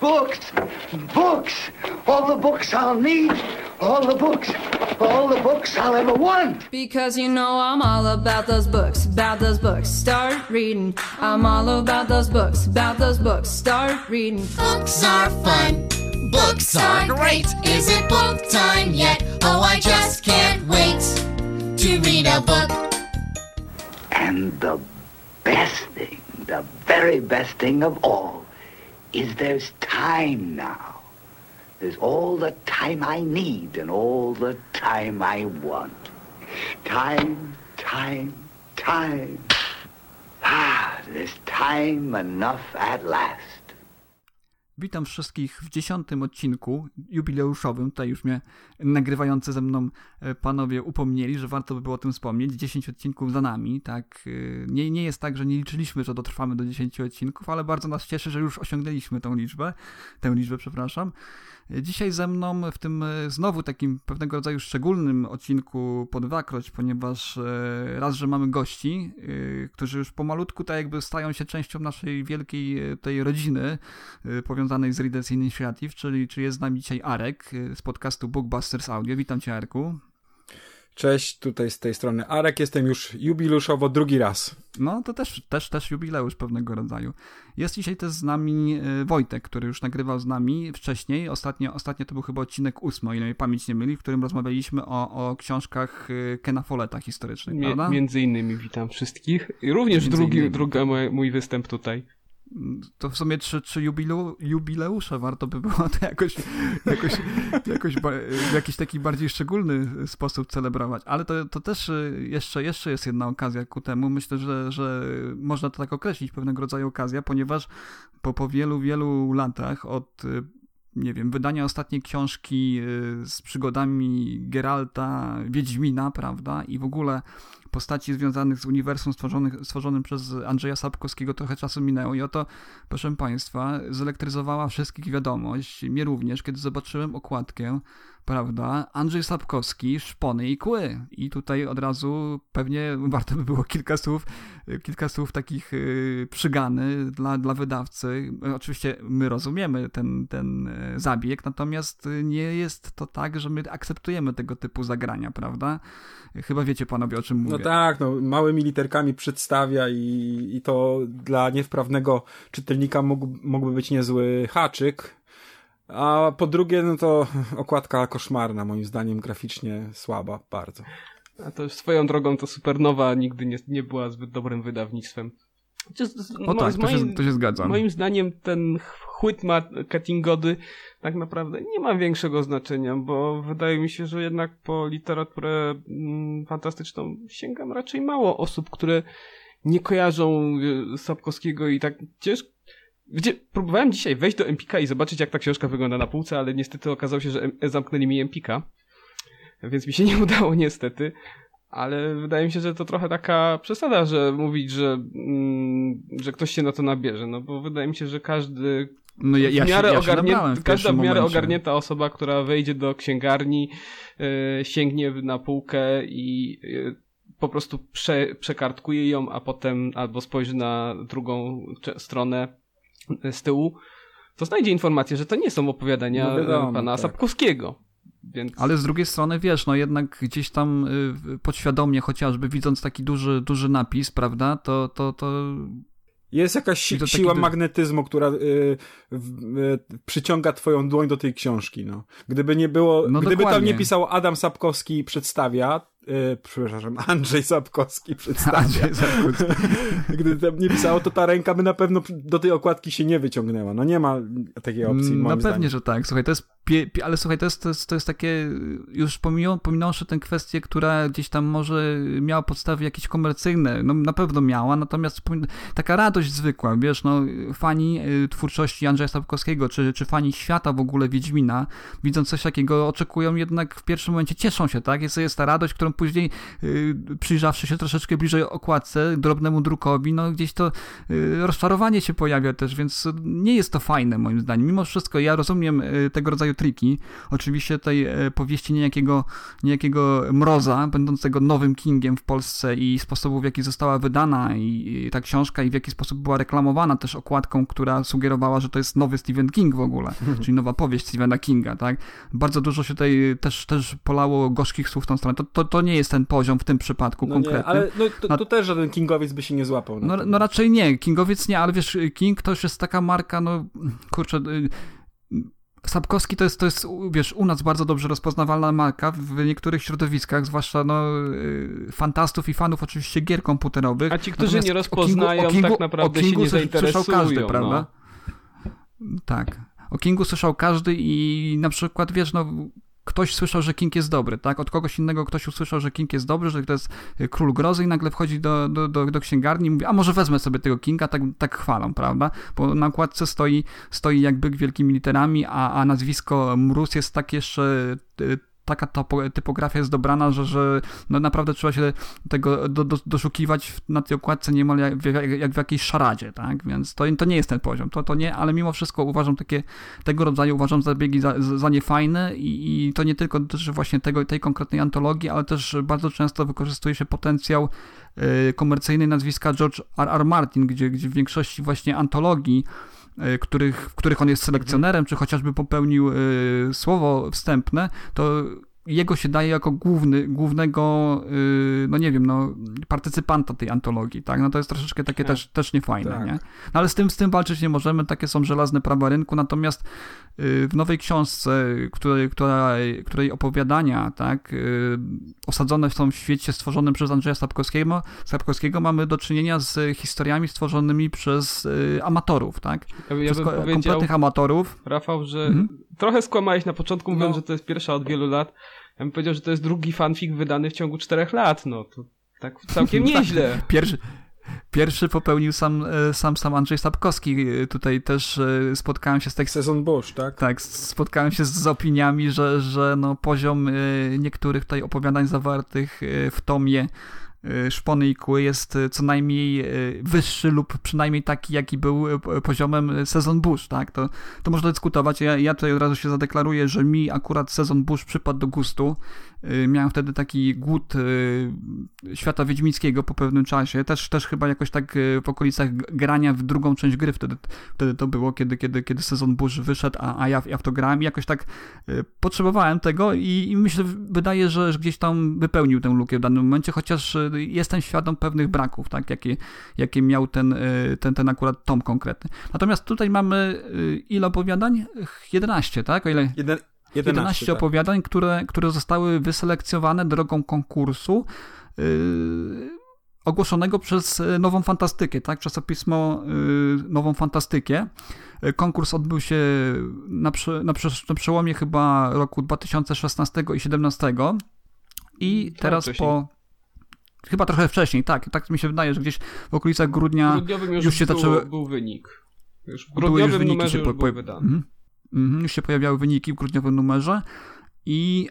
Books! Books! All the books I'll need! All the books! All the books I'll ever want! Because you know I'm all about those books, about those books. Start reading. I'm all about those books, about those books. Start reading. Books are fun. Books are great. Is it book time yet? Oh, I just can't wait to read a book. And the best thing, the very best thing of all, is there's time now. There's all the time I need and all the time I want. Time, time, time. There's time enough at last. Witam wszystkich w 10. odcinku jubileuszowym. Tutaj już mnie nagrywający ze mną panowie upomnieli, że warto by było o tym wspomnieć. 10 odcinków za nami, tak. Nie jest tak, że nie liczyliśmy, że dotrwamy do 10 odcinków, ale bardzo nas cieszy, że już osiągnęliśmy tę liczbę, przepraszam. Dzisiaj ze mną w tym znowu takim pewnego rodzaju szczególnym odcinku po dwakroć, ponieważ raz, że mamy gości, którzy już pomalutku tak jakby stają się częścią naszej wielkiej tej rodziny powiązanej z Readers Initiative, czyli jest z nami dzisiaj Arek z podcastu Bookbusters Audio. Witam cię, Arku. Cześć, tutaj z tej strony Arek, jestem już jubileuszowo drugi raz. No to też jubileusz pewnego rodzaju. Jest dzisiaj też z nami Wojtek, który już nagrywał z nami wcześniej. Ostatnio to był chyba odcinek 8, o ile mnie pamięć nie myli, w którym rozmawialiśmy o książkach Kena Folletta historycznych, prawda? Między innymi witam wszystkich. I również drugi mój występ tutaj. To w sumie trzy jubileusze warto by było to jakoś w jakiś taki bardziej szczególny sposób celebrować. Ale to też jeszcze jest jedna okazja ku temu. Myślę, że można to tak określić, pewnego rodzaju okazja, ponieważ po wielu latach od wydania ostatniej książki z przygodami Geralta, Wiedźmina, prawda, i w ogóle postaci związanych z uniwersum stworzonym przez Andrzeja Sapkowskiego trochę czasu minęło i oto, proszę Państwa, zelektryzowała wszystkich wiadomość, mnie również, kiedy zobaczyłem okładkę, prawda, Andrzej Sapkowski, Szpony i Kły. I tutaj od razu pewnie warto by było kilka słów takich przygany dla wydawcy. Oczywiście my rozumiemy ten zabieg, natomiast nie jest to tak, że my akceptujemy tego typu zagrania, prawda? Chyba wiecie panowie, o czym mówię. No tak, małymi literkami przedstawia i to dla niewprawnego czytelnika mógłby być niezły haczyk. A po drugie, to okładka koszmarna, moim zdaniem graficznie słaba bardzo. A to swoją drogą to Supernowa nigdy nie była zbyt dobrym wydawnictwem. To się zgadza. Moim zdaniem ten chłyt marketingowy tak naprawdę nie ma większego znaczenia, bo wydaje mi się, że jednak po literaturę fantastyczną sięgam raczej mało osób, które nie kojarzą Sapkowskiego i tak próbowałem dzisiaj wejść do Empika i zobaczyć, jak ta książka wygląda na półce, ale niestety okazało się, że zamknęli mi Empika, więc mi się nie udało niestety. Ale wydaje mi się, że to trochę taka przesada, że mówić, że ktoś się na to nabierze, no bo wydaje mi się, że każdy każda w miarę ogarnięta osoba, która wejdzie do księgarni, sięgnie na półkę i po prostu przekartkuje ją, a potem albo spojrzy na drugą stronę z tyłu, to znajdzie informację, że to nie są opowiadania pana Sapkowskiego. Więc... Ale z drugiej strony, jednak gdzieś tam podświadomie, chociażby widząc taki duży napis, prawda, to... Jest jakaś siła magnetyzmu, która przyciąga twoją dłoń do tej książki, no. Gdyby nie było, gdyby tam nie pisał Adam Sapkowski przedstawia, Andrzej Sapkowski przedstawia. Gdyby tam nie pisało, to ta ręka by na pewno do tej okładki się nie wyciągnęła. No nie ma takiej opcji, moim zdaniem. Pewnie, że tak. Słuchaj, ale słuchaj, to jest takie, już pominąwszy tę kwestię, która gdzieś tam może miała podstawy jakieś komercyjne, no na pewno miała, natomiast taka radość zwykła, fani twórczości Andrzeja Sapkowskiego, czy fani świata w ogóle Wiedźmina, widząc coś takiego, oczekują jednak w pierwszym momencie, cieszą się, tak? Jest ta radość, którą później przyjrzawszy się troszeczkę bliżej okładce, drobnemu drukowi, gdzieś to rozczarowanie się pojawia też, więc nie jest to fajne moim zdaniem. Mimo wszystko ja rozumiem tego rodzaju swoje triki. Oczywiście tej powieści niejakiego Mroza, będącego nowym Kingiem w Polsce i sposobu, w jaki została wydana i ta książka i w jaki sposób była reklamowana też okładką, która sugerowała, że to jest nowy Stephen King w ogóle, czyli nowa powieść Stephena Kinga, tak? Bardzo dużo się tutaj też polało gorzkich słów w tą stronę. To nie jest ten poziom w tym przypadku konkretnie. Nie, ale to też żaden Kingowiec by się nie złapał. No raczej nie, Kingowiec nie, ale wiesz, King to już jest taka marka, Sapkowski to jest, wiesz, u nas bardzo dobrze rozpoznawalna marka w niektórych środowiskach, zwłaszcza fantastów i fanów oczywiście gier komputerowych. A ci, którzy nie rozpoznają, tak naprawdę się nie zainteresują. Słyszał każdy, prawda? Tak. O Kingu słyszał każdy i na przykład, wiesz, ktoś słyszał, że King jest dobry, tak? Od kogoś innego ktoś usłyszał, że King jest dobry, że to jest król grozy i nagle wchodzi do księgarni i mówi, a może wezmę sobie tego Kinga, tak chwalą, prawda? Bo na okładce stoi jak byk wielkimi literami, a nazwisko Mróz jest tak jeszcze... Taka typografia jest dobrana, że naprawdę trzeba się tego doszukiwać na tej okładce niemal jak w jakiejś szaradzie, tak? Więc to nie jest ten poziom, to nie, ale mimo wszystko uważam tego rodzaju zabiegi za niefajne i to nie tylko dotyczy właśnie tej konkretnej antologii, ale też bardzo często wykorzystuje się potencjał komercyjnej nazwiska George R. Martin, gdzie w większości właśnie antologii, w których on jest selekcjonerem, czy chociażby popełnił słowo wstępne, to jego się daje jako głównego, partycypanta tej antologii, tak? To jest troszeczkę takie też niefajne, tak. Nie? No, ale z tym walczyć nie możemy, takie są żelazne prawa rynku, natomiast w nowej książce, której opowiadania, tak, osadzone są w świecie stworzonym przez Andrzeja Sapkowskiego, mamy do czynienia z historiami stworzonymi przez amatorów, tak? Ja bym kompletnych amatorów. Rafał, że trochę skłamałeś na początku, mówiąc, że to jest pierwsza od wielu lat. Ja bym powiedział, że to jest drugi fanfic wydany w ciągu 4 lat, to tak całkiem nieźle. Pierwszy popełnił sam Andrzej Sapkowski. Tutaj też spotkałem się z Sezon Bush, tak? Tak, spotkałem się z opiniami, że poziom niektórych tutaj opowiadań zawartych w tomie Szpony i Kły jest co najmniej wyższy lub przynajmniej taki, jaki był poziomem Sezon Bush, tak? To można dyskutować. Ja tutaj od razu się zadeklaruję, że mi akurat Sezon Bush przypadł do gustu. Miałem wtedy taki głód świata wiedźmickiego po pewnym czasie. Też chyba jakoś tak w okolicach grania w drugą część gry wtedy to było, kiedy Sezon Bush wyszedł, a ja w to grałem i jakoś tak potrzebowałem tego i myślę, wydaje, że gdzieś tam wypełnił tę lukę w danym momencie, chociaż jestem świadom pewnych braków, tak, jakie miał ten akurat tom konkretny. Natomiast tutaj mamy ile opowiadań? 11, tak? O ile... 11 tak. Opowiadań, które zostały wyselekcjonowane drogą konkursu ogłoszonego przez Nową Fantastykę, tak? Czasopismo Nową Fantastykę. Konkurs odbył się na przełomie chyba roku 2016 i 2017 i teraz chyba trochę wcześniej, tak mi się wydaje, że gdzieś w okolicach grudnia już się zaczęły... był wynik. Już w grudniowym numerze już był wydany. Już się pojawiały wyniki w grudniowym numerze i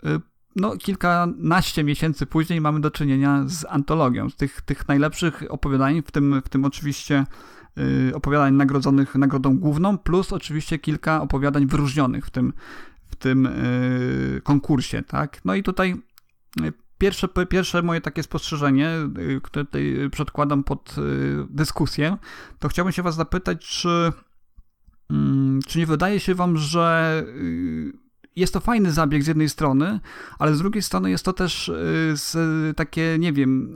kilkanaście miesięcy później mamy do czynienia z antologią, z tych najlepszych opowiadań, w tym oczywiście opowiadań nagrodzonych nagrodą główną, plus oczywiście kilka opowiadań wyróżnionych w tym konkursie, tak? No i tutaj pierwsze moje takie spostrzeżenie, które tutaj przedkładam pod dyskusję, to chciałbym się was zapytać, czy nie wydaje się wam, że jest to fajny zabieg z jednej strony, ale z drugiej strony jest to też takie, nie wiem,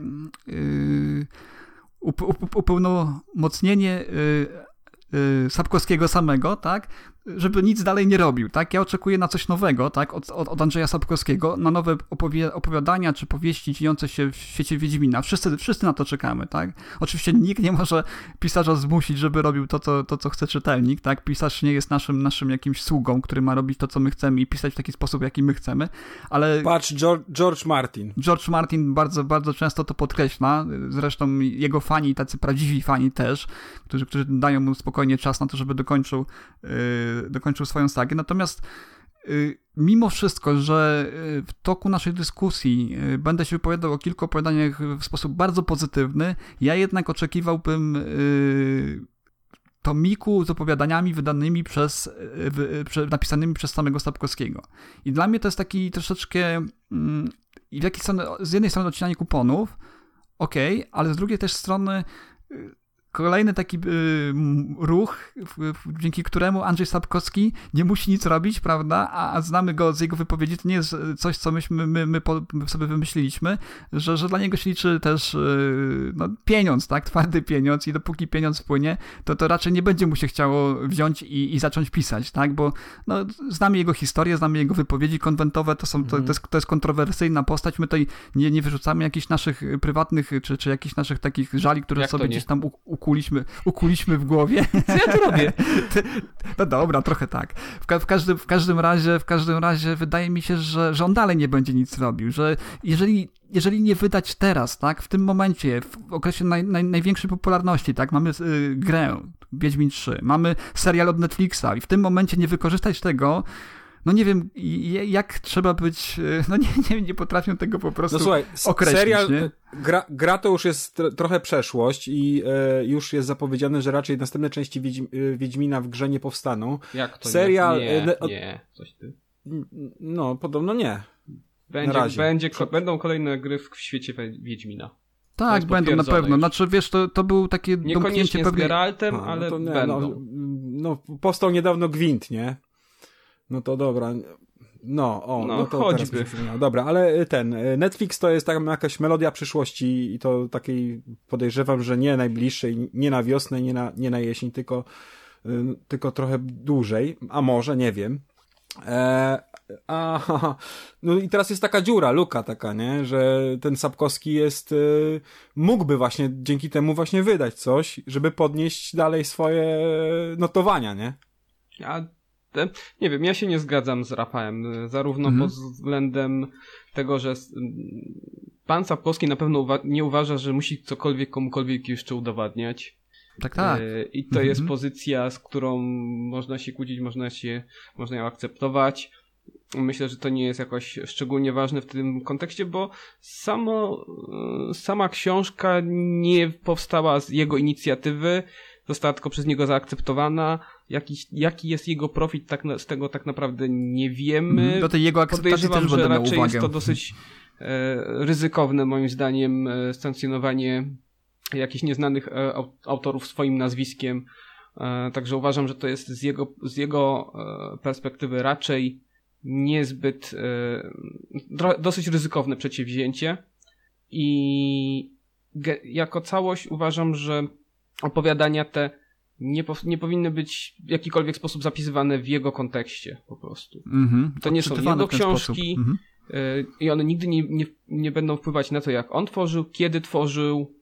upełnomocnienie Sapkowskiego samego, tak, żeby nic dalej nie robił, tak? Ja oczekuję na coś nowego, tak, od Andrzeja Sapkowskiego, na nowe opowiadania czy powieści dziejące się w świecie Wiedźmina. Wszyscy na to czekamy, tak? Oczywiście nikt nie może pisarza zmusić, żeby robił to, co chce czytelnik, tak? Pisarz nie jest naszym jakimś sługą, który ma robić to, co my chcemy i pisać w taki sposób, jaki my chcemy, ale... Patrz, George Martin. George Martin bardzo, bardzo często to podkreśla, zresztą jego fani, tacy prawdziwi fani też, którzy dają mu spokojnie czas na to, żeby dokończył swoją sagę. Natomiast mimo wszystko, że w toku naszej dyskusji będę się wypowiadał o kilku opowiadaniach w sposób bardzo pozytywny, ja jednak oczekiwałbym tomiku z opowiadaniami wydanymi napisanymi przez samego Sapkowskiego. I dla mnie to jest taki troszeczkę z jednej strony odcinanie kuponów, okej, ale z drugiej też strony kolejny taki ruch, dzięki któremu Andrzej Sapkowski nie musi nic robić, prawda? A znamy go z jego wypowiedzi, to nie jest coś, co my sobie wymyśliliśmy, że dla niego się liczy też pieniądz, tak? Twardy pieniądz i dopóki pieniądz wpłynie, to raczej nie będzie mu się chciało wziąć i zacząć pisać, tak? Bo znamy jego historię, znamy jego wypowiedzi konwentowe, to jest kontrowersyjna postać, my tutaj nie wyrzucamy jakichś naszych prywatnych, czy jakichś naszych takich żali, które sobie gdzieś tam ukuliśmy w głowie. Co ja tu robię? No dobra, trochę tak. W każdym razie wydaje mi się, że on dalej nie będzie nic robił, że jeżeli nie wydać teraz, tak, w tym momencie, w okresie największej popularności, tak, mamy grę Wiedźmin 3, mamy serial od Netflixa i w tym momencie nie wykorzystać tego, no nie wiem, jak trzeba być, nie potrafię tego po prostu określić. Serial, nie? Gra to już jest trochę przeszłość i już jest zapowiedziane, że raczej następne części Wiedźmina w grze nie powstaną. Jak to serial, nie, coś ty. No, podobno nie. Będą kolejne gry w świecie Wiedźmina. Tak, będą na pewno. Znaczy, wiesz, to był takie niekoniecznie z Geraltem, ale będą. No, powstał niedawno Gwint, nie? No to dobra. No to choćby. Dobra, ale Netflix to jest tam jakaś melodia przyszłości i to takiej podejrzewam, że nie najbliższej, nie na wiosnę, nie na jesień, tylko trochę dłużej, a może, nie wiem. No i teraz jest taka luka taka, nie? Że ten Sapkowski mógłby właśnie dzięki temu właśnie wydać coś, żeby podnieść dalej swoje notowania, nie? Nie wiem, ja się nie zgadzam z Rafałem, zarówno pod względem tego, że pan Sapkowski na pewno nie uważa, że musi cokolwiek komukolwiek jeszcze udowadniać. Tak. I to jest pozycja, z którą można się kłócić, można ją akceptować. Myślę, że to nie jest jakoś szczególnie ważne w tym kontekście, bo sama książka nie powstała z jego inicjatywy, została tylko przez niego zaakceptowana. Jaki jest jego profit, z tego tak naprawdę nie wiemy. Do tej jego akceptacji podejrzewam, też że raczej uwagę. jest to dosyć ryzykowne moim zdaniem sankcjonowanie jakichś nieznanych autorów swoim nazwiskiem. Także uważam, że to jest z jego perspektywy raczej niezbyt dosyć ryzykowne przedsięwzięcie i jako całość uważam, że opowiadania te nie powinny być w jakikolwiek sposób zapisywane w jego kontekście po prostu. To nie są jego książki i one nigdy nie będą wpływać na to, jak on tworzył, kiedy tworzył.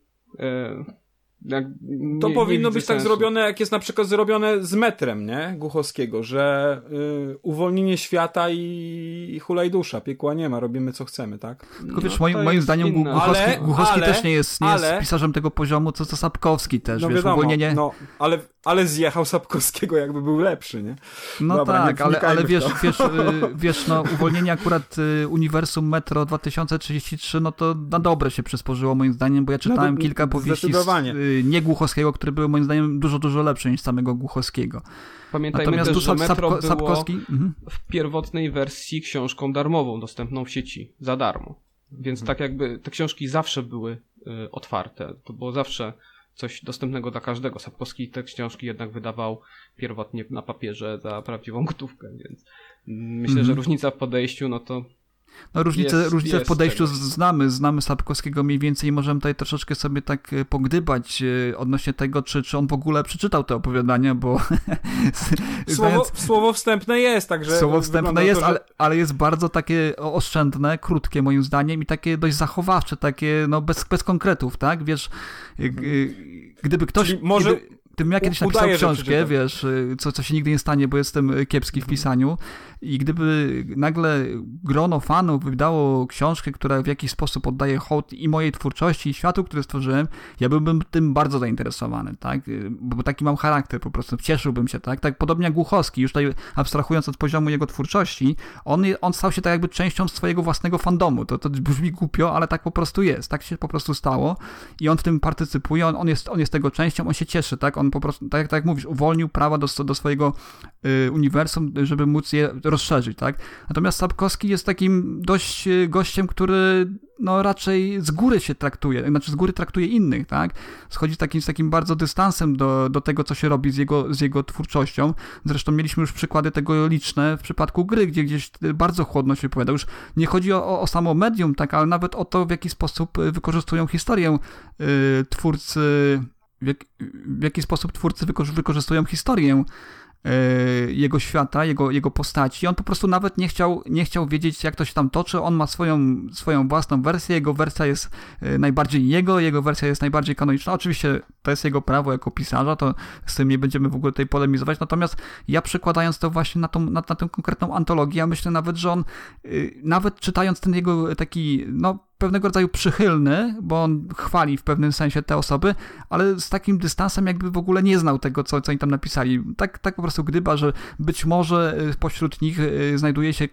To powinno być tak zrobione, jak jest na przykład zrobione z Metrem, nie? Głuchowskiego, że uwolnienie świata i hulaj dusza, piekła nie ma, robimy co chcemy, tak? Tylko wiesz, moim zdaniem Głuchowski też nie jest pisarzem tego poziomu, co Sapkowski też, wiesz, wiadomo, uwolnienie... ale zjechał Sapkowskiego, jakby był lepszy, nie? No dobra, tak, ale wiesz, uwolnienie akurat uniwersum Metro 2033, no to na dobre się przysporzyło moim zdaniem, bo ja czytałem kilka powieści nie Głuchowskiego, które były moim zdaniem dużo, dużo lepsze niż samego Głuchowskiego. Pamiętajmy też, że Metro było w pierwotnej wersji książką darmową, dostępną w sieci za darmo. Więc tak jakby te książki zawsze były otwarte. To było zawsze coś dostępnego dla każdego. Sapkowski te książki jednak wydawał pierwotnie na papierze za prawdziwą gotówkę, więc myślę, że różnica w podejściu, no to różnicę w podejściu znamy Sapkowskiego mniej więcej i możemy tutaj troszeczkę sobie tak pogdybać odnośnie tego, czy on w ogóle przeczytał te opowiadania, bo... Słowo wstępne jest, także... Słowo wstępne jest, ale jest bardzo takie oszczędne, krótkie moim zdaniem i takie dość zachowawcze, takie bez konkretów, tak? Wiesz, gdyby ktoś... Gdybym ja kiedyś napisał książkę, wiesz, co się nigdy nie stanie, bo jestem kiepski w pisaniu i gdyby nagle grono fanów wydało książkę, która w jakiś sposób oddaje hołd i mojej twórczości, i światu, który stworzyłem, ja byłbym tym bardzo zainteresowany, tak? Bo taki mam charakter po prostu, cieszyłbym się, tak? Tak podobnie jak Głuchowski, już tutaj abstrahując od poziomu jego twórczości, on stał się tak jakby częścią swojego własnego fandomu. To brzmi głupio, ale tak po prostu jest. Tak się po prostu stało i on w tym partycypuje, on jest tego częścią, on się cieszy, tak? on po prostu, tak jak mówisz, uwolnił prawa do swojego uniwersum, żeby móc je rozszerzyć, tak? Natomiast Sapkowski jest takim dość gościem, który no raczej z góry się traktuje, znaczy z góry traktuje innych, tak? Schodzi z takim bardzo dystansem do tego, co się robi z jego twórczością. Zresztą mieliśmy już przykłady tego liczne w przypadku gry, gdzie gdzieś bardzo chłodno się wypowiada. Już nie chodzi o samo medium, tak, ale nawet o to, w jaki sposób wykorzystują historię twórcy, w jaki sposób twórcy wykorzystują historię jego świata, jego postaci. On po prostu nawet nie chciał wiedzieć, jak to się tam toczy. On ma swoją własną wersję, jego wersja jest najbardziej jego wersja jest najbardziej kanoniczna. Oczywiście to jest jego prawo jako pisarza, to z tym nie będziemy w ogóle tutaj polemizować, natomiast ja przekładając to właśnie na tę konkretną antologię, ja myślę nawet, że on nawet czytając ten jego taki, no pewnego rodzaju przychylny, bo on chwali w pewnym sensie te osoby, ale z takim dystansem jakby w ogóle nie znał tego, co oni tam napisali. Tak po prostu gdyba, że być może pośród nich znajduje się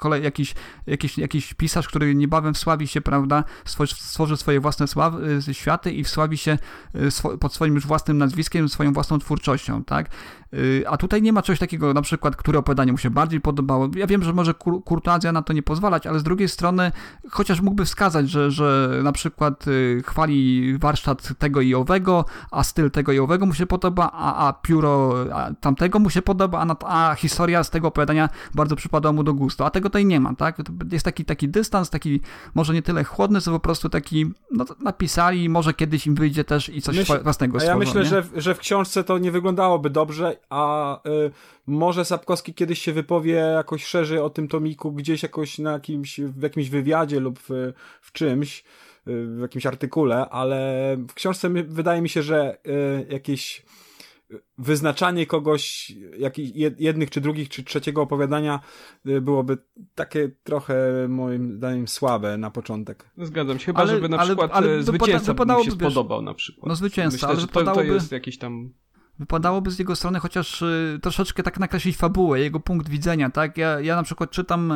jakiś pisarz, który niebawem wsławi się, prawda, stworzy swoje własne światy i wsławi się pod swoim już własnym nazwiskiem, swoją własną twórczością, tak? A tutaj nie ma czegoś takiego, na przykład, które opowiadanie mu się bardziej podobało. Ja wiem, że może kurtuazja na to nie pozwalać, ale z drugiej strony, chociaż mógłby wskazać, że na przykład chwali warsztat tego i owego, a styl tego i owego mu się podoba, a pióro tamtego mu się podoba, a historia z tego opowiadania bardzo przypadła mu do gustu. A tego tutaj nie ma, tak? Jest taki dystans, taki może nie tyle chłodny, co po prostu taki, no napisali, może kiedyś im wyjdzie też i coś własnego stworzą. Ja myślę, że w książce to nie wyglądałoby dobrze, a może Sapkowski kiedyś się wypowie jakoś szerzej o tym tomiku, gdzieś jakoś w jakimś wywiadzie lub w czymś, w jakimś artykule, ale w książce wydaje mi się, że jakieś wyznaczanie kogoś, jednych czy drugich, czy trzeciego opowiadania byłoby takie trochę moim zdaniem słabe na początek. Zgadzam się, chyba żeby na przykład zwycięzca mi się spodobał na przykład. No zwycięzca, myślę, że to jest jakiś tam... Wypadałoby z jego strony chociaż troszeczkę tak nakreślić fabułę, jego punkt widzenia, tak? Ja na przykład czytam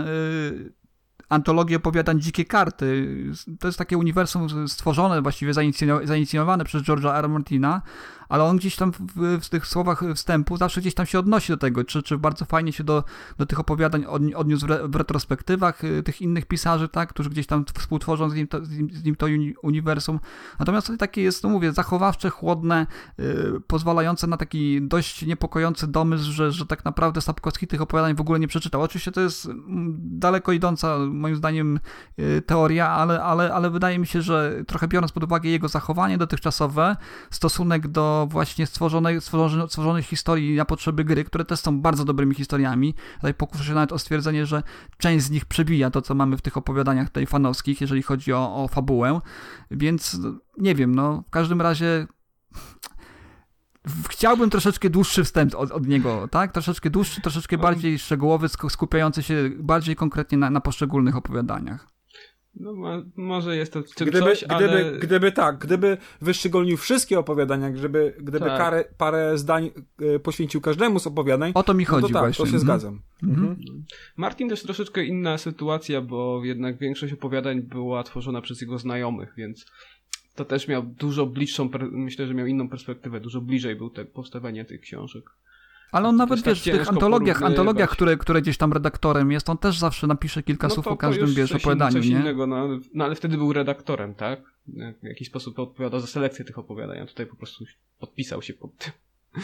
antologię opowiadań Dzikie Karty. To jest takie uniwersum stworzone, właściwie zainicjowane przez George'a R. Martina, ale on gdzieś tam w tych słowach wstępu zawsze gdzieś tam się odnosi do tego, czy bardzo fajnie się do tych opowiadań odniósł w retrospektywach tych innych pisarzy, tak, którzy gdzieś tam współtworzą z nim to uniwersum. Natomiast to takie jest, no mówię, zachowawcze, chłodne, pozwalające na taki dość niepokojący domysł, że tak naprawdę Sapkowski tych opowiadań w ogóle nie przeczytał. Oczywiście to jest daleko idąca, moim zdaniem, teoria, ale wydaje mi się, że trochę biorąc pod uwagę jego zachowanie dotychczasowe, stosunek do właśnie stworzonych historii na potrzeby gry, które też są bardzo dobrymi historiami. Tutaj pokuszę się nawet o stwierdzenie, że część z nich przebija to, co mamy w tych opowiadaniach tutaj fanowskich, jeżeli chodzi o fabułę, więc nie wiem, no w każdym razie chciałbym troszeczkę dłuższy wstęp od niego, tak? Troszeczkę dłuższy, troszeczkę bardziej szczegółowy, skupiający się bardziej konkretnie na poszczególnych opowiadaniach. No może jest to w tym coś, ale... Gdyby wyszczególnił wszystkie opowiadania, gdyby parę zdań poświęcił każdemu z opowiadań, o to mi chodzi, no to tak, właśnie. To się zgadzam. Martin też troszeczkę inna sytuacja, bo jednak większość opowiadań była tworzona przez jego znajomych, więc to też miał dużo bliższą, myślę, że miał inną perspektywę, dużo bliżej był powstawanie tych książek. Ale on nawet, wiesz, w tych antologiach, które gdzieś tam redaktorem jest, on też zawsze napisze kilka słów o każdym, wiesz, opowiadaniu, coś nie? Innego, no ale wtedy był redaktorem, tak? W jakiś sposób odpowiadał za selekcję tych opowiadań, a tutaj po prostu podpisał się pod tym.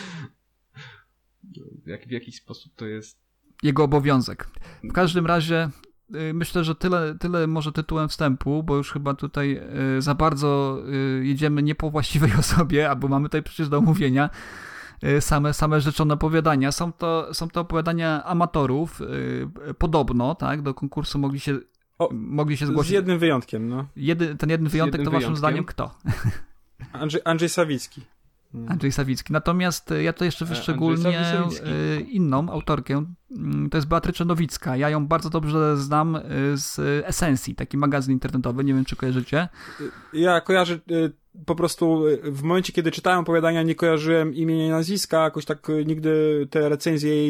W jakiś sposób to jest... Jego obowiązek. W każdym razie myślę, że tyle może tytułem wstępu, bo już chyba tutaj za bardzo jedziemy nie po właściwej osobie, albo mamy tutaj przecież do omówienia same rzeczone opowiadania. Są to opowiadania amatorów, podobno, tak, do konkursu mogli się zgłosić. Z jednym wyjątkiem, no. Ten jeden wyjątek to waszym zdaniem kto? Andrzej Sawicki. Andrzej Sawicki. Natomiast ja to jeszcze wyszczególnię inną autorkę. To jest Beatrycze Nowicka. Ja ją bardzo dobrze znam z Esencji, taki magazyn internetowy. Nie wiem, czy kojarzycie. Ja kojarzę po prostu w momencie, kiedy czytałem opowiadania, nie kojarzyłem imienia i nazwiska. Jakoś tak nigdy te recenzje jej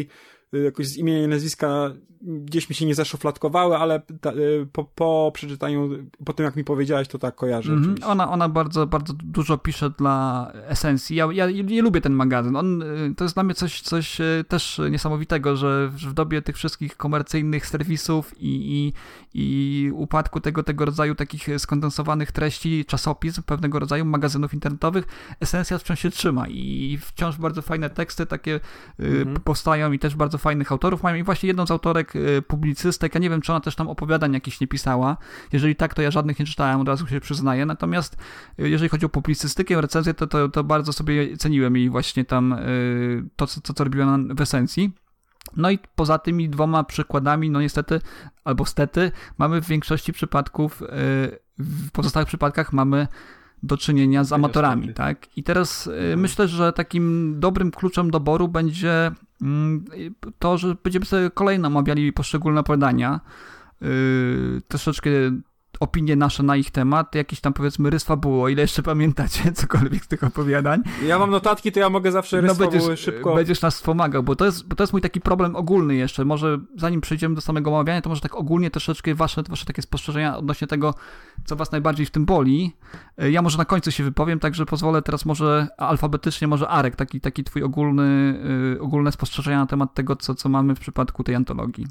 jakoś z imienia i nazwiska gdzieś mi się nie zaszufladkowały, ale po przeczytaniu, po tym jak mi powiedziałeś, to tak kojarzę. Ona bardzo, bardzo dużo pisze dla Essencji. Ja lubię ten magazyn. To jest dla mnie coś też niesamowitego, że w dobie tych wszystkich komercyjnych serwisów i upadku tego rodzaju takich skondensowanych treści, czasopism, pewnego rodzaju magazynów internetowych, Essencja wciąż się trzyma i wciąż bardzo fajne teksty takie powstają i też bardzo fajnych autorów mają i właśnie jedną z autorek publicystek, ja nie wiem, czy ona też tam opowiadań jakichś nie pisała, jeżeli tak, to ja żadnych nie czytałem, od razu się przyznaję, natomiast jeżeli chodzi o publicystykę, recenzję, to bardzo sobie ceniłem i właśnie tam to, co robiła w Essencji. No i poza tymi 2 przykładami, no niestety, albo stety, mamy w większości przypadków, w pozostałych przypadkach mamy do czynienia z amatorami, tak? I teraz myślę, że takim dobrym kluczem doboru będzie to, że będziemy sobie kolejno omawiali poszczególne opowiadania, troszeczkę opinie nasze na ich temat, jakiś tam powiedzmy rys fabuły, o ile jeszcze pamiętacie cokolwiek z tych opowiadań. Ja mam notatki, to ja mogę zawsze rys fabuły szybko... Będziesz nas wspomagał, bo to jest mój taki problem ogólny jeszcze. Może zanim przejdziemy do samego omawiania, to może tak ogólnie troszeczkę wasze takie spostrzeżenia odnośnie tego, co was najbardziej w tym boli. Ja może na końcu się wypowiem, także pozwolę teraz może alfabetycznie, może Arek, taki twój ogólne spostrzeżenia na temat tego, co mamy w przypadku tej antologii.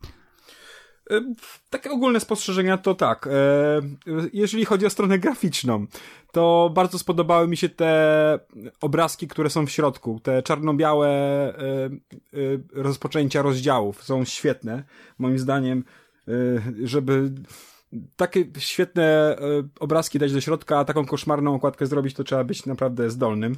Takie ogólne spostrzeżenia to tak, jeżeli chodzi o stronę graficzną, to bardzo spodobały mi się te obrazki, które są w środku, te czarno-białe rozpoczęcia rozdziałów są świetne, moim zdaniem, żeby takie świetne obrazki dać do środka, a taką koszmarną okładkę zrobić, to trzeba być naprawdę zdolnym.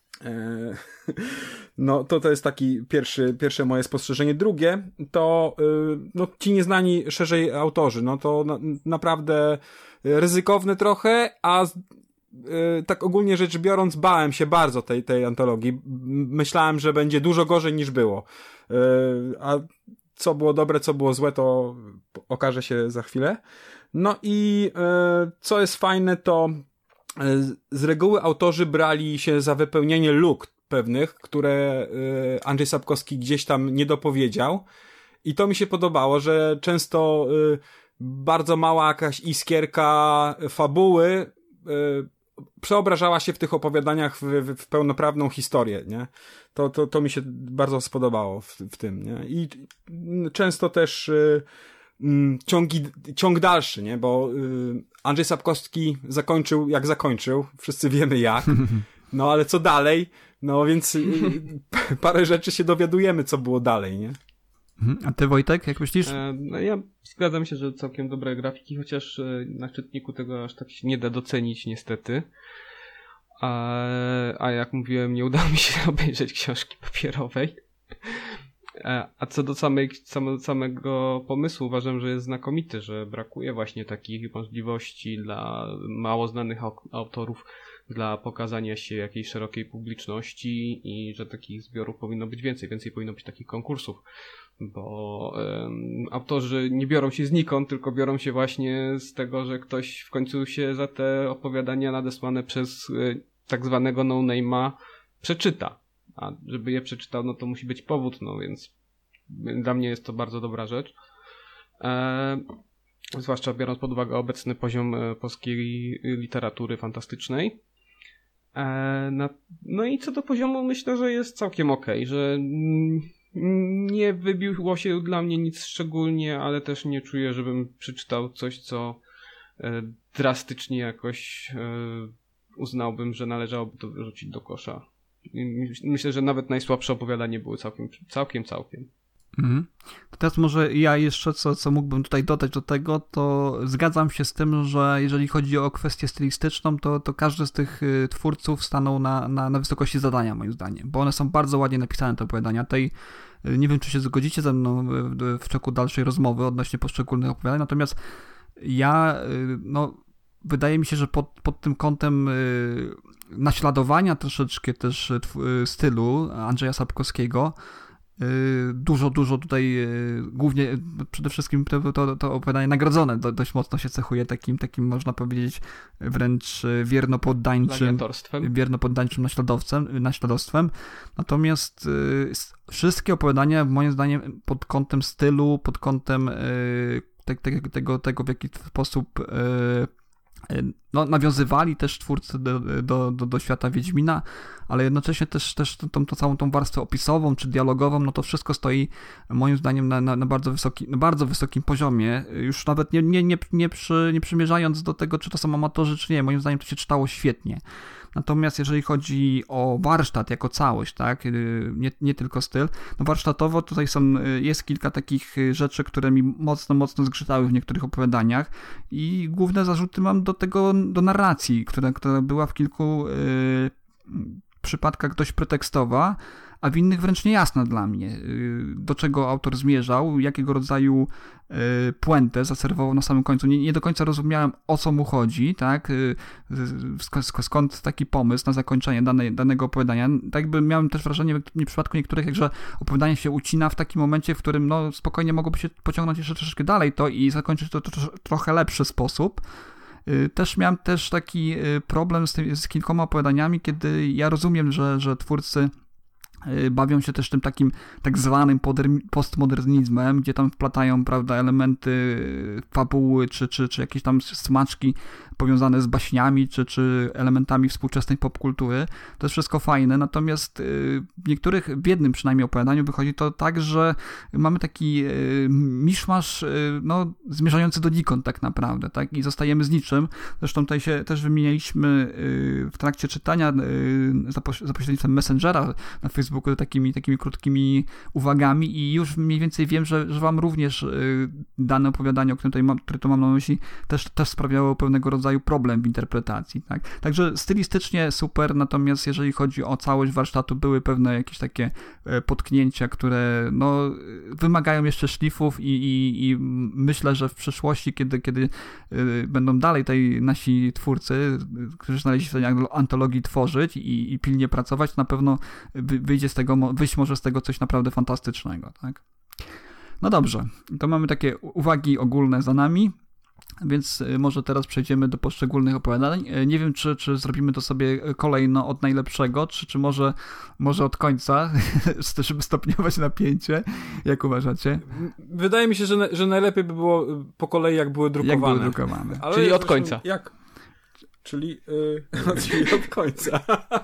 No to jest taki pierwsze moje spostrzeżenie. Drugie to no, ci nieznani szerzej autorzy, no to naprawdę ryzykowne trochę, a tak ogólnie rzecz biorąc bałem się bardzo tej antologii. Myślałem, że będzie dużo gorzej niż było, a co było dobre, co było złe, to okaże się za chwilę. No i co jest fajne, to z reguły autorzy brali się za wypełnienie luk pewnych, które Andrzej Sapkowski gdzieś tam nie dopowiedział i to mi się podobało, że często bardzo mała jakaś iskierka fabuły przeobrażała się w tych opowiadaniach w pełnoprawną historię, nie? To mi się bardzo spodobało w tym, nie? I często też ciąg dalszy, nie? Bo Andrzej Sapkowski zakończył jak zakończył, wszyscy wiemy jak, no ale co dalej? No więc parę rzeczy się dowiadujemy, co było dalej, nie? A ty, Wojtek, jak myślisz? No ja zgadzam się, że całkiem dobre grafiki, chociaż na czytniku tego aż tak się nie da docenić niestety. A jak mówiłem, nie udało mi się obejrzeć książki papierowej. A co do samego pomysłu, uważam, że jest znakomity, że brakuje właśnie takich możliwości dla mało znanych autorów dla pokazania się jakiejś szerokiej publiczności i że takich zbiorów powinno być więcej powinno być takich konkursów, bo autorzy nie biorą się znikąd, tylko biorą się właśnie z tego, że ktoś w końcu się za te opowiadania nadesłane przez tak zwanego no-name'a przeczyta. A żeby je przeczytał, no to musi być powód, no więc dla mnie jest to bardzo dobra rzecz. Zwłaszcza biorąc pod uwagę obecny poziom polskiej literatury fantastycznej. No i co do poziomu, myślę, że jest całkiem okej, że nie wybiło się dla mnie nic szczególnie, ale też nie czuję, żebym przeczytał coś, co drastycznie jakoś uznałbym, że należałoby to wyrzucić do kosza. Myślę, że nawet najsłabsze opowiadanie były całkiem. Mhm. Teraz może ja jeszcze co mógłbym tutaj dodać do tego, to zgadzam się z tym, że jeżeli chodzi o kwestię stylistyczną, to każdy z tych twórców stanął na wysokości zadania, moim zdaniem, bo one są bardzo ładnie napisane, te opowiadania. Nie wiem, czy się zgodzicie ze mną w toku dalszej rozmowy odnośnie poszczególnych opowiadań, natomiast wydaje mi się, że pod tym kątem naśladowania troszeczkę też stylu Andrzeja Sapkowskiego dużo tutaj, głównie przede wszystkim to opowiadanie nagrodzone dość mocno się cechuje takim można powiedzieć wręcz wiernopoddańczym naśladowstwem. Natomiast wszystkie opowiadania moim zdaniem pod kątem stylu, pod kątem tego w jaki sposób nawiązywali też twórcy do świata Wiedźmina, ale jednocześnie też całą tą warstwę opisową czy dialogową, to wszystko stoi moim zdaniem na bardzo wysokim poziomie. Już nawet nie przymierzając do tego, czy to są amatorzy, czy nie. Moim zdaniem to się czytało świetnie. Natomiast jeżeli chodzi o warsztat jako całość, tak, nie tylko styl, warsztatowo tutaj jest kilka takich rzeczy, które mi mocno zgrzytały w niektórych opowiadaniach i główne zarzuty mam do narracji, która była w kilku przypadkach dość pretekstowa, a w innych wręcz niejasna dla mnie, do czego autor zmierzał, jakiego rodzaju puentę zaserwował na samym końcu. Nie do końca rozumiałem, o co mu chodzi, tak? Skąd taki pomysł na zakończenie danego opowiadania. Tak jakby miałem też wrażenie w przypadku niektórych, że opowiadanie się ucina w takim momencie, w którym spokojnie mogłoby się pociągnąć jeszcze troszeczkę dalej i zakończyć to w trochę lepszy sposób. Też miałem taki problem z kilkoma opowiadaniami, kiedy ja rozumiem, że twórcy bawią się też tym takim tak zwanym postmodernizmem, gdzie tam wplatają, prawda, elementy fabuły, czy jakieś tam smaczki powiązane z baśniami, czy elementami współczesnej popkultury. To jest wszystko fajne, natomiast w jednym przynajmniej opowiadaniu wychodzi to tak, że mamy taki miszmasz, zmierzający donikąd tak naprawdę, tak, i zostajemy z niczym. Zresztą tutaj się też wymienialiśmy w trakcie czytania za pośrednictwem Messengera na Facebooku takimi krótkimi uwagami i już mniej więcej wiem, że wam również dane opowiadanie, o którym które tu mam na myśli, też sprawiało pewnego rodzaju problem w interpretacji. Tak? Także stylistycznie super, natomiast jeżeli chodzi o całość warsztatu, były pewne jakieś takie potknięcia, które wymagają jeszcze szlifów i myślę, że w przyszłości, kiedy będą dalej nasi twórcy, którzy znaleźli się w tej antologii tworzyć i pilnie pracować, na pewno wyjść może z tego coś naprawdę fantastycznego, tak? No dobrze, to mamy takie uwagi ogólne za nami, więc może teraz przejdziemy do poszczególnych opowiadań. Nie wiem, czy zrobimy to sobie kolejno od najlepszego, czy może od końca, żeby stopniować napięcie. Jak uważacie? Wydaje mi się, że najlepiej by było po kolei, jak były drukowane. Ale czyli od końca. Czyli od końca.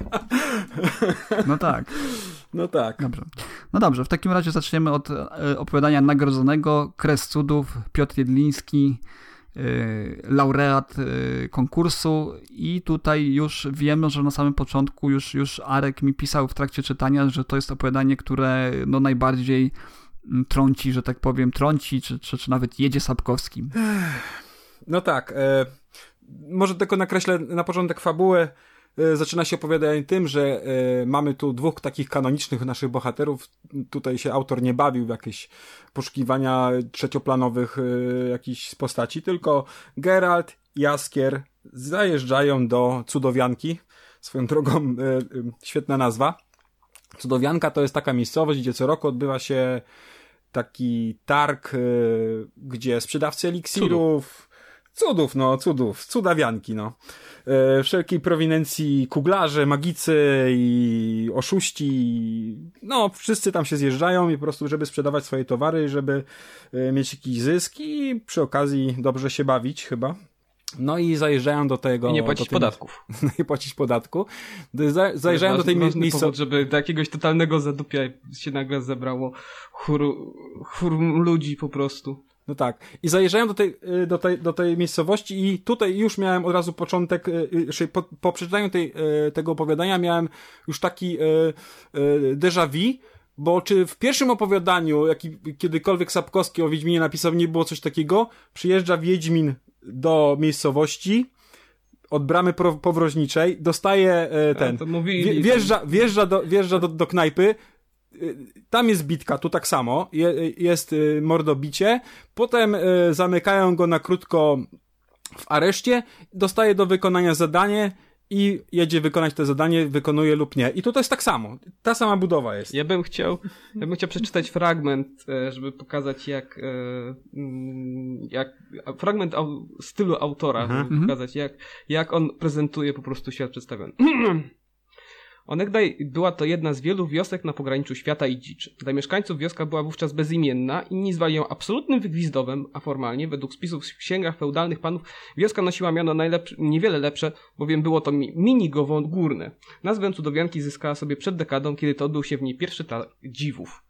No tak. Dobrze. No dobrze, w takim razie zaczniemy od opowiadania nagrodzonego Kres Cudów, Piotr Jedliński, laureat konkursu i tutaj już wiemy, że na samym początku już Arek mi pisał w trakcie czytania, że to jest opowiadanie, które najbardziej trąci, że tak powiem, czy nawet jedzie Sapkowskim. No tak, może tylko nakreślę na początek fabułę. Zaczyna się opowiadanie tym, że mamy tu dwóch takich kanonicznych naszych bohaterów. Tutaj się autor nie bawił w jakieś poszukiwania trzecioplanowych jakichś postaci, tylko Geralt i Jaskier zajeżdżają do Cudowianki. Swoją drogą świetna nazwa. Cudowianka to jest taka miejscowość, gdzie co roku odbywa się taki targ, gdzie sprzedawcy eliksirów, cudów, cudawianki, wszelkiej prowinencji kuglarze, magicy i oszuści, wszyscy tam się zjeżdżają i po prostu, żeby sprzedawać swoje towary, żeby mieć jakiś zysk i przy okazji dobrze się bawić chyba. No i zajeżdżają do tego... I nie płacić podatków. Nie płacić podatku. Zajeżdżają do tej miejscowości... żeby do jakiegoś totalnego zadupia się nagle zebrało chór ludzi po prostu. No tak. I zajeżdżają do tej miejscowości i tutaj już miałem od razu początek, po przeczytaniu tego opowiadania miałem już taki déjà vu, bo czy w pierwszym opowiadaniu, jaki kiedykolwiek Sapkowski o Wiedźminie napisał, nie było coś takiego? Przyjeżdża Wiedźmin do miejscowości od bramy powroźniczej, dostaje wjeżdża do knajpy, tam jest bitka, tu tak samo, jest mordobicie, potem zamykają go na krótko w areszcie, dostaje do wykonania zadanie i jedzie wykonać to zadanie, wykonuje lub nie. I tutaj jest tak samo. Ta sama budowa jest. Ja bym chciał przeczytać fragment, żeby pokazać fragment stylu autora, żeby pokazać jak on prezentuje po prostu świat przedstawiony. Onegdaj była to jedna z wielu wiosek na pograniczu świata i dziczy. Dla mieszkańców wioska była wówczas bezimienna, inni zwali ją absolutnym wygwizdowem, a formalnie, według spisów w księgach feudalnych panów, wioska nosiła miano niewiele lepsze, bowiem było to Minigowo Górne. Nazwę cudowianki zyskała sobie przed dekadą, kiedy to odbył się w niej pierwszy targ dziwów.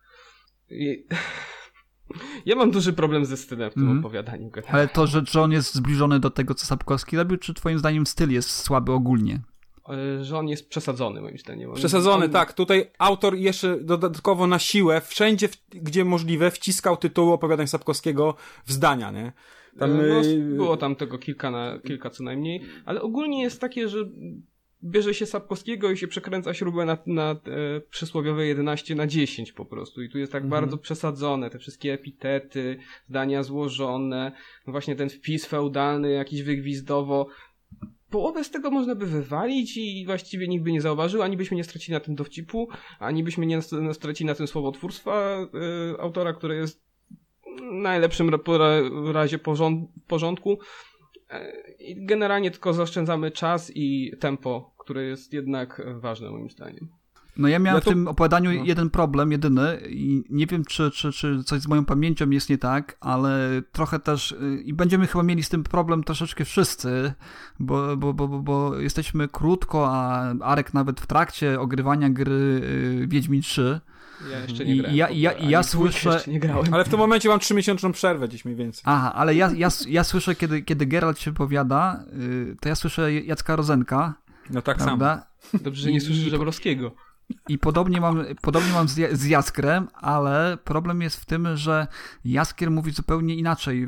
Ja mam duży problem ze stylem w tym opowiadaniu. Ale to, że on jest zbliżony do tego, co Sapkowski robił, czy twoim zdaniem styl jest słaby ogólnie? Że on jest przesadzony, moim zdaniem. Przesadzony, tak. Tutaj autor jeszcze dodatkowo na siłę, wszędzie, gdzie możliwe, wciskał tytuły opowiadań Sapkowskiego w zdania, nie? Było tam tego kilka co najmniej, ale ogólnie jest takie, że bierze się Sapkowskiego i się przekręca śrubę na przysłowiowe 11/10 po prostu. I tu jest tak bardzo przesadzone, te wszystkie epitety, zdania złożone, no właśnie ten wpis feudalny, jakiś wygwizdowo. Połowę z tego można by wywalić i właściwie nikt by nie zauważył, ani byśmy nie stracili na tym dowcipu, ani byśmy nie stracili na tym słowotwórstwa autora, które jest w najlepszym razie porządku. I generalnie tylko zaoszczędzamy czas i tempo, które jest jednak ważne moim zdaniem. No ja miałem w tym opowiadaniu jeden problem, jedyny i nie wiem, czy coś z moją pamięcią jest nie tak, ale trochę też i będziemy chyba mieli z tym problem troszeczkę wszyscy, bo jesteśmy krótko, a Arek nawet w trakcie ogrywania gry Wiedźmin 3. Ja jeszcze nie grałem. Ja słyszę... Jeszcze nie grałem. Ale w tym momencie mam 3-miesięczną przerwę, gdzieś mniej więcej. Aha, ale ja słyszę, kiedy Geralt się wypowiada, to ja słyszę Jacka Rozenka. No tak prawda? Samo. Dobrze, że nie słyszysz Żebrowskiego. I podobnie mam z Jaskrem, ale problem jest w tym, że Jaskier mówi zupełnie inaczej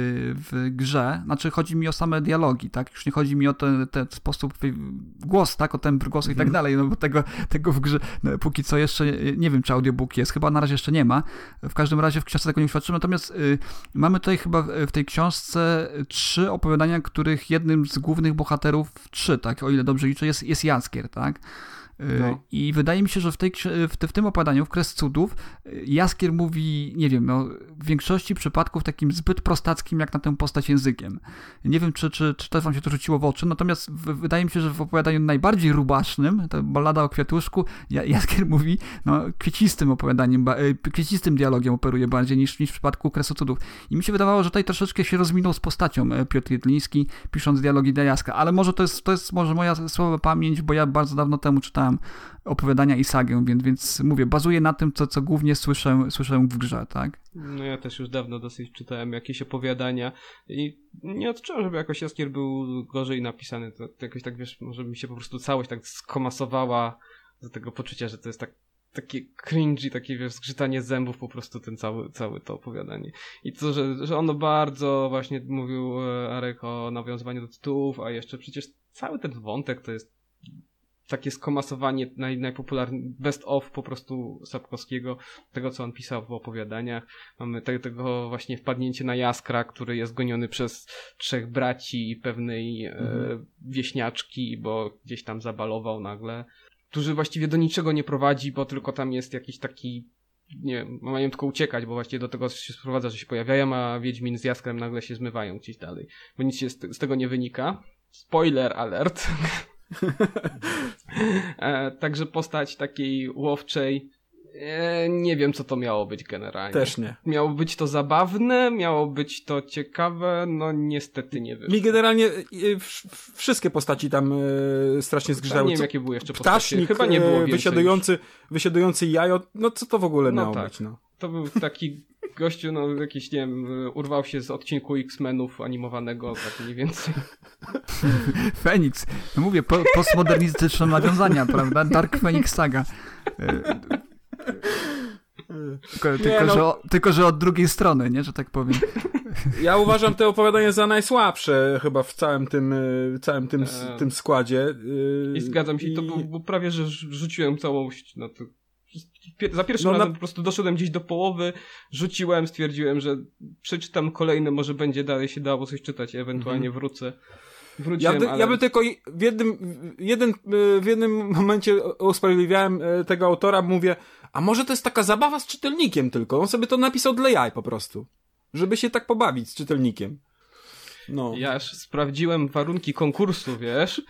w grze. Znaczy chodzi mi o same dialogi, tak? Już nie chodzi mi o ten sposób głos, tak? O tembr głosu i tak dalej, no bo tego w grze póki co jeszcze nie wiem, czy audiobook jest. Chyba na razie jeszcze nie ma. W każdym razie w książce tego nie uświadczymy. Natomiast mamy tutaj chyba w tej książce 3 opowiadania, których jednym z głównych bohaterów, 3, tak? O ile dobrze liczę, jest Jaskier, tak? No. I wydaje mi się, że w tym opowiadaniu, w Kres Cudów, Jaskier mówi, nie wiem, no, w większości przypadków takim zbyt prostackim, jak na tę postać językiem. Nie wiem, czy też wam się to rzuciło w oczy, natomiast wydaje mi się, że w opowiadaniu najbardziej rubasznym, to Ballada o Kwiatuszku, Jaskier mówi, no, kwiecistym opowiadaniem, kwiecistym dialogiem operuje bardziej niż w przypadku Kresu Cudów. I mi się wydawało, że tutaj troszeczkę się rozminął z postacią Piotr Jedliński, pisząc dialogi dla Jaska, ale może to jest może moja słaba pamięć, bo ja bardzo dawno temu czytałem opowiadania i sagę, więc mówię, bazuję na tym, co głównie słyszę w grze, tak? No ja też już dawno dosyć czytałem jakieś opowiadania i nie odczułem, żeby jakoś Jaskier był gorzej napisany. To jakoś tak, wiesz, może mi się po prostu całość tak skomasowała do tego poczucia, że to jest takie cringy, takie, wiesz, zgrzytanie zębów po prostu ten całe to opowiadanie. I to, że ono bardzo właśnie mówił Arek o nawiązywaniu do tytułów, a jeszcze przecież cały ten wątek to jest takie skomasowanie najpopularniejszego best of po prostu Sapkowskiego, tego co on pisał w opowiadaniach. Mamy tego właśnie wpadnięcie na Jaskra, który jest goniony przez 3 braci i pewnej wieśniaczki, bo gdzieś tam zabalował nagle, który właściwie do niczego nie prowadzi, bo tylko tam jest jakiś taki, nie wiem, mają tylko uciekać, bo właściwie do tego się sprowadza, że się pojawiają, a Wiedźmin z Jaskrem nagle się zmywają gdzieś dalej, bo nic się z tego nie wynika. Spoiler alert. Także postać takiej łowczej, nie wiem, co to miało być generalnie. Też nie. Miało być to zabawne, miało być to ciekawe, no niestety nie wyszło. Mi generalnie wszystkie postaci tam strasznie zgrzytały. Nie wiem, jakie były jeszcze postacie. Ptasznik, chyba nie było wysiadujący jajo, no co to w ogóle miało być, no. To był taki gościu, no jakiś, nie wiem, urwał się z odcinku X-Menów animowanego, tak mniej więcej. Feniks. No mówię, postmodernistyczne nawiązania, prawda? Dark Phoenix Saga. Tylko, że od drugiej strony, nie? Że tak powiem. Ja uważam te opowiadania za najsłabsze chyba w całym tym składzie. I zgadzam się, to był prawie, że rzuciłem całość na to. Za pierwszym razem po prostu doszedłem gdzieś do połowy, rzuciłem, stwierdziłem, że przeczytam kolejne, może będzie dalej się dało coś czytać, ewentualnie wrócę. wróciłem, ja bym tylko w jednym momencie usprawiedliwiałem tego autora, mówię, a może to jest taka zabawa z czytelnikiem tylko? On sobie to napisał dla jaj po prostu. Żeby się tak pobawić z czytelnikiem. No. Ja już sprawdziłem warunki konkursu, wiesz,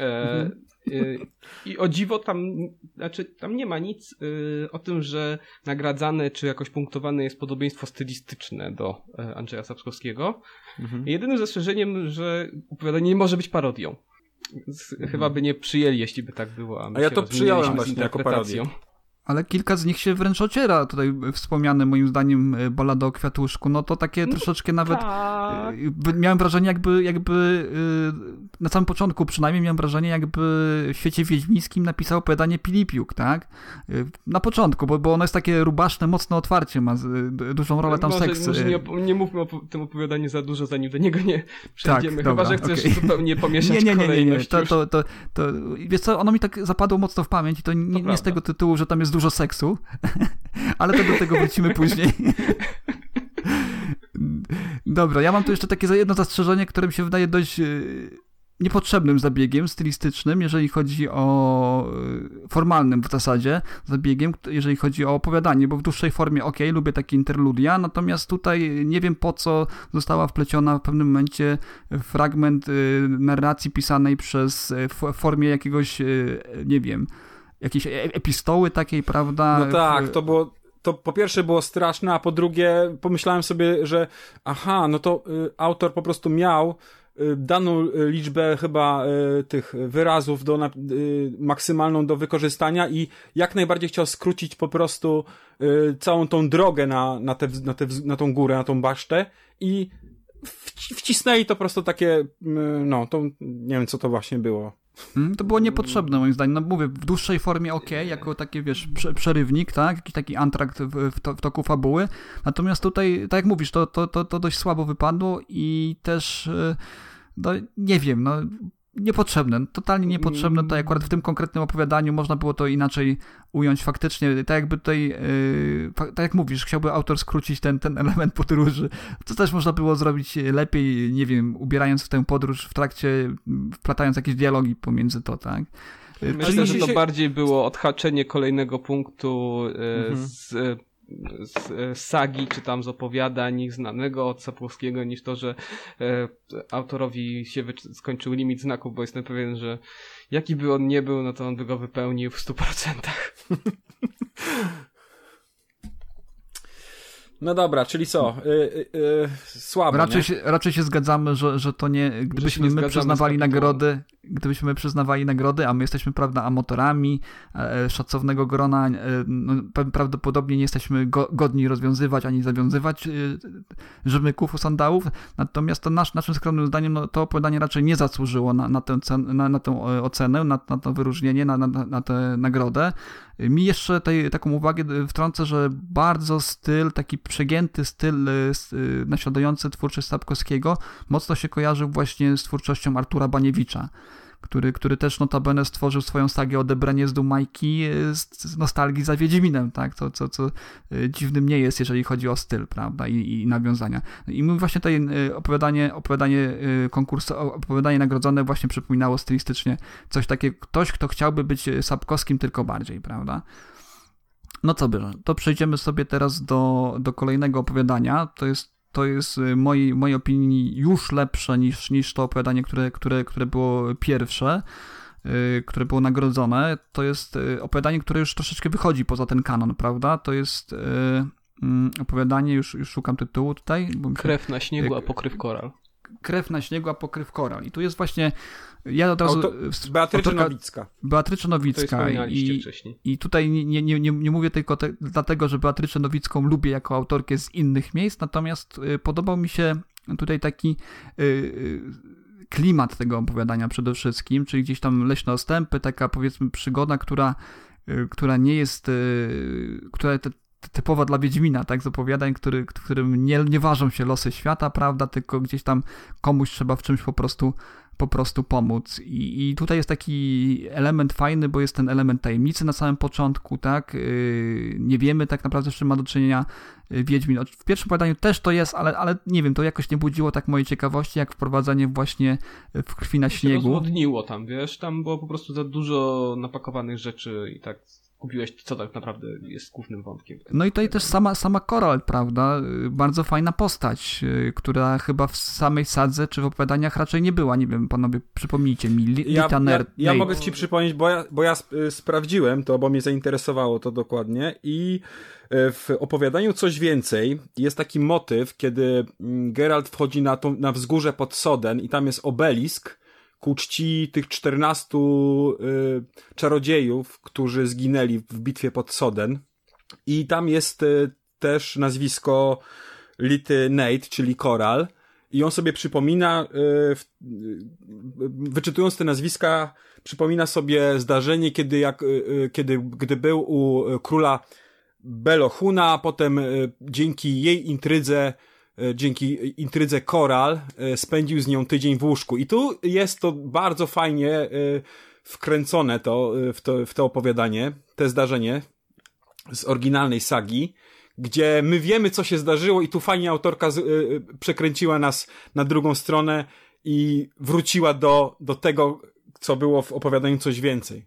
i o dziwo tam nie ma nic o tym, że nagradzane czy jakoś punktowane jest podobieństwo stylistyczne do Andrzeja Sapkowskiego. Jedynym zastrzeżeniem, że opowiadanie nie może być parodią. Chyba by nie przyjęli, jeśli by tak było. A ja to przyjąłem właśnie jako parodię. Ale kilka z nich się wręcz ociera. Tutaj wspomniane moim zdaniem Ballada o Kwiatuszku, no to takie troszeczkę nawet miałem wrażenie jakby na samym początku przynajmniej miałem wrażenie jakby w świecie wiedźmińskim napisał opowiadanie Pilipiuk, tak? Na początku, bo ono jest takie rubaszne, mocne otwarcie, ma dużą rolę tam seksu. Może nie mówmy o tym opowiadaniu za dużo, zanim do niego nie przejdziemy. Tak, chyba, że chcesz zupełnie pomieszać kolejność. To wiesz co, ono mi tak zapadło mocno w pamięć i to nie z tego tytułu, że tam jest dużo seksu, ale to do tego wrócimy później. Dobra, ja mam tu jeszcze takie jedno zastrzeżenie, które mi się wydaje dość niepotrzebnym zabiegiem stylistycznym, jeżeli chodzi o formalnym w zasadzie zabiegiem, jeżeli chodzi o opowiadanie, bo w dłuższej formie lubię takie interludia, natomiast tutaj nie wiem po co została wpleciona w pewnym momencie fragment narracji pisanej w formie jakiegoś, nie wiem, jakiejś epistoły takiej, prawda? No tak, to po pierwsze było straszne, a po drugie pomyślałem sobie, że no to autor po prostu miał daną liczbę chyba tych wyrazów maksymalną do wykorzystania i jak najbardziej chciał skrócić po prostu całą tą drogę na tą górę, na tą basztę i wcisnęli to po prostu takie, to nie wiem co to właśnie było. To było niepotrzebne moim zdaniem. No mówię, w dłuższej formie jako taki, wiesz, przerywnik, tak? Jakiś taki antrakt w toku fabuły. Natomiast tutaj, tak jak mówisz, to dość słabo wypadło i też, nie wiem, niepotrzebne, totalnie niepotrzebne. To akurat w tym konkretnym opowiadaniu można było to inaczej ująć faktycznie. Tak jakby tutaj, tak jak mówisz, chciałby autor skrócić ten element podróży. To też można było zrobić lepiej, nie wiem, ubierając w tę podróż w trakcie, wplatając jakieś dialogi pomiędzy to, tak? Myślę, że to bardziej było odhaczenie kolejnego punktu z sagi, czy tam z opowiadań znanego od Sapkowskiego, niż to, że autorowi się skończył limit znaków, bo jestem pewien, że jaki by on nie był, no to on by go wypełnił w 100%. No dobra, czyli co? Słabo, raczej się zgadzamy, że to nie... Gdybyśmy przyznawali nagrody, a my jesteśmy, prawda, amatorami szacownego grona, prawdopodobnie nie jesteśmy godni rozwiązywać ani zawiązywać rzemyków, sandałów, natomiast to naszym skromnym zdaniem to opowiadanie raczej nie zasłużyło na tę ocenę, na to wyróżnienie, na tę nagrodę. Mi jeszcze taką uwagę wtrącę, że bardzo taki przegięty styl naśladujący twórczość Sapkowskiego mocno się kojarzył właśnie z twórczością Artura Baniewicza, który też notabene stworzył swoją sagę Odebranie z Dumajki z nostalgii za Wiedźminem, tak? Co dziwnym nie jest, jeżeli chodzi o styl, prawda? I nawiązania. I mi właśnie tutaj opowiadanie nagrodzone właśnie przypominało stylistycznie coś takiego, ktoś, kto chciałby być Sapkowskim, tylko bardziej, prawda? No co by, to przejdziemy sobie teraz do kolejnego opowiadania. To jest w mojej opinii już lepsze niż to opowiadanie, które było pierwsze, które było nagrodzone. To jest opowiadanie, które już troszeczkę wychodzi poza ten kanon, prawda? To jest opowiadanie, już szukam tytułu tutaj. Krew na śniegu, a pokryw koral. Krew na śniegu, a pokryw koral. I tu jest właśnie... Ja od razu... Beatrycze Nowicka. I tutaj nie mówię tylko dlatego, że Beatrycze Nowicką lubię jako autorkę z innych miejsc, natomiast podobał mi się tutaj taki klimat tego opowiadania przede wszystkim, czyli gdzieś tam leśne ostępy, taka powiedzmy przygoda, która nie jest... typowa dla Wiedźmina, tak, z opowiadań, w którym nie ważą się losy świata, prawda, tylko gdzieś tam komuś trzeba w czymś po prostu po prostu pomóc. I tutaj jest taki element fajny, bo jest ten element tajemnicy na samym początku, tak? Nie wiemy tak naprawdę, z czym ma do czynienia Wiedźmin. W pierwszym opowiadaniu też to jest, ale nie wiem, to jakoś nie budziło tak mojej ciekawości, jak wprowadzanie właśnie w Krwi na śniegu. To rozwodniło tam, wiesz? Tam było po prostu za dużo napakowanych rzeczy i tak kupiłeś, co tak naprawdę jest głównym wątkiem. No i tutaj też sama Coral, prawda? Bardzo fajna postać, która chyba w samej sadze czy w opowiadaniach raczej nie była. Nie wiem, panowie, przypomnijcie mi. Ja mogę ci przypomnieć, bo ja sprawdziłem to, bo mnie zainteresowało to dokładnie i w opowiadaniu Coś więcej jest taki motyw, kiedy Geralt wchodzi na wzgórze pod Soden i tam jest obelisk ku czci tych 14 czarodziejów, którzy zginęli w bitwie pod Soden. I tam jest też nazwisko Lity Nate, czyli Coral. I on sobie przypomina, wyczytując te nazwiska, przypomina sobie zdarzenie, gdy był u króla Belohuna, a potem dzięki intrydze Coral spędził z nią tydzień w łóżku. I tu jest to bardzo fajnie wkręcone w to opowiadanie, te zdarzenie z oryginalnej sagi, gdzie my wiemy, co się zdarzyło i tu fajnie autorka przekręciła nas na drugą stronę i wróciła do tego, co było w opowiadaniu Coś więcej.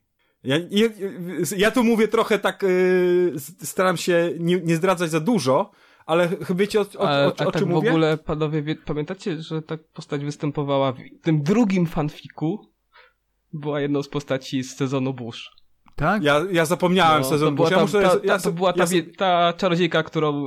Ja tu mówię trochę tak, staram się nie zdradzać za dużo, ale wiecie o czym mówię? W ogóle, panowie, pamiętacie, że ta postać występowała w tym drugim fanfiku? Była jedną z postaci z sezonu Bush. Tak? Ja zapomniałem sezon Bush. To była ta czarodziejka,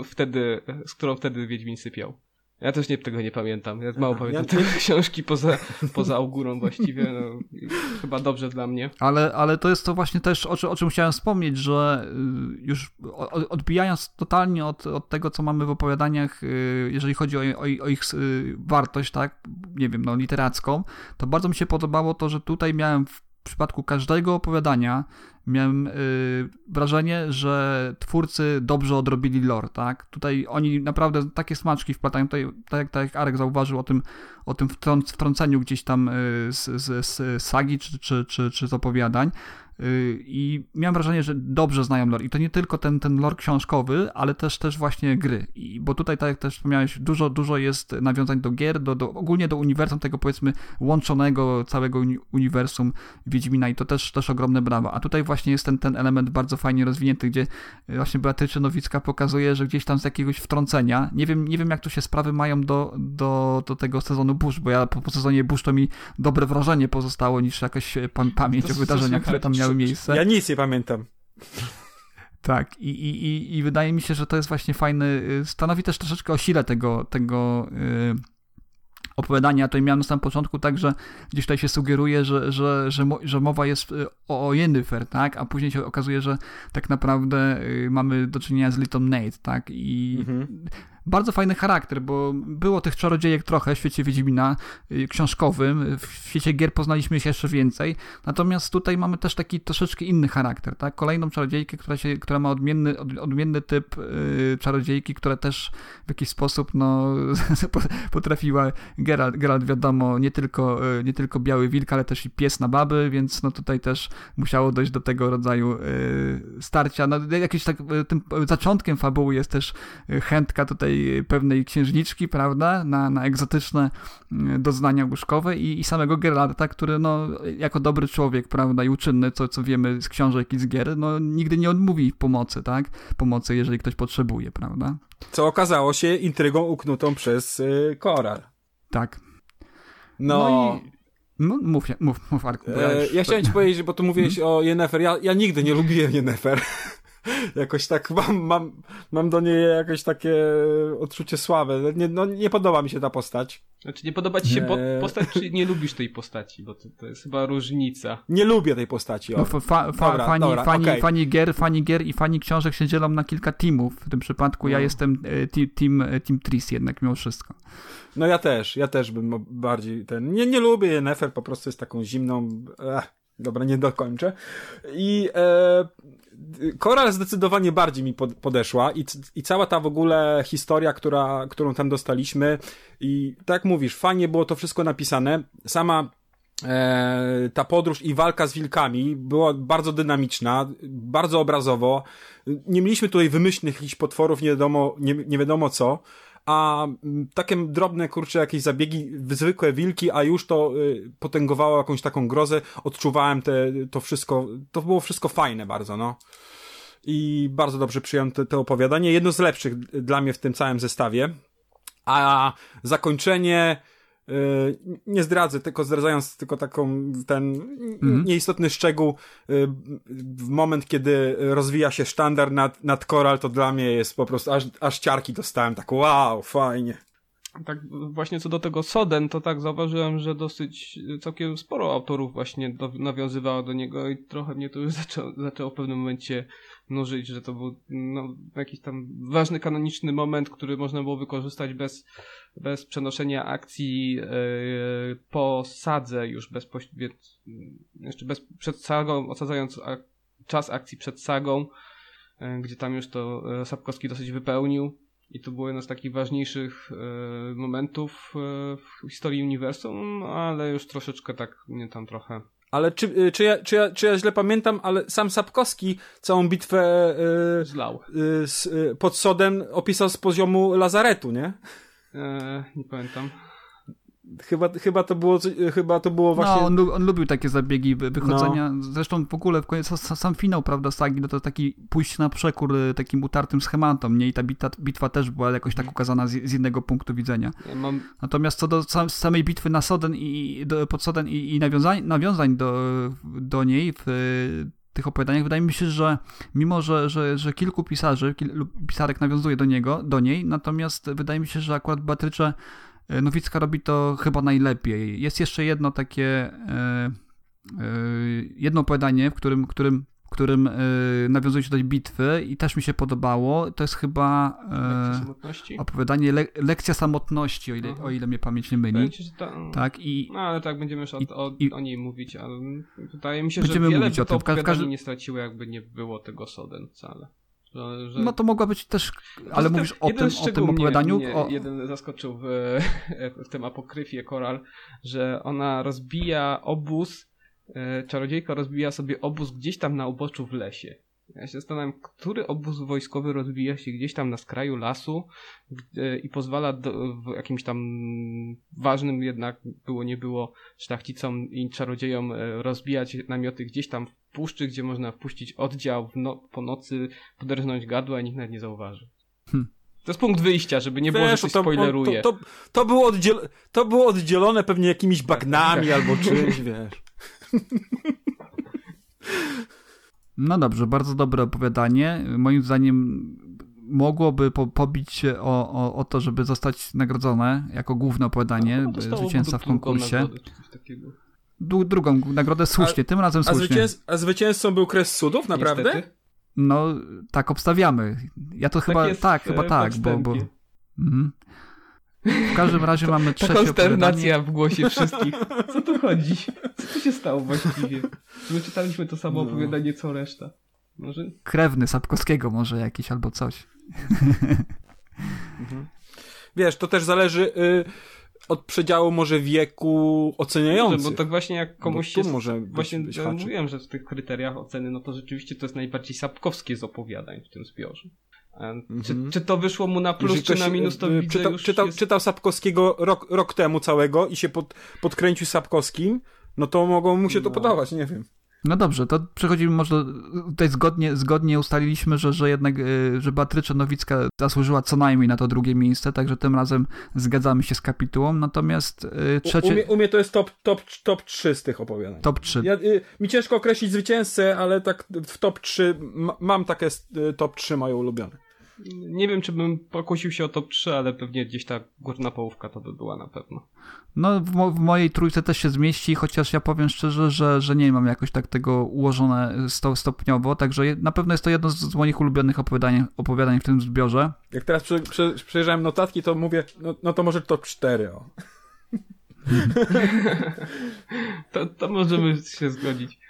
z którą wtedy Wiedźmin sypiał. Ja też tego nie pamiętam. Ja mało pamiętam tej książki poza augurą właściwie. No, chyba dobrze dla mnie. Ale to jest to właśnie też, o czym chciałem wspomnieć, że już odbijając totalnie od tego, co mamy w opowiadaniach, jeżeli chodzi o ich wartość, tak, nie wiem, no literacką, to bardzo mi się podobało to, że tutaj miałem w przypadku każdego opowiadania miałem wrażenie, że twórcy dobrze odrobili lore, tak? Tutaj oni naprawdę takie smaczki wplatają, tutaj, tak jak Arek zauważył o tym wtrąceniu gdzieś tam z sagi czy z opowiadań. I miałem wrażenie, że dobrze znają lore. I to nie tylko ten lore książkowy, ale też właśnie gry. Bo tutaj, tak jak też wspomniałeś, dużo jest nawiązań do gier, ogólnie do uniwersum tego, powiedzmy, łączonego całego uniwersum Wiedźmina i to też ogromne brawa. A tutaj właśnie jest ten element bardzo fajnie rozwinięty, gdzie właśnie Beatyczy Nowicka pokazuje, że gdzieś tam z jakiegoś wtrącenia, nie wiem jak tu się sprawy mają do tego sezonu Bush, bo ja po sezonie Bush to mi dobre wrażenie pozostało niż jakaś pamięć o wydarzeniach, które tam miały miejsce. Ja nic nie pamiętam. Tak, i wydaje mi się, że to jest właśnie fajny, stanowi też troszeczkę o sile tego opowiadania. To miałem na samym początku tak, że gdzieś tutaj się sugeruje, że mowa jest o Yennefer, tak? A później się okazuje, że tak naprawdę mamy do czynienia z Litą Nate, tak? I bardzo fajny charakter, bo było tych czarodziejek trochę w świecie Wiedźmina książkowym, w świecie gier poznaliśmy się jeszcze więcej, natomiast tutaj mamy też taki troszeczkę inny charakter, tak? Kolejną czarodziejkę, która ma odmienny typ czarodziejki, która też w jakiś sposób potrafiła, Geralt wiadomo, nie tylko biały wilk, ale też i pies na baby, więc tutaj też musiało dojść do tego rodzaju starcia. Jakimś tak tym zaczątkiem fabuły jest też chętka tutaj pewnej księżniczki, prawda, na egzotyczne doznania łóżkowe i samego Geralta, który jako dobry człowiek, prawda, i uczynny, co wiemy z książek i z gier, nigdy nie odmówi pomocy, tak? Pomocy, jeżeli ktoś potrzebuje, prawda? Co okazało się intrygą uknutą przez Coral. Tak. Mów Arku. Ja chciałem ci powiedzieć, bo tu mówiłeś o Yennefer. Ja nigdy nie lubiłem Yennefer. Jakoś tak mam do niej jakoś takie odczucie słabe. Nie podoba mi się ta postać. Znaczy nie podoba ci się postać, czy nie lubisz tej postaci? Bo to jest chyba różnica. Nie lubię tej postaci. Fani gier i fani książek się dzielą na kilka teamów. W tym przypadku ja jestem team Tris jednak mimo wszystko. No ja też bym bardziej nie lubię Yennefer, po prostu jest taką zimną... Dobra, nie dokończę. I Coral zdecydowanie bardziej mi podeszła i cała ta w ogóle historia, którą tam dostaliśmy i tak jak mówisz, fajnie było to wszystko napisane. Sama ta podróż i walka z wilkami była bardzo dynamiczna, bardzo obrazowo. Nie mieliśmy tutaj wymyślnych jakichś potworów, nie wiadomo co, a takie drobne, jakieś zabiegi, zwykłe wilki, a już to potęgowało jakąś taką grozę. Odczuwałem to wszystko, to było wszystko fajne bardzo, no. I bardzo dobrze przyjąłem to opowiadanie. Jedno z lepszych dla mnie w tym całym zestawie. A zakończenie nie zdradzę, tylko zdradzając tylko ten nieistotny szczegół, w moment, kiedy rozwija się sztandar nad koral, to dla mnie jest po prostu, aż ciarki dostałem, tak wow, fajnie. Tak właśnie co do tego Soden, to tak zauważyłem, że całkiem sporo autorów właśnie nawiązywało do niego i trochę mnie to już zaczęło w pewnym momencie nużyć, że to był jakiś tam ważny, kanoniczny moment, który można było wykorzystać bez przenoszenia akcji po sadze już bezpośrednio, jeszcze przed sagą, osadzając czas akcji przed sagą, gdzie tam już to Sapkowski dosyć wypełnił. I to było jedno z takich ważniejszych momentów w historii uniwersum, ale już troszeczkę tak mnie tam trochę... Ale czy ja źle pamiętam, ale sam Sapkowski całą bitwę zlał. Pod Sodem opisał z poziomu lazaretu, nie? Nie pamiętam. Chyba to było właśnie... No, on lubił takie zabiegi wychodzenia. No. Zresztą w ogóle w końcu sam finał, prawda, sagi, no to taki pójście na przekór takim utartym schematom, nie? I ta bitwa też była jakoś tak ukazana z innego punktu widzenia. Natomiast co do samej bitwy na Soden pod Soden i nawiązań do niej w tych opowiadaniach, wydaje mi się, że mimo, że kilku pisarek nawiązuje do niej, natomiast wydaje mi się, że akurat Beatrycze Nowicka robi to chyba najlepiej. Jest jeszcze jedno takie jedno opowiadanie, w którym nawiązuje się do tej bitwy i też mi się podobało. To jest chyba opowiadanie Lekcja samotności, o ile mnie pamięć nie myli. Tak, ale tak, będziemy już o niej mówić, ale wydaje mi się, że wiele by to opowiadanie nie straciło, jakby nie było tego Soden wcale. No to mogła być też, ale mówisz o tym opowiadaniu? Jeden zaskoczył w tym apokryfie Koral, że ona rozbija obóz, czarodziejka rozbija sobie obóz gdzieś tam na uboczu w lesie. Ja się zastanawiam, który obóz wojskowy rozbija się gdzieś tam na skraju lasu i pozwala w jakimś tam ważnym jednak nie było szlachcicom i czarodziejom rozbijać namioty gdzieś tam w puszczy, gdzie można wpuścić oddział po nocy, poderżnąć gadła i nikt nawet nie zauważy. To jest punkt wyjścia, żeby nie było, że coś spoileruje. To było oddzielone pewnie jakimiś bagnami albo czymś, wiesz. No dobrze, bardzo dobre opowiadanie. Moim zdaniem mogłoby pobić się o to, żeby zostać nagrodzone jako główne opowiadanie, zwycięzca w konkursie. Drugą nagrodę słusznie, tym razem słusznie. A zwycięzcą był Kres Cudów, naprawdę? Niestety. No, tak obstawiamy. Ja to tak, chyba tak, bo w każdym razie mamy trzecie opowiadanie. Konsternacja w głosie wszystkich. Co tu chodzi? Co tu się stało właściwie? My czytaliśmy to samo opowiadanie, co reszta. Może? Krewny Sapkowskiego może jakiś albo coś. Wiesz, to też zależy od przedziału może wieku oceniających. Bo tak właśnie jak komuś jest... Właśnie mówiłem, że w tych kryteriach oceny, no to rzeczywiście to jest najbardziej sapkowskie z opowiadań w tym zbiorze. Czy to wyszło mu na plus, czy na minus, to widzę czytał Sapkowskiego rok temu całego i się podkręcił Sapkowskim, no to mogło mu się to podobać, nie wiem. No dobrze, to przechodzimy może, tutaj zgodnie ustaliliśmy, że jednak, że Beatrycze Nowicka zasłużyła co najmniej na to drugie miejsce, także tym razem zgadzamy się z kapitułą, natomiast trzecie... U mnie to jest top 3 z tych opowiadań. Top 3. Mi ciężko określić zwycięzcę, ale tak w top 3, mam takie top 3 moje ulubione. Nie wiem, czy bym pokusił się o top 3, ale pewnie gdzieś ta górna połówka to by była na pewno. No w mojej trójce też się zmieści, chociaż ja powiem szczerze, że nie mam jakoś tak tego ułożone stopniowo, także na pewno jest to jedno z moich ulubionych opowiadań w tym zbiorze. Jak teraz przejrzałem notatki, to mówię, no to może top 4. O. to możemy się zgodzić.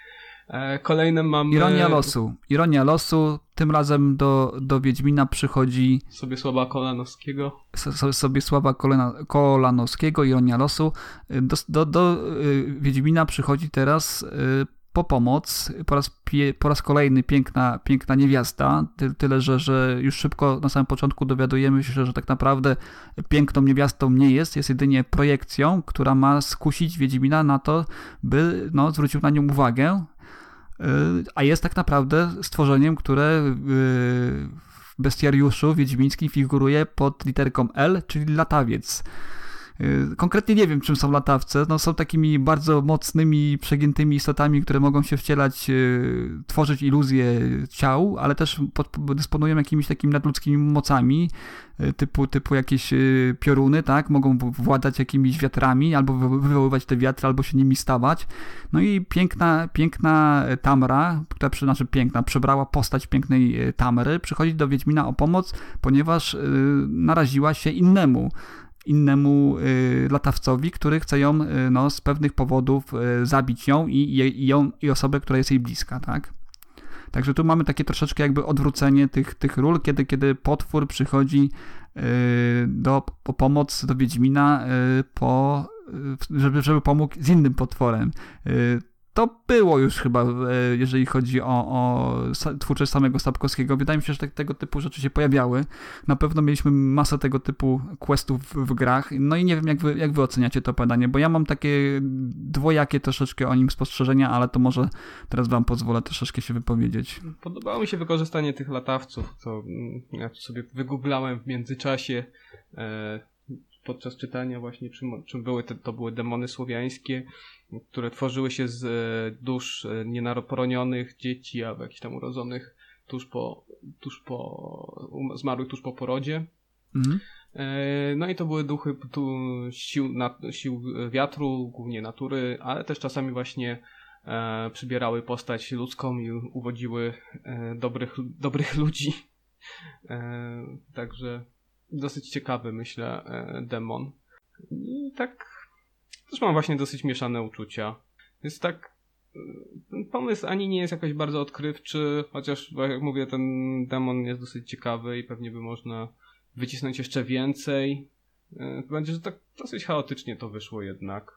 Kolejne mamy... Ironia losu. Tym razem do Wiedźmina przychodzi... Sobiesława Kolanowskiego. Sobiesława Kolanowskiego, Ironia losu. Do Wiedźmina przychodzi teraz po pomoc po raz kolejny piękna niewiasta, tyle, że już szybko na samym początku dowiadujemy się, że tak naprawdę piękną niewiastą nie jest jedynie projekcją, która ma skusić Wiedźmina na to, by zwrócił na nią uwagę, a jest tak naprawdę stworzeniem, które w bestiariuszu wiedźmińskim figuruje pod literką L, czyli latawiec. Konkretnie nie wiem, czym są latawce. Są takimi bardzo mocnymi, przegiętymi istotami, które mogą się wcielać, tworzyć iluzje ciał, ale też dysponują jakimiś takimi nadludzkimi mocami, typu jakieś pioruny, tak? Mogą władać jakimiś wiatrami, albo wywoływać te wiatry, albo się nimi stawać. No i piękna Tamra, która przebrała postać pięknej Tamry, przychodzi do Wiedźmina o pomoc, ponieważ naraziła się innemu latawcowi, który chce ją z pewnych powodów zabić ją i osobę, która jest jej bliska, tak? Także tu mamy takie troszeczkę jakby odwrócenie tych ról, kiedy potwór przychodzi po pomoc do Wiedźmina, żeby pomógł z innym potworem. To było już chyba, jeżeli chodzi o twórczość samego Sapkowskiego. Wydaje mi się, że tego typu rzeczy się pojawiały. Na pewno mieliśmy masę tego typu questów w grach. No i nie wiem, jak wy oceniacie to opowiadanie, bo ja mam takie dwojakie troszeczkę o nim spostrzeżenia, ale to może teraz wam pozwolę troszeczkę się wypowiedzieć. Podobało mi się wykorzystanie tych latawców, co ja sobie wygooglałem w międzyczasie podczas czytania właśnie, czym były to były demony słowiańskie, które tworzyły się z dusz nienaporonionych dzieci, albo jakichś tam urodzonych zmarłych tuż po porodzie. Mhm. No i to były duchy sił wiatru, głównie natury, ale też czasami właśnie przybierały postać ludzką i uwodziły dobrych ludzi. Także dosyć ciekawy, myślę, demon. I tak też mam właśnie dosyć mieszane uczucia. Jest tak, ten pomysł ani nie jest jakoś bardzo odkrywczy, chociaż jak mówię, ten demon jest dosyć ciekawy i pewnie by można wycisnąć jeszcze więcej. Będzie, że tak dosyć chaotycznie to wyszło jednak.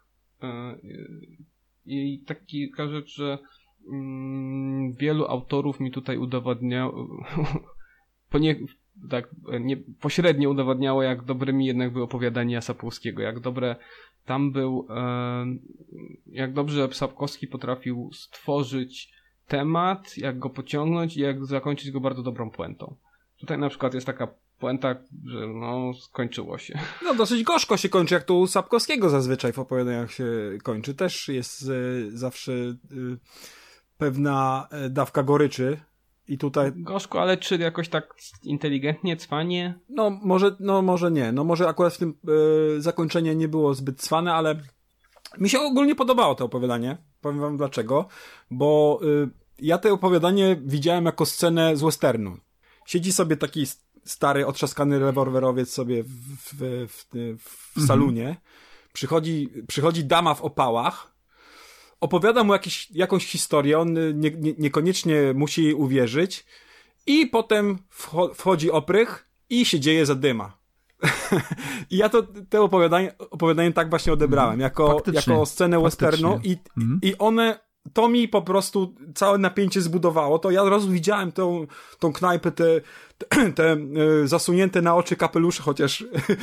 I taka rzecz, że wielu autorów mi tutaj udowodniało, pośrednio udowodniało, jak dobrymi jednak były opowiadania Sapkowskiego, jak dobre tam był, jak dobrze Sapkowski potrafił stworzyć temat, jak go pociągnąć i jak zakończyć go bardzo dobrą puentą. Tutaj na przykład jest taka puenta, że skończyło się. Dosyć gorzko się kończy, jak to u Sapkowskiego zazwyczaj w opowiadaniach się kończy. Też jest zawsze pewna dawka goryczy. I tutaj... Gorzko, ale czy jakoś tak inteligentnie, cwanie? Może nie. Może akurat w tym zakończenie nie było zbyt cwane, ale mi się ogólnie podobało to opowiadanie. Powiem wam dlaczego. Bo ja to opowiadanie widziałem jako scenę z westernu. Siedzi sobie taki stary, otrzaskany rewolwerowiec sobie w salonie. Przychodzi dama w opałach. Opowiada mu jakąś historię, on niekoniecznie musi jej uwierzyć i potem wchodzi oprych i się dzieje zadyma. I ja te opowiadanie tak właśnie odebrałem, jako scenę westernu i one, to mi po prostu całe napięcie zbudowało, to ja od razu widziałem tą knajpę, te zasunięte na oczy kapelusze, chociaż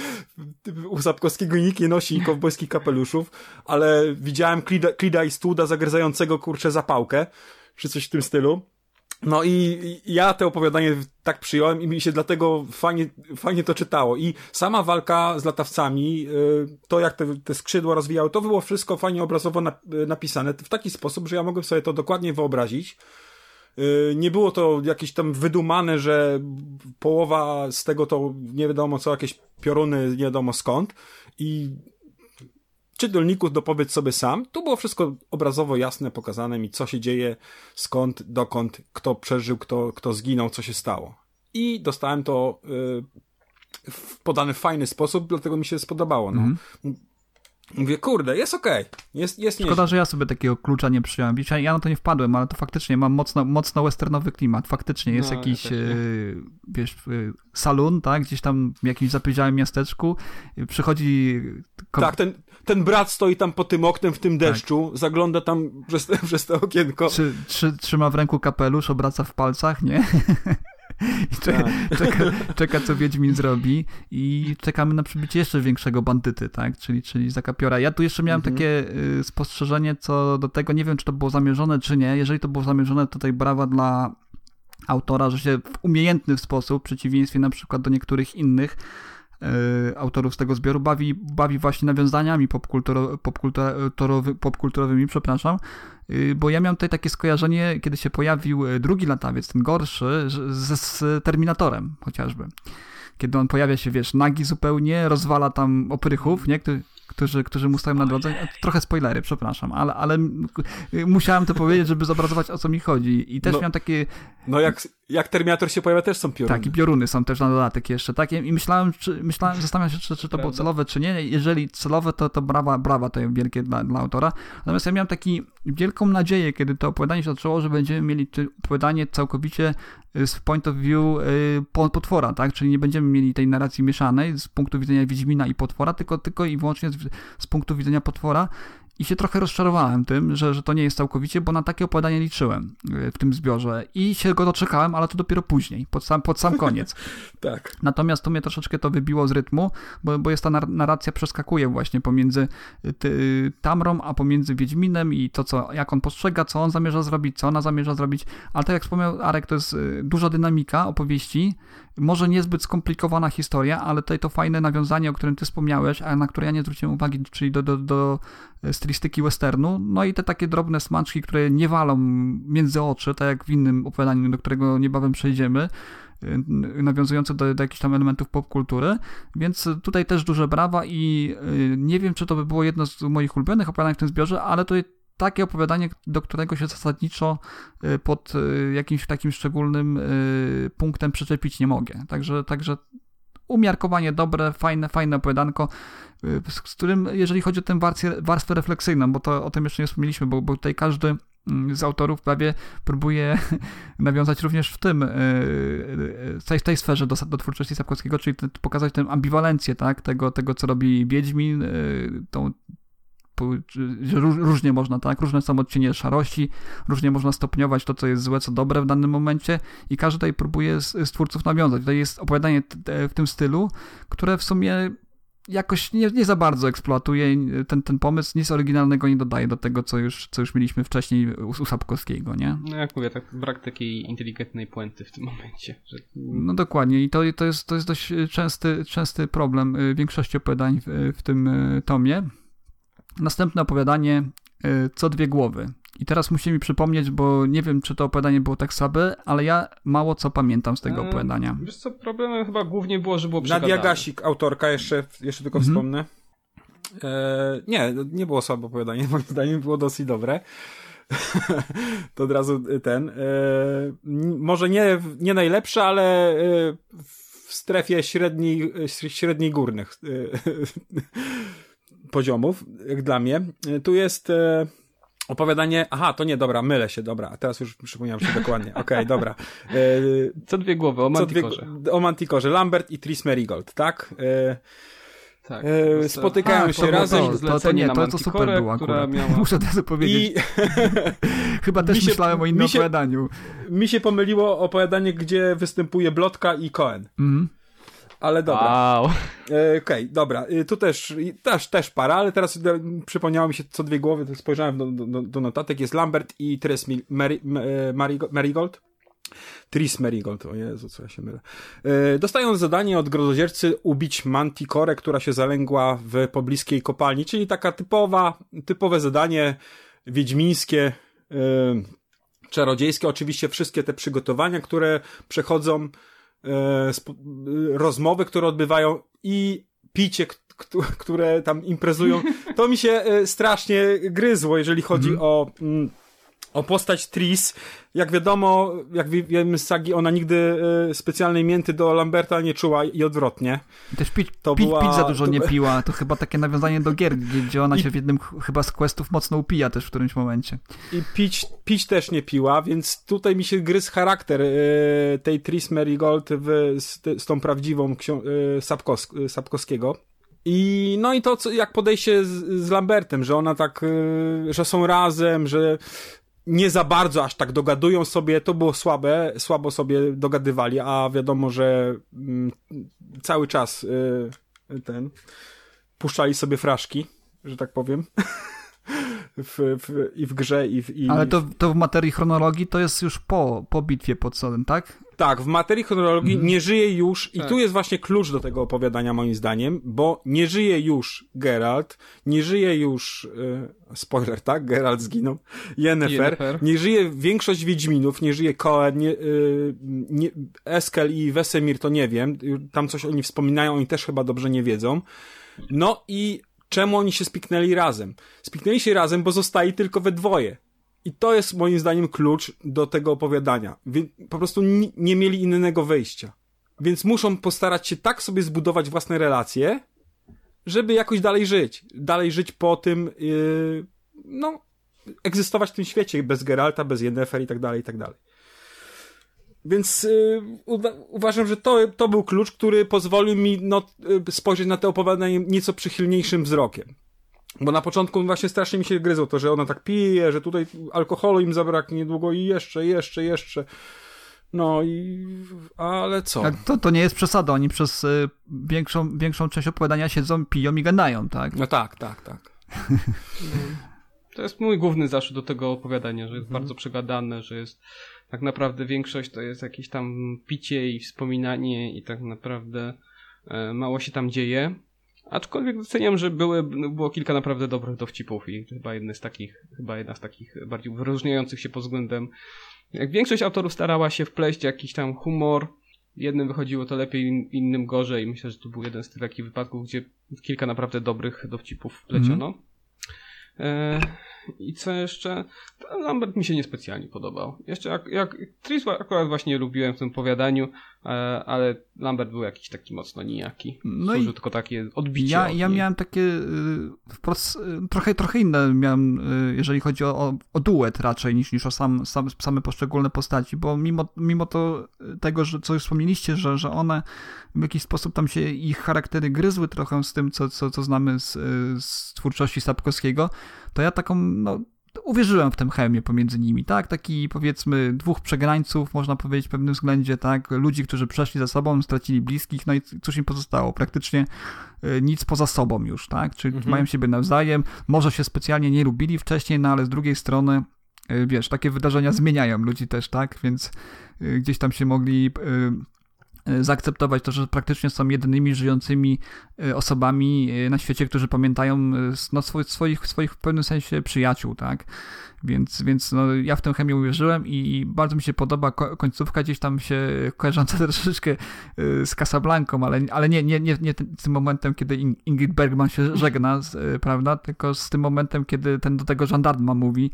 u Sapkowskiego nikt nie nosi kowbojskich kapeluszów, ale widziałem Clida Eastwooda zagryzającego, zapałkę, czy coś w tym stylu. No i ja to opowiadanie tak przyjąłem i mi się dlatego fajnie to czytało. I sama walka z latawcami, to jak te skrzydła rozwijały, to było wszystko fajnie obrazowo napisane w taki sposób, że ja mogłem sobie to dokładnie wyobrazić. Nie było to jakieś tam wydumane, że połowa z tego to nie wiadomo co, jakieś pioruny nie wiadomo skąd. I czytelniku dopowiedz sobie sam. Tu było wszystko obrazowo jasne, pokazane mi, co się dzieje, skąd, dokąd, kto przeżył, kto zginął, co się stało. I dostałem to podane w fajny sposób, dlatego mi się spodobało. No. Mówię, kurde, jest okej. Jest Szkoda, nieźle. że ja sobie takiego klucza nie przyjąłem. Wiecie, ja na to nie wpadłem, ale to faktycznie mam mocno westernowy klimat. Faktycznie jest jakiś, wiesz, saloon, tak? Gdzieś tam w jakimś zapyziałym miasteczku. Przychodzi... Tak, ten brat stoi tam pod tym oknem w tym deszczu, zagląda tam przez to okienko. Trzyma w ręku kapelusz, obraca w palcach, nie? I czeka, co Wiedźmin zrobi i czekamy na przybycie jeszcze większego bandyty, tak? Czyli Zakapiora. Ja tu jeszcze miałem takie spostrzeżenie co do tego, nie wiem, czy to było zamierzone, czy nie. Jeżeli to było zamierzone, to tutaj brawa dla autora, że się w umiejętny sposób, w przeciwieństwie na przykład do niektórych innych autorów z tego zbioru, bawi właśnie nawiązaniami popkulturowymi, przepraszam, bo ja miałem tutaj takie skojarzenie, kiedy się pojawił drugi latawiec, ten gorszy, z Terminatorem chociażby. Kiedy on pojawia się, wiesz, nagi zupełnie, rozwala tam oprychów, nie? Którzy mu stoją na drodze. Trochę spoilery, przepraszam, ale musiałem to powiedzieć, żeby zobrazować, o co mi chodzi. I też miałem takie... No jak Terminator się pojawia, też są pioruny. Tak, i pioruny są też na dodatek jeszcze, tak? I zastanawiam się, czy to było celowe, czy nie. Jeżeli celowe, to brawa to jest wielkie dla autora. Natomiast ja miałem wielką nadzieję, kiedy to opowiadanie się zaczęło, że będziemy mieli opowiadanie całkowicie z point of view potwora, tak? Czyli nie będziemy mieli tej narracji mieszanej z punktu widzenia Wiedźmina i potwora, tylko i wyłącznie z punktu widzenia potwora. I się trochę rozczarowałem tym, że to nie jest całkowicie, bo na takie opowiadanie liczyłem w tym zbiorze i się go doczekałem, ale to dopiero później, pod sam koniec. Tak. Natomiast to mnie troszeczkę to wybiło z rytmu, bo jest ta narracja przeskakuje właśnie pomiędzy Tamrą, a pomiędzy Wiedźminem i to, jak on postrzega, co on zamierza zrobić, co ona zamierza zrobić, ale tak jak wspomniał Arek, to jest duża dynamika opowieści, może niezbyt skomplikowana historia, ale tutaj to fajne nawiązanie, o którym ty wspomniałeś, a na które ja nie zwróciłem uwagi, czyli do stylistyki westernu, no i te takie drobne smaczki, które nie walą między oczy, tak jak w innym opowiadaniu, do którego niebawem przejdziemy, nawiązujące do jakichś tam elementów popkultury, więc tutaj też duże brawa i nie wiem, czy to by było jedno z moich ulubionych opowiadań w tym zbiorze, ale to jest takie opowiadanie, do którego się zasadniczo pod jakimś takim szczególnym punktem przyczepić nie mogę. Także umiarkowanie dobre, fajne opowiadanko, z którym, jeżeli chodzi o tę warstwę refleksyjną, bo to o tym jeszcze nie wspomnieliśmy, bo tutaj każdy z autorów prawie próbuje nawiązać również w tej sferze do twórczości Sapkowskiego, czyli pokazać tę ambiwalencję, tak, tego co robi Wiedźmin, że różnie można, tak, różne są odcienie szarości, różnie można stopniować to, co jest złe, co dobre w danym momencie i każdy tutaj próbuje z twórców nawiązać. Tutaj jest opowiadanie w tym stylu, które w sumie jakoś nie za bardzo eksploatuje ten pomysł, nic oryginalnego nie dodaje do tego, co już mieliśmy wcześniej u Sapkowskiego, nie? No jak mówię, tak brak takiej inteligentnej puenty w tym momencie. Że... No dokładnie i to jest dość częsty problem większości opowiadań w tym tomie. Następne opowiadanie Co dwie głowy. I teraz musi mi przypomnieć, bo nie wiem, czy to opowiadanie było tak słabe, ale ja mało co pamiętam z tego opowiadania. Wiesz co, problemem chyba głównie było, że było przegadane. Nadia Gasik, autorka, jeszcze tylko wspomnę. Nie było słabe opowiadanie, moim zdaniem było dosyć dobre. To od razu może nie najlepsze, ale w strefie średniej górnych poziomów, jak dla mnie. Tu jest opowiadanie... Aha, to nie, dobra, mylę się, dobra. A teraz już przypomniałem się dokładnie. Okej, dobra. Co dwie głowy, o Manticorze. O Manticorze. Lambert i Tris Merigold, tak? Tak. Spotykają się razem. To super było akurat. Muszę teraz powiedzieć. Chyba też myślałem o innym opowiadaniu. Mi się pomyliło opowiadanie, gdzie występuje Blotka i Cohen. Ale dobra. Wow. Okej, dobra. Tu też para, ale teraz przypomniało mi się co dwie głowy, to spojrzałem do notatek. Jest Lambert i Tris Merigold. Tris Merigold, o Jezu, co ja się mylę. Dostają zadanie od grozodziercy ubić Manticorę, która się zalęgła w pobliskiej kopalni, czyli taka typowe zadanie wiedźmińskie, czarodziejskie. Oczywiście wszystkie te przygotowania, które przechodzą, rozmowy, które odbywają i picie, które tam imprezują, to mi się strasznie gryzło, jeżeli chodzi o postać Tris. Jak wiadomo, jak wiemy z sagi, ona nigdy specjalnej mięty do Lamberta nie czuła i odwrotnie. Też pić za dużo nie piła. To chyba takie nawiązanie do gier, gdzie ona się w jednym chyba z questów mocno upija też w którymś momencie. I pić też nie piła, więc tutaj mi się gryzł charakter tej Tris Merigold z tą prawdziwą Sapkowskiego. I no i to, jak podejście z Lambertem, że ona tak, że są razem, że nie za bardzo aż tak dogadują sobie, to było słabo sobie dogadywali, a wiadomo, że cały czas puszczali sobie fraszki, że tak powiem. I w grze, Ale to w materii chronologii to jest już po bitwie pod Sodem, tak? Tak, w materii chronologii nie żyje już, i tu jest właśnie klucz do tego opowiadania moim zdaniem, bo nie żyje już Geralt, nie żyje już, spoiler, tak? Geralt zginął, Yennefer, nie żyje większość Wiedźminów, nie żyje Coen, Eskel i Wesemir to nie wiem, tam coś oni wspominają, oni też chyba dobrze nie wiedzą. No i czemu oni się spiknęli razem? Spiknęli się razem, bo zostali tylko we dwoje. I to jest moim zdaniem klucz do tego opowiadania. Po prostu nie mieli innego wyjścia. Więc muszą postarać się tak sobie zbudować własne relacje, żeby jakoś dalej żyć. Dalej żyć po tym, egzystować w tym świecie bez Geralta, bez Yennefer i tak dalej, i tak dalej. Więc uważam, że to był klucz, który pozwolił mi spojrzeć na to opowiadanie nieco przychylniejszym wzrokiem. Bo na początku właśnie strasznie mi się gryzło to, że ona tak pije, że tutaj alkoholu im zabraknie niedługo i jeszcze. No i... ale co? To nie jest przesada. Oni przez większą część opowiadania siedzą, piją i gadają, tak? No tak. To jest mój główny zarzut do tego opowiadania, że jest bardzo przegadane, że jest tak naprawdę większość to jest jakieś tam picie i wspominanie i tak naprawdę mało się tam dzieje. Aczkolwiek doceniam, że było kilka naprawdę dobrych dowcipów i chyba jedna z takich bardziej wyróżniających się pod względem, jak większość autorów starała się wpleść jakiś tam humor, jednym wychodziło to lepiej, innym gorzej. Myślę, że to był jeden z tych takich wypadków, gdzie kilka naprawdę dobrych dowcipów wpleciono. I co jeszcze? Lambert mi się niespecjalnie podobał. Jeszcze jak Tris akurat właśnie lubiłem w tym opowiadaniu, ale Lambert był jakiś taki mocno nijaki. Służył tylko takie odbicie. Ja miałem takie trochę inne miałem, jeżeli chodzi o duet raczej niż o same poszczególne postaci, bo mimo tego, że co już wspomnieliście, że one w jakiś sposób tam się ich charaktery gryzły trochę z tym, co znamy z twórczości Sapkowskiego, to ja taką, uwierzyłem w tę chemię pomiędzy nimi, tak? Taki, powiedzmy, dwóch przegrańców, można powiedzieć w pewnym względzie, tak? Ludzi, którzy przeszli za sobą, stracili bliskich, no i cóż im pozostało? Praktycznie nic poza sobą już, tak? Czyli mają siebie nawzajem, może się specjalnie nie lubili wcześniej, no ale z drugiej strony, wiesz, takie wydarzenia zmieniają ludzi też, tak? Więc gdzieś tam się mogli zaakceptować to, że praktycznie są jedynymi żyjącymi osobami na świecie, którzy pamiętają swoich w pewnym sensie przyjaciół, tak? Więc ja w tę chemię uwierzyłem i bardzo mi się podoba końcówka, gdzieś tam się kojarząca troszeczkę z Casablanką, ale nie tym momentem, kiedy Ingrid Bergman się żegna, prawda? Tylko z tym momentem, kiedy ten do tego żandarma mówi,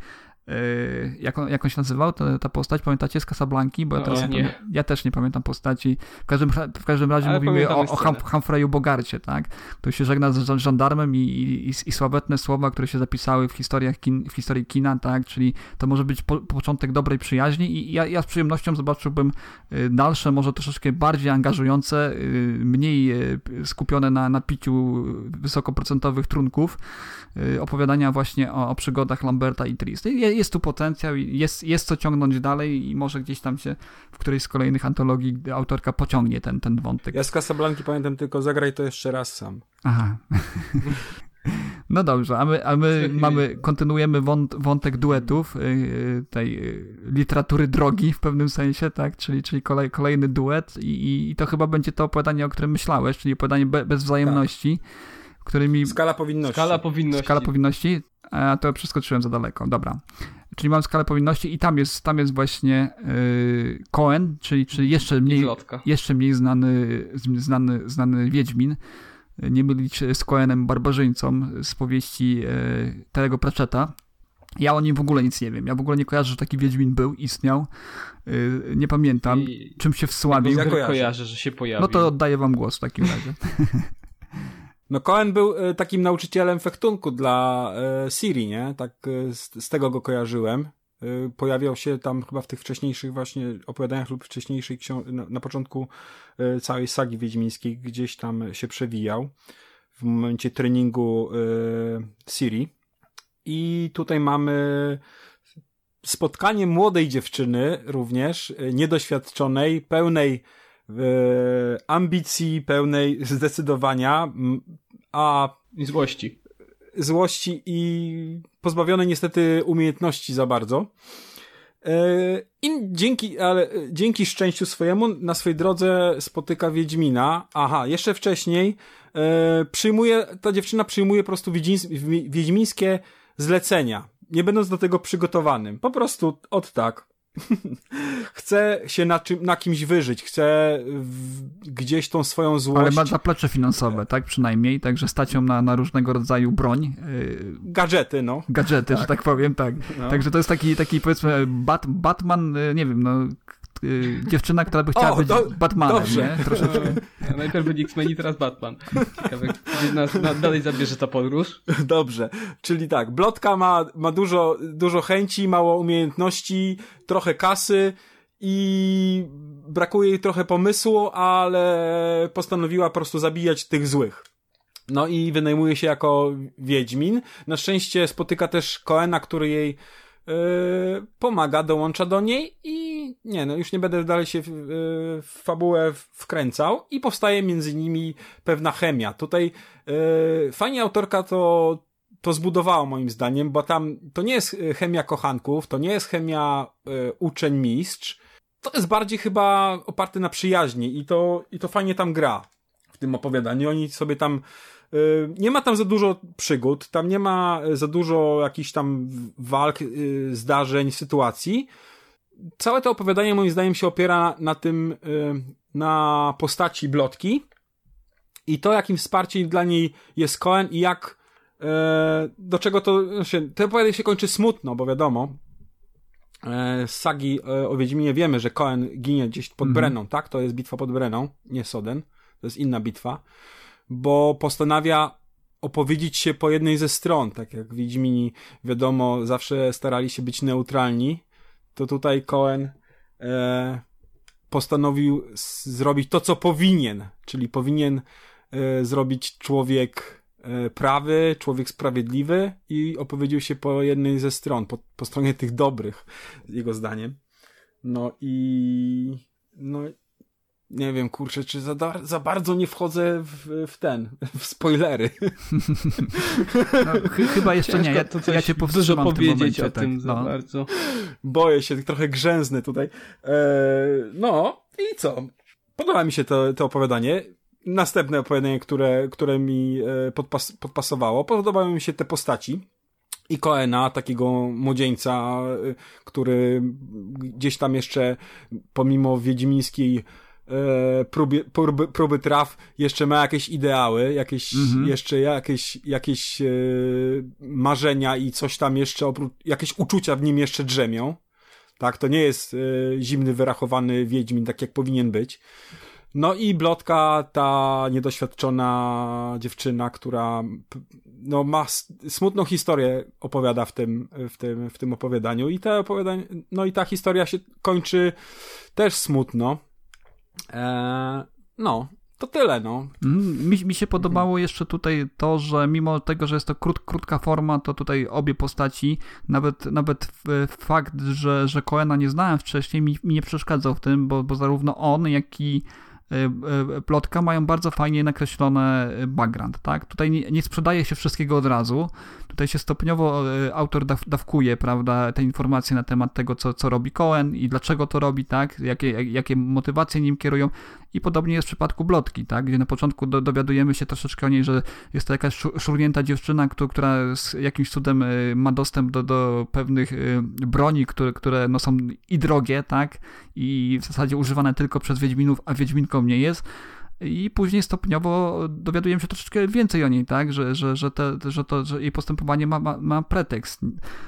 jak on się nazywał, ta postać, pamiętacie, z Casablanki? Bo ja też nie pamiętam postaci. W każdym razie mówimy o Humphrey'u Bogarcie, tak? Który się żegna z żandarmem i sławetne słowa, które się zapisały w historii kina, tak? Czyli to może być początek dobrej przyjaźni i ja z przyjemnością zobaczyłbym dalsze, może troszeczkę bardziej angażujące, mniej skupione na piciu wysokoprocentowych trunków, opowiadania właśnie o przygodach Lamberta i Tris. Jest tu potencjał, jest co ciągnąć dalej i może gdzieś tam się w którejś z kolejnych antologii autorka pociągnie ten wątek. Ja z Casablanki pamiętam tylko zagraj to jeszcze raz sam. Aha. No dobrze, a my kontynuujemy wątek duetów, tej literatury drogi w pewnym sensie, tak? Czyli kolejny duet i to chyba będzie to opowiadanie, o którym myślałeś, czyli opowiadanie bez wzajemności. Tak. Którymi... Skala powinności. A to przeskoczyłem za daleko. Dobra. Czyli mam skalę powinności i tam jest właśnie Coen, czyli jeszcze mniej znany Wiedźmin. Nie mylić z Coenem Barbarzyńcą z powieści Terry'ego Pratchetta. Ja o nim w ogóle nic nie wiem. Ja w ogóle nie kojarzę, że taki Wiedźmin był, istniał. Nie pamiętam, czym się wsławił. Ja kojarzę, że się pojawił. No to oddaję wam głos w takim razie. No Cohen był takim nauczycielem fechtunku dla Ciri, nie? Tak z tego go kojarzyłem. Pojawiał się tam chyba w tych wcześniejszych właśnie opowiadaniach lub wcześniejszych na początku całej sagi wiedźmińskiej gdzieś tam się przewijał w momencie treningu Ciri. I tutaj mamy spotkanie młodej dziewczyny również, niedoświadczonej, pełnej ambicji, pełnej zdecydowania, a złości i pozbawionej niestety umiejętności za bardzo. I dzięki szczęściu swojemu na swojej drodze spotyka Wiedźmina. Aha, jeszcze wcześniej ta dziewczyna przyjmuje po prostu wiedźmińskie zlecenia, nie będąc do tego przygotowanym. Po prostu tak. Chce się na kimś wyżyć, chce gdzieś tą swoją złość... Ale ma zaplecze finansowe, tak? Przynajmniej, także stać ją na różnego rodzaju broń. Gadżety, no. Gadżety, tak. Że tak powiem, tak. No. Także to jest taki powiedzmy Batman, nie wiem, no... dziewczyna, która by chciała być Batmanem, dobrze. Nie? Troszeczkę. Najpierw byli X-Meni, teraz Batman. Ciekawe, gdzie nas dalej zabierze ta podróż. Dobrze, czyli tak, Blotka ma dużo chęci, mało umiejętności, trochę kasy i brakuje jej trochę pomysłu, ale postanowiła po prostu zabijać tych złych. No i wynajmuje się jako Wiedźmin. Na szczęście spotyka też Coena, który jej pomaga, dołącza do niej i już nie będę dalej się w fabułę wkręcał i powstaje między nimi pewna chemia. Tutaj fajnie autorka to zbudowała moim zdaniem, bo tam to nie jest chemia kochanków, to nie jest chemia uczeń-mistrz, to jest bardziej chyba oparte na przyjaźni i to fajnie tam gra w tym opowiadaniu. Oni sobie tam nie ma tam za dużo przygód, tam nie ma za dużo jakichś tam walk, zdarzeń, sytuacji. Całe to opowiadanie moim zdaniem się opiera na postaci Blotki i to, jakim wsparciem dla niej jest Cohen i jak do czego to opowiadanie się kończy smutno, bo wiadomo, z sagi o Wiedźminie wiemy, że Cohen ginie gdzieś pod Brenną, tak? To jest bitwa pod Brenną, nie Soden, to jest inna bitwa, bo postanawia opowiedzieć się po jednej ze stron, tak jak Wiedźmini, wiadomo, zawsze starali się być neutralni, to tutaj Cohen postanowił zrobić to, co powinien, czyli powinien zrobić człowiek prawy, człowiek sprawiedliwy i opowiedział się po jednej ze stron, po stronie tych dobrych, jego zdaniem. Nie wiem, kurczę, czy za bardzo nie wchodzę w spoilery. No, chyba jeszcze nie, ja cię powstrzymam dużo powiedzieć momencie, o tym za bardzo. Boję się, trochę grzęznę tutaj. I co? Podoba mi się to opowiadanie. Następne opowiadanie, które mi podpasowało. Podobały mi się te postaci. I Coena, takiego młodzieńca, który gdzieś tam jeszcze pomimo wiedźmińskiej próby traf jeszcze ma jakieś ideały, jakieś marzenia i coś tam jeszcze, jakieś uczucia w nim jeszcze drzemią. Tak, to nie jest zimny, wyrachowany wiedźmin, tak jak powinien być. No i Blotka, ta niedoświadczona dziewczyna, która ma smutną historię, opowiada w tym opowiadaniu i ta historia się kończy też smutno. To tyle, no. Mi się podobało jeszcze tutaj to, że mimo tego, że jest to krótka forma, to tutaj obie postaci, nawet fakt, że Coena nie znałem wcześniej, mi nie przeszkadzał w tym, bo zarówno on, jak i Plotka mają bardzo fajnie nakreślone background, tak? Tutaj nie sprzedaje się wszystkiego od razu. Tutaj się stopniowo autor dawkuje, prawda, te informacje na temat tego, co robi Cohen i dlaczego to robi, tak? Jakie motywacje nim kierują. I podobnie jest w przypadku Blotki, tak? Gdzie na początku dowiadujemy się troszeczkę o niej, że jest to jakaś szurnięta dziewczyna, która z jakimś cudem ma dostęp do pewnych broni, które są i drogie, tak? I w zasadzie używane tylko przez Wiedźminów, a Wiedźminką nie jest. i później stopniowo dowiadujemy się troszeczkę więcej o niej, tak, że jej postępowanie ma pretekst,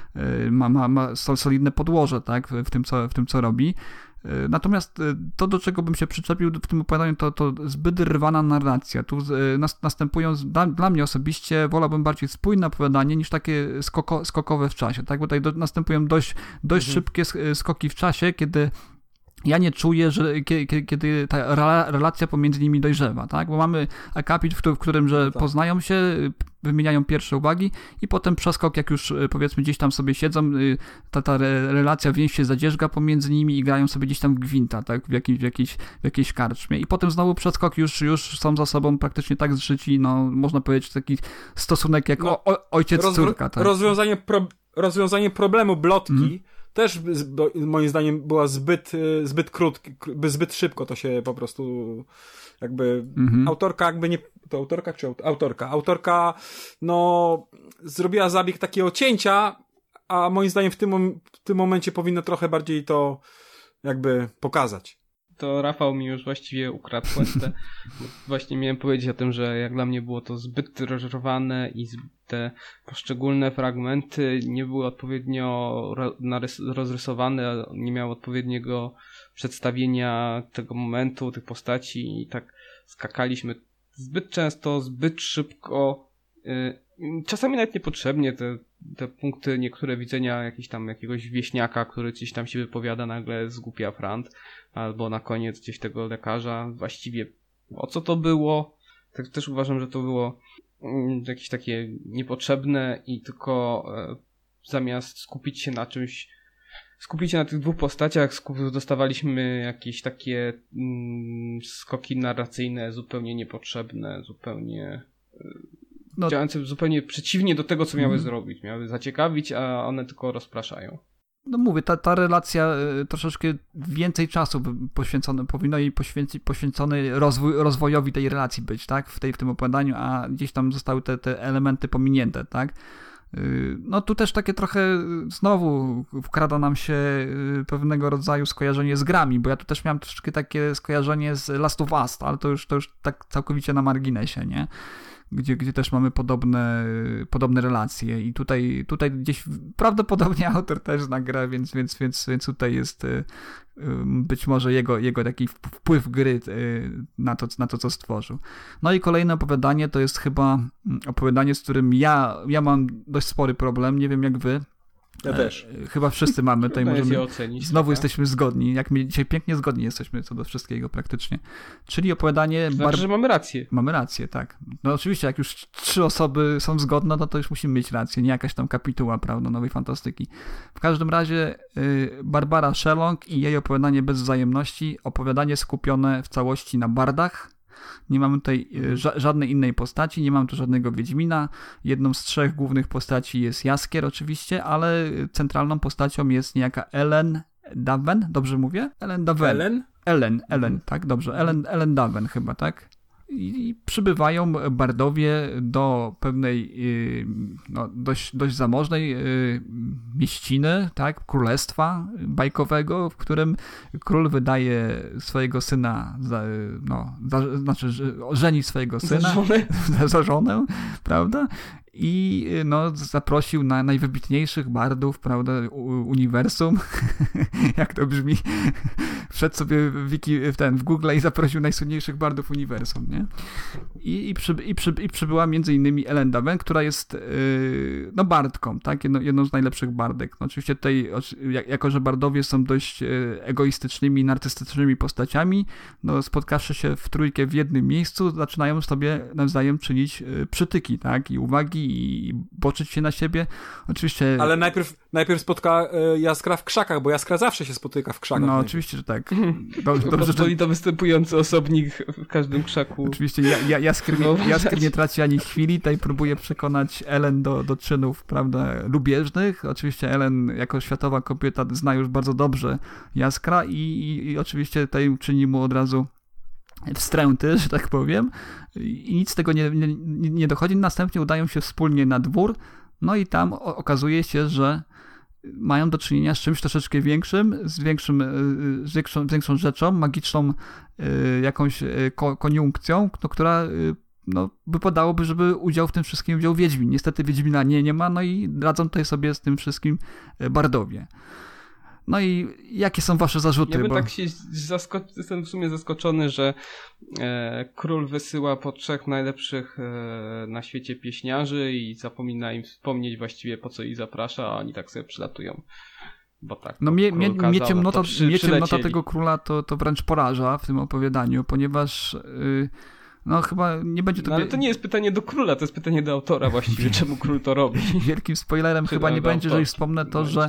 ma solidne podłoże, tak, w tym, co robi. Natomiast to, do czego bym się przyczepił w tym opowiadaniu, to zbyt rwana narracja. Tu następują, dla mnie osobiście, wolałbym bardziej spójne opowiadanie niż takie skokowe w czasie, tak? Bo tutaj następują dość szybkie skoki w czasie, kiedy ja nie czuję, że kiedy ta relacja pomiędzy nimi dojrzewa, tak? Bo mamy akapit, w którym, że poznają się, wymieniają pierwsze uwagi i potem przeskok, jak już powiedzmy gdzieś tam sobie siedzą, ta relacja, więź się zadzierzga pomiędzy nimi i grają sobie gdzieś tam w gwinta, tak? W jakiejś karczmie. I potem znowu przeskok, już są za sobą praktycznie tak zżyci, no można powiedzieć taki stosunek jak ojciec-córka. Tak? Rozwiązanie problemu blotki też moim zdaniem była zbyt krótki, zbyt szybko to się po prostu jakby autorka jakby nie, to autorka czy autorka? Autorka no zrobiła zabieg takiego cięcia, a moim zdaniem w tym momencie powinno trochę bardziej to jakby pokazać. To Rafał mi już właściwie ukradł puentę. Właśnie miałem powiedzieć o tym, że jak dla mnie było to zbyt rozżowane i te poszczególne fragmenty nie były odpowiednio rozrysowane, nie miały odpowiedniego przedstawienia tego momentu, tych postaci i tak skakaliśmy zbyt często, zbyt szybko. Czasami nawet niepotrzebnie te punkty, niektóre widzenia jakiegoś wieśniaka, który gdzieś tam się wypowiada, nagle zgłupia frant, albo na koniec gdzieś tego lekarza. Właściwie o co to było? Tak też uważam, że to było jakieś takie niepotrzebne i tylko zamiast skupić się na czymś, skupić się na tych dwóch postaciach, dostawaliśmy jakieś takie skoki narracyjne zupełnie niepotrzebne, zupełnie działające zupełnie przeciwnie do tego, co miały zrobić. Miały zaciekawić, a one tylko rozpraszają. No mówię, ta relacja troszeczkę więcej czasu powinno jej poświęcony rozwojowi tej relacji być, tak? W tym opowiadaniu, a gdzieś tam zostały te elementy pominięte, tak? No tu też takie trochę znowu wkrada nam się pewnego rodzaju skojarzenie z grami, bo ja tu też miałem troszeczkę takie skojarzenie z Last of Us, ale to już tak całkowicie na marginesie, nie? Gdzie też mamy podobne relacje i tutaj gdzieś prawdopodobnie autor też zna grę, więc tutaj jest być może jego taki wpływ gry na to, co stworzył. No i kolejne opowiadanie to jest chyba opowiadanie, z którym ja mam dość spory problem, nie wiem jak wy. Ja też. Chyba wszyscy mamy. Tutaj możemy ocenić, znowu jesteśmy zgodni. Jak my dzisiaj pięknie zgodni jesteśmy co do wszystkiego praktycznie. Czyli opowiadanie... Znaczy, że mamy rację. Mamy rację, tak. No oczywiście, jak już 3 osoby są zgodne, no to już musimy mieć rację. Nie jakaś tam kapituła, prawda, nowej fantastyki. W każdym razie Barbara Sherlock i jej opowiadanie bez wzajemności. Opowiadanie skupione w całości na bardach. Nie mamy tutaj żadnej innej postaci, nie mamy tu żadnego Wiedźmina. Jedną z 3 głównych postaci jest Jaskier oczywiście, ale centralną postacią jest niejaka Ellen Daven, dobrze mówię? Ellen Daven. Ellen, tak, dobrze. Ellen Daven chyba, tak? I przybywają bardowie do pewnej dość zamożnej mieściny, tak, królestwa bajkowego, w którym król wydaje swojego syna żeni swojego syna za żonę, prawda? I zaprosił na najwybitniejszych bardów, prawda, uniwersum, jak to brzmi, wszedł sobie w Google i zaprosił najsłynniejszych bardów uniwersum, nie? I przybyła między innymi Ellen Daven, która jest bardką, tak? Jedną z najlepszych bardek. No, oczywiście tutaj, jako że bardowie są dość egoistycznymi, narcystycznymi postaciami, spotkawszy się w trójkę w jednym miejscu, zaczynają sobie nawzajem czynić przytyki, tak? I uwagi, i boczyć się na siebie. Oczywiście... Ale najpierw spotka Jaskra w krzakach, bo Jaskra zawsze się spotyka w krzakach. No oczywiście, że tak. Dobrze, to występujący osobnik w każdym krzaku. Oczywiście Jaskier nie traci ani chwili, tutaj próbuje przekonać Ellen do czynów, prawda, lubieżnych. Oczywiście Ellen jako światowa kobieta zna już bardzo dobrze Jaskra i oczywiście tutaj czyni mu od razu wstręty, że tak powiem, i nic z tego nie dochodzi. Następnie udają się wspólnie na dwór, no i tam okazuje się, że mają do czynienia z czymś troszeczkę większym, z większą rzeczą, magiczną jakąś koniunkcją, która wypadałoby, żeby udział w tym wszystkim wziął Wiedźmin. Niestety Wiedźmina nie ma, no i radzą tutaj sobie z tym wszystkim bardowie. No i jakie są wasze zarzuty? Ja bym jestem w sumie zaskoczony, że król wysyła po 3 najlepszych na świecie pieśniarzy i zapomina im wspomnieć właściwie, po co ich zaprasza, a oni tak sobie przylatują. Bo tak, no mnie ciemnota tego króla to wręcz poraża w tym opowiadaniu, ponieważ chyba nie będzie to... No ale to nie jest pytanie do króla, to jest pytanie do autora właściwie, czemu król to robi. Wielkim spoilerem chyba nie będzie, jeżeli wspomnę to, że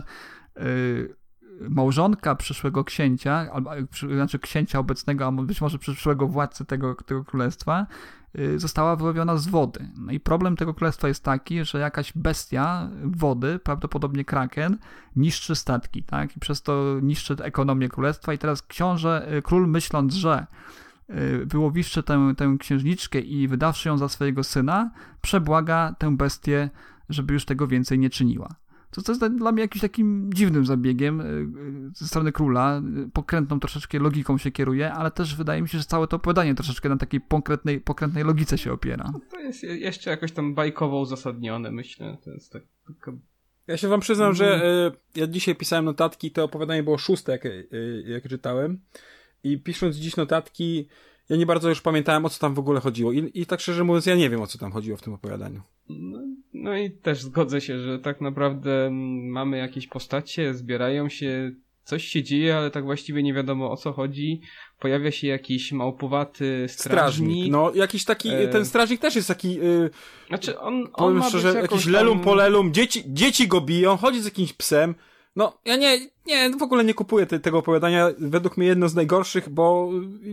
małżonka przyszłego księcia, znaczy księcia obecnego, a być może przyszłego władcy tego królestwa, została wyłowiona z wody. No i problem tego królestwa jest taki, że jakaś bestia wody, prawdopodobnie kraken, niszczy statki, tak? I przez to niszczy ekonomię królestwa i teraz król myśląc, że wyłowiwszy tę księżniczkę i wydawszy ją za swojego syna, przebłaga tę bestię, żeby już tego więcej nie czyniła. To jest dla mnie jakimś takim dziwnym zabiegiem ze strony króla, pokrętną troszeczkę logiką się kieruje, ale też wydaje mi się, że całe to opowiadanie troszeczkę na takiej pokrętnej logice się opiera. To jest jeszcze jakoś tam bajkowo uzasadnione, myślę. To jest taka... Ja się wam przyznam, że ja dzisiaj pisałem notatki, to opowiadanie było 6, jak czytałem, i pisząc dziś notatki, ja nie bardzo już pamiętałem, o co tam w ogóle chodziło. I tak szczerze mówiąc, ja nie wiem, o co tam chodziło w tym opowiadaniu. No i też zgodzę się, że tak naprawdę mamy jakieś postacie, zbierają się, coś się dzieje, ale tak właściwie nie wiadomo, o co chodzi. Pojawia się jakiś małpowaty strażnik. No, jakiś taki, ten strażnik też jest taki... Znaczy on ma szczerze, być jakiś lelum polelum, dzieci go biją, chodzi z jakimś psem. No, ja w ogóle nie kupuję tego opowiadania. Według mnie jedno z najgorszych, bo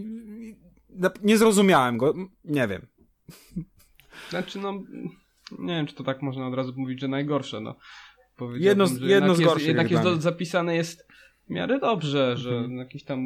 nie zrozumiałem go. Nie wiem. Znaczy, nie wiem, czy to tak można od razu mówić, że najgorsze, Jedno z gorszych. Jednak jest zapisane jest w miarę dobrze, że jakieś tam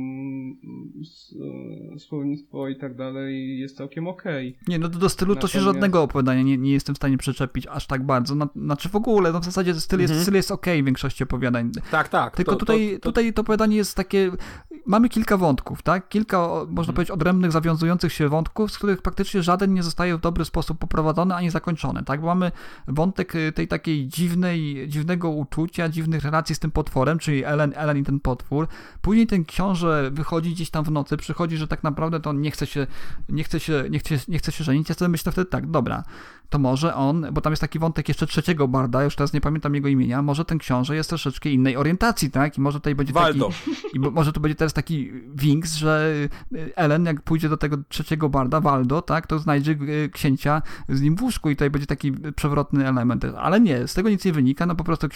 słownictwo i tak dalej jest całkiem okej. Nie, do stylu to się żadnego opowiadania nie jestem w stanie przyczepić aż tak bardzo. Znaczy w ogóle, w zasadzie styl jest okej w większości opowiadań. Tak. Tylko tutaj to opowiadanie jest takie... Mamy kilka wątków, tak? Kilka, można powiedzieć, odrębnych, zawiązujących się wątków, z których praktycznie żaden nie zostaje w dobry sposób poprowadzony, ani zakończony, tak? Bo mamy wątek tej takiej dziwnego uczucia, dziwnych relacji z tym potworem, czyli Ellen i ten potwór. Później ten książę wychodzi gdzieś tam w nocy, przychodzi, że tak naprawdę to on nie chce się żenić. Ja sobie myślę wtedy tak, dobra, to może on, bo tam jest taki wątek jeszcze trzeciego barda, już teraz nie pamiętam jego imienia, może ten książę jest troszeczkę innej orientacji, tak? I może tutaj będzie może tu będzie teraz taki winks, że Ellen, jak pójdzie do tego trzeciego barda, Waldo, tak, to znajdzie księcia z nim w łóżku i tutaj będzie taki przewrotny element. Ale nie, z tego nic nie wynika, po prostu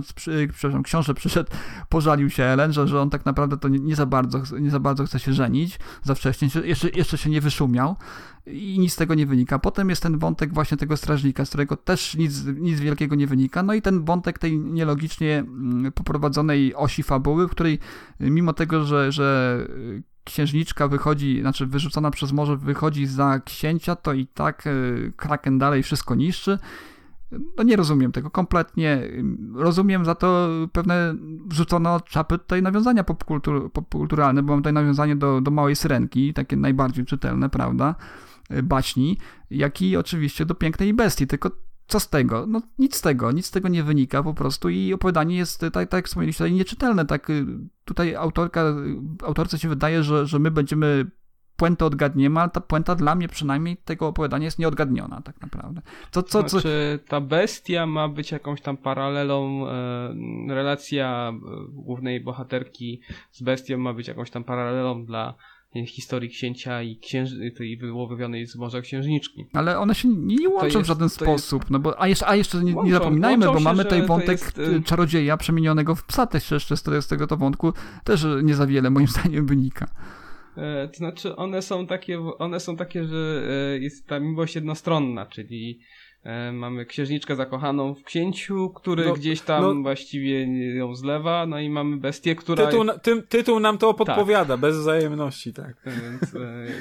książę przyszedł, pożalił się Ellen, że on tak naprawdę to nie za bardzo chce się żenić za wcześnie, jeszcze się nie wyszumiał i nic z tego nie wynika. Potem jest ten wątek właśnie tego strażnika, z którego też nic wielkiego nie wynika. No i ten wątek tej nielogicznie poprowadzonej osi fabuły, w której mimo tego, że księżniczka wyrzucona przez morze wychodzi za księcia, to i tak kraken dalej wszystko niszczy. No nie rozumiem tego kompletnie. Rozumiem za to pewne wrzucone od czapy tutaj nawiązania popkulturalne, bo mam tutaj nawiązanie do Małej Syrenki, takie najbardziej czytelne, prawda, baśni, jak i oczywiście do Pięknej Bestii, tylko co z tego? No nic z tego nie wynika po prostu i opowiadanie jest, tak jak wspomnieliście, tutaj nieczytelne, tak tutaj autorce się wydaje, że my będziemy puentę odgadniemy, ale ta puenta dla mnie przynajmniej tego opowiadania jest nieodgadniona tak naprawdę. Znaczy, ta bestia ma być jakąś tam paralelą, relacja głównej bohaterki z bestią ma być jakąś tam paralelą dla historii księcia i tej wyłowionej z morza księżniczki. Ale one się nie łączą w żaden sposób, no bo, a jeszcze nie zapominajmy, bo mamy tutaj wątek czarodzieja przemienionego w psa też jeszcze z tego to wątku też nie za wiele moim zdaniem wynika. To znaczy one są takie, że jest ta miłość jednostronna, czyli mamy księżniczkę zakochaną w księciu, który gdzieś tam właściwie ją zlewa, no i mamy bestię, która... Tytuł nam to podpowiada, bez wzajemności, tak. Więc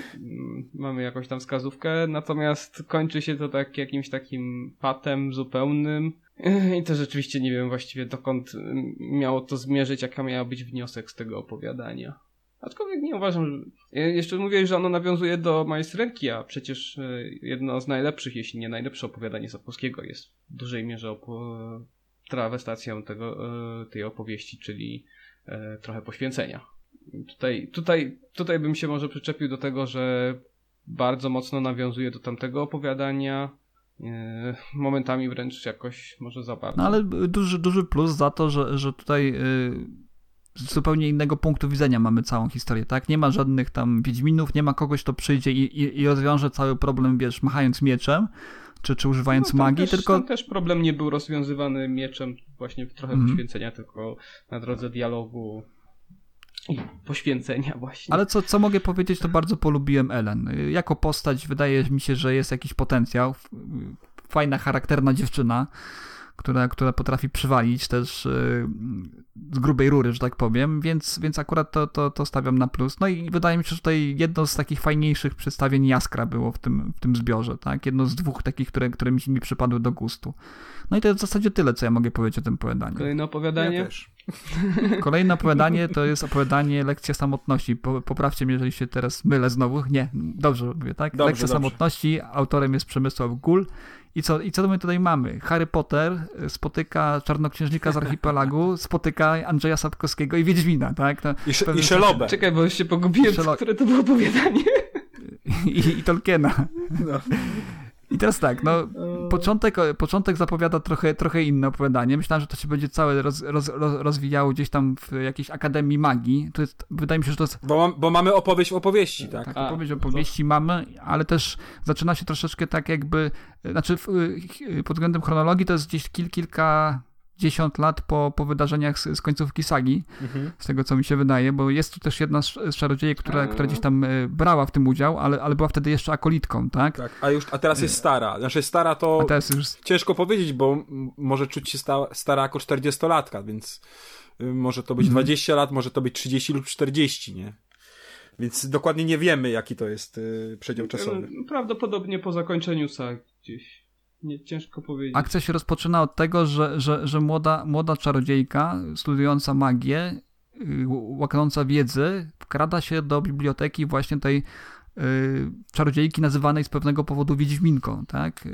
mamy jakąś tam wskazówkę, natomiast kończy się to tak jakimś takim patem zupełnym. I to rzeczywiście nie wiem właściwie dokąd miało to zmierzyć, jaka miała być wniosek z tego opowiadania. Aczkolwiek nie uważam, że... Jeszcze mówię, że ono nawiązuje do Majstrenki, a przecież jedno z najlepszych, jeśli nie najlepsze opowiadanie Sapkowskiego jest w dużej mierze trawestacją tej opowieści, czyli trochę poświęcenia. Tutaj bym się może przyczepił do tego, że bardzo mocno nawiązuje do tamtego opowiadania, momentami wręcz jakoś może za bardzo. No ale duży plus za to, że tutaj z zupełnie innego punktu widzenia mamy całą historię, tak? Nie ma żadnych tam wiedźminów, nie ma kogoś, kto przyjdzie i rozwiąże cały problem, wiesz, machając mieczem, czy używając magii, tylko... Tam też problem nie był rozwiązywany mieczem, właśnie trochę poświęcenia, tylko na drodze dialogu i poświęcenia właśnie. Ale co mogę powiedzieć, to bardzo polubiłem Ellen. Jako postać wydaje mi się, że jest jakiś potencjał. Fajna, charakterna dziewczyna, która potrafi przywalić też z grubej rury, że tak powiem, więc akurat to stawiam na plus. No i wydaje mi się, że tutaj jedno z takich fajniejszych przedstawień Jaskra było w tym zbiorze, tak? Jedno z dwóch takich, które mi przypadły do gustu. No i to jest w zasadzie tyle, co ja mogę powiedzieć o tym opowiadaniu. Kolejne opowiadanie? Ja też. Kolejne opowiadanie to jest opowiadanie Lekcja samotności. Poprawcie mnie, jeżeli się teraz mylę znowu. Nie, dobrze mówię, tak? Lekcja samotności, autorem jest Przemysław Gul. I co my tutaj mamy? Harry Potter spotyka Czarnoksiężnika z Archipelagu, spotyka Andrzeja Sapkowskiego i Wiedźmina, tak? No, I Szelobę. Czekaj, bo już się pogubiłem, które to było opowiadanie. I Tolkiena. No. I teraz tak, no początek zapowiada trochę inne opowiadanie. Myślałem, że to się będzie całe rozwijało gdzieś tam w jakiejś Akademii Magii. To jest, wydaje mi się, że to jest... Bo mamy opowieść w opowieści, tak? Tak, opowieść opowieści mamy, ale też zaczyna się troszeczkę tak jakby... Znaczy pod względem chronologii to jest gdzieś kilkadziesiąt lat po wydarzeniach z końcówki sagi, z tego co mi się wydaje, bo jest tu też jedna z czarodziejek, która gdzieś tam brała w tym udział, ale była wtedy jeszcze akolitką, tak? Tak, a teraz jest stara. Znaczy stara to ciężko powiedzieć, bo może czuć się stara jako 40-latka, więc może to być 20 lat, może to być 30 lub 40, nie? Więc dokładnie nie wiemy, jaki to jest przedział czasowy. Prawdopodobnie po zakończeniu sagi gdzieś. Nie, ciężko powiedzieć. Akcja się rozpoczyna od tego, że młoda czarodziejka studiująca magię, łaknąca wiedzy, wkrada się do biblioteki właśnie tej czarodziejki nazywanej z pewnego powodu Wiedźminką, tak?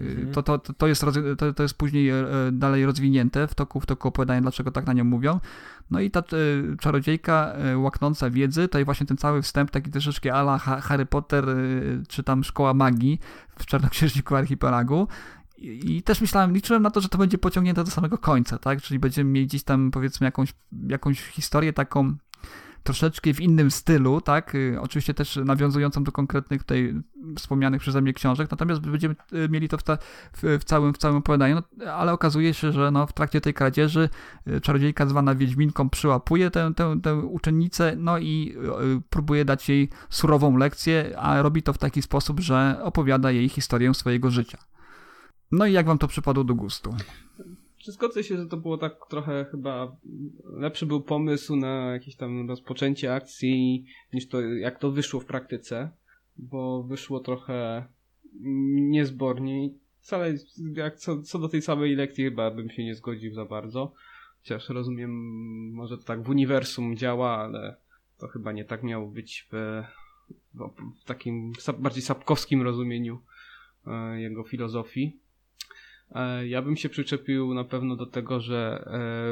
To jest później dalej rozwinięte w toku opowiadania, dlaczego tak na nią mówią. No i ta czarodziejka łaknąca wiedzy, to i właśnie ten cały wstęp taki troszeczkę a la Harry Potter, czy tam Szkoła Magii w Czarnoksiężniku Archipelagu. I też liczyłem na to, że to będzie pociągnięte do samego końca, tak? Czyli będziemy mieli gdzieś tam, powiedzmy, jakąś historię taką troszeczkę w innym stylu, tak? Oczywiście też nawiązującą do konkretnych tutaj wspomnianych przeze mnie książek, natomiast będziemy mieli to w całym opowiadaniu, no, ale okazuje się, że no, w trakcie tej kradzieży czarodziejka zwana Wiedźminką przyłapuje tę uczennicę, no i próbuje dać jej surową lekcję, a robi to w taki sposób, że opowiada jej historię swojego życia. No i jak wam to przypadło do gustu? Zgodzę się, że to było tak trochę chyba lepszy był pomysł na jakieś tam rozpoczęcie akcji niż to, jak to wyszło w praktyce, bo wyszło trochę niezbornie i wcale co do tej samej lekcji chyba bym się nie zgodził za bardzo. Chociaż rozumiem, może to tak w uniwersum działa, ale to chyba nie tak miało być w takim bardziej sapkowskim rozumieniu jego filozofii. Ja bym się przyczepił na pewno do tego, że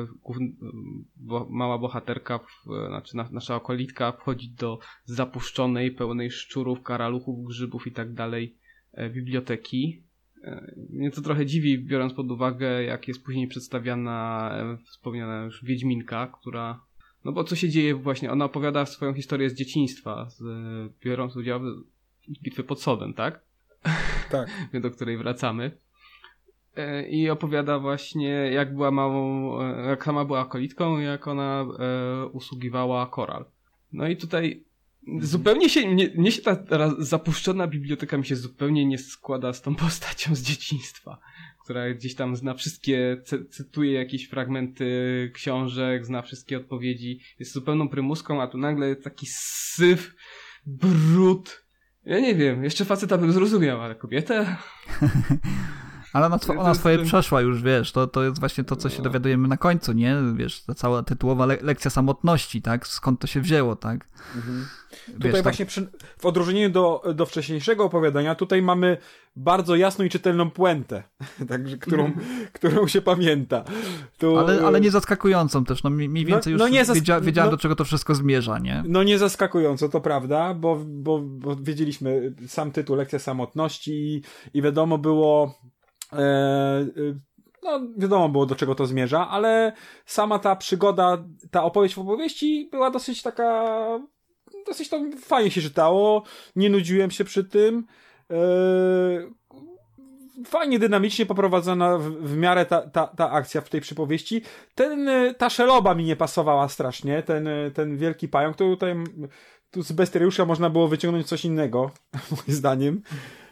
mała bohaterka, znaczy nasza okolitka wchodzi do zapuszczonej, pełnej szczurów, karaluchów, grzybów i tak dalej biblioteki. Mnie to trochę dziwi, biorąc pod uwagę, jak jest później przedstawiana wspomniana już Wiedźminka, która... No bo co się dzieje właśnie? Ona opowiada swoją historię z dzieciństwa, biorąc udział w bitwie pod Sodem, tak? Tak. Do której wracamy. I opowiada właśnie, jak sama była akolitką i jak ona usługiwała Koral. No i tutaj zupełnie mnie się ta zapuszczona biblioteka mi się zupełnie nie składa z tą postacią z dzieciństwa, która gdzieś tam zna wszystkie, cytuje jakieś fragmenty książek, zna wszystkie odpowiedzi, jest zupełną prymuską, a tu nagle taki syf, brud. Ja nie wiem, jeszcze faceta bym zrozumiał, ale kobietę? Ale ona swoje przeszła już, wiesz, to jest właśnie to, co się dowiadujemy na końcu, nie? Wiesz, ta cała tytułowa lekcja samotności, tak? Skąd to się wzięło, tak? Wiesz, tutaj właśnie w odróżnieniu do wcześniejszego opowiadania, tutaj mamy bardzo jasną i czytelną puentę, także, którą się pamięta. Ale nie zaskakującą też, no mniej więcej już wiedziałem, do czego to wszystko zmierza, nie? No nie zaskakująco, to prawda, bo wiedzieliśmy sam tytuł, lekcja samotności i wiadomo było wiadomo było, do czego to zmierza, ale sama ta przygoda, ta opowieść w opowieści była dosyć tam fajnie się czytało, nie nudziłem się przy tym, fajnie dynamicznie poprowadzona w miarę ta akcja w tej przypowieści. Ta szeloba mi nie pasowała strasznie, ten wielki pająk, to tutaj tu z Bestiariusza można było wyciągnąć coś innego, moim zdaniem,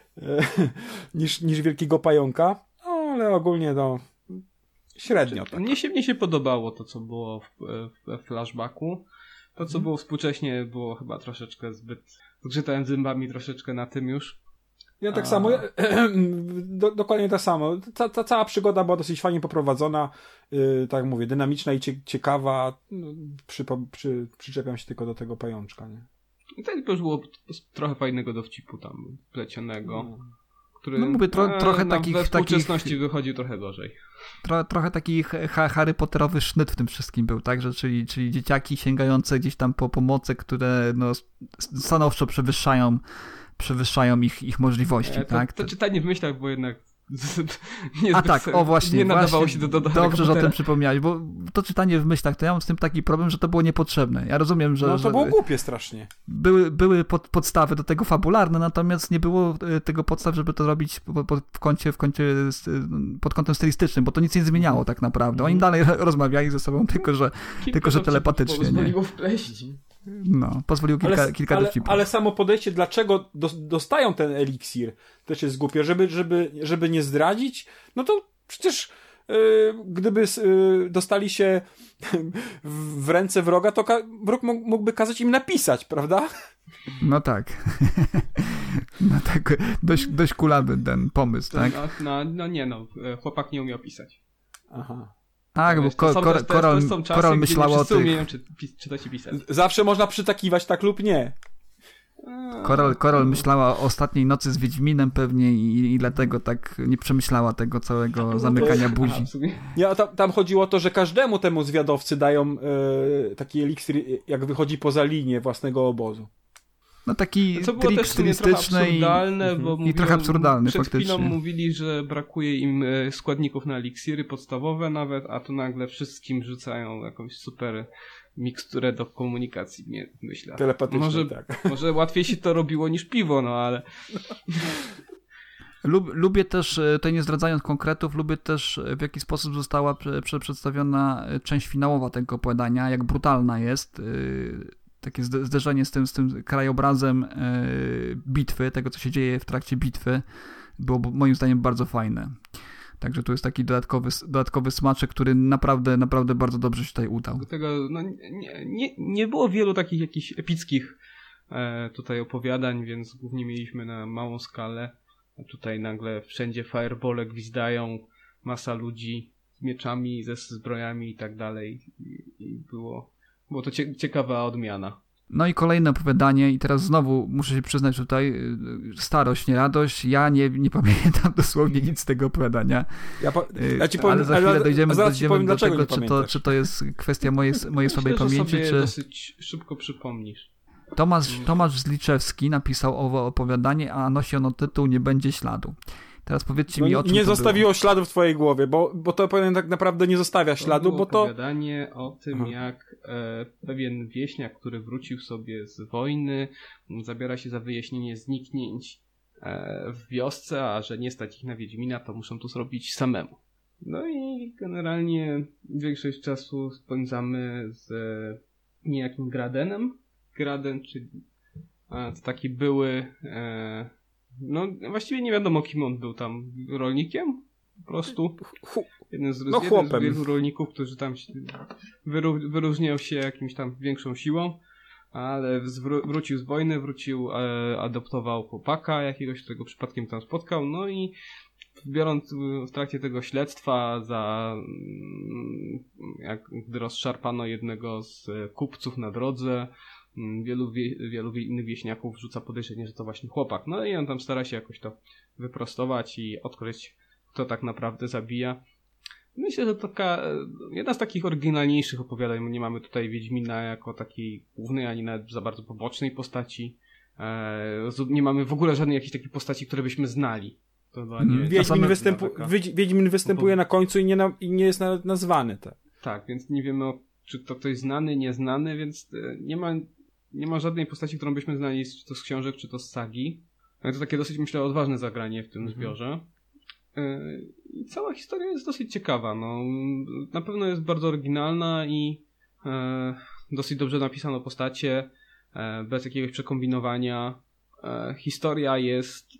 niż wielkiego pająka, ale ogólnie średnio. Tak. Mnie się podobało to, co było w flashbacku. To, co było współcześnie, było chyba troszeczkę zbyt... Zgrzytałem zębami troszeczkę na tym już. Ja tak samo, dokładnie tak samo. Ta cała przygoda była dosyć fajnie poprowadzona, tak mówię, dynamiczna i ciekawa. Przyczepiam się tylko do tego pajączka, nie? I tak już było trochę fajnego dowcipu tam plecionego, który mówię, trochę we współczesności wychodził trochę gorzej. Trochę taki Harry Potterowy sznyt w tym wszystkim był, tak? Że czyli dzieciaki sięgające gdzieś tam po pomocy, które stanowczo przewyższają ich możliwości, tak? To czytanie w myślach, bo jednak właśnie, nie nadawało się do dobrze, że o tym przypomniałeś, bo to czytanie w myślach, to ja mam z tym taki problem, że to było niepotrzebne. Ja rozumiem, że... No to było głupie strasznie. Były podstawy do tego fabularne, natomiast nie było tego podstaw, żeby to robić pod kątem stylistycznym, bo to nic nie zmieniało tak naprawdę. Oni dalej rozmawiali ze sobą, tylko że telepatycznie. Pozwoliło wpleść. Pozwolił kilka dowcipów. Ale samo podejście, dlaczego dostają ten eliksir, też jest głupie, żeby nie zdradzić, no to przecież gdyby dostali się w ręce wroga, to wróg mógłby kazać im napisać, prawda? No tak. Dość kulawy ten pomysł, tak? Chłopak nie umiał pisać. Aha. Tak, bo Koral myślał o tym. Umieją czytać i pisać. Zawsze można przytakiwać tak lub nie. Koral myślała o ostatniej nocy z Wiedźminem pewnie i dlatego tak nie przemyślała tego całego zamykania buzi. Tam chodziło o to, że każdemu temu zwiadowcy dają taki eliksir, jak wychodzi poza linię własnego obozu. Taki trik stylistyczny i trochę absurdalny faktycznie. Przed chwilą mówili, że brakuje im składników na eliksiry podstawowe nawet, a tu nagle wszystkim rzucają jakąś super miksturę do komunikacji, myślę. Telepatycznej, tak. Może łatwiej się to robiło niż piwo, ale... Lubię też, tutaj nie zdradzając konkretów, lubię też w jaki sposób została przedstawiona część finałowa tego opowiadania, jak brutalna jest. Takie zderzenie z tym krajobrazem bitwy, tego co się dzieje w trakcie bitwy, było moim zdaniem bardzo fajne. Także tu jest taki dodatkowy smaczek, który naprawdę, naprawdę bardzo dobrze się tutaj udał. Do tego nie było wielu takich jakichś epickich tutaj opowiadań, więc głównie mieliśmy na małą skalę. A tutaj nagle wszędzie firebole gwizdają, masa ludzi z mieczami, ze zbrojami i tak dalej. I było to ciekawa odmiana. No i kolejne opowiadanie i teraz znowu muszę się przyznać tutaj, starość, nie radość, ja nie pamiętam dosłownie nic z tego opowiadania. Ja ci powiem, ale za chwilę dojdziemy do tego, czy to jest kwestia mojej słabej pamięci, sobie czy... dosyć szybko przypomnisz. Tomasz Zliczewski napisał owo opowiadanie, a nosi ono tytuł Nie będzie śladu. Teraz powiedzcie mi, o czym nie to zostawiło było. śladu w twojej głowie, bo to opowiadanie tak naprawdę nie zostawia śladu, bo to... opowiadanie o tym, jak pewien wieśniak, który wrócił sobie z wojny, zabiera się za wyjaśnienie zniknięć w wiosce, a że nie stać ich na Wiedźmina, to muszą to zrobić samemu. No i generalnie większość czasu spędzamy z niejakim Gradenem. Graden, czyli to taki były... właściwie nie wiadomo, kim on był tam. Rolnikiem? Po prostu. Jeden z wielu rolników, którzy tam wyróżniał się jakimś tam większą siłą, ale wrócił z wojny, adoptował chłopaka jakiegoś, którego przypadkiem tam spotkał, no i biorąc w trakcie tego śledztwa gdy rozszarpano jednego z kupców na drodze, wielu innych wieśniaków rzuca podejrzenie, że to właśnie chłopak. No i on tam stara się jakoś to wyprostować i odkryć, kto tak naprawdę zabija. Myślę, że jedna z takich oryginalniejszych opowiadań. Nie mamy tutaj Wiedźmina jako takiej głównej, ani nawet za bardzo pobocznej postaci. Nie mamy w ogóle żadnej jakiejś takiej postaci, które byśmy znali. Wiedźmin występuje na końcu i nie jest nazwany. Tak, więc nie wiemy, czy to ktoś znany, nieznany, więc nie ma żadnej postaci, którą byśmy znali, czy to z książek, czy to z sagi. Ale to takie dosyć, myślę, odważne zagranie w tym zbiorze. I cała historia jest dosyć ciekawa. No, na pewno jest bardzo oryginalna i dosyć dobrze napisano postacie, bez jakiegoś przekombinowania. Historia jest...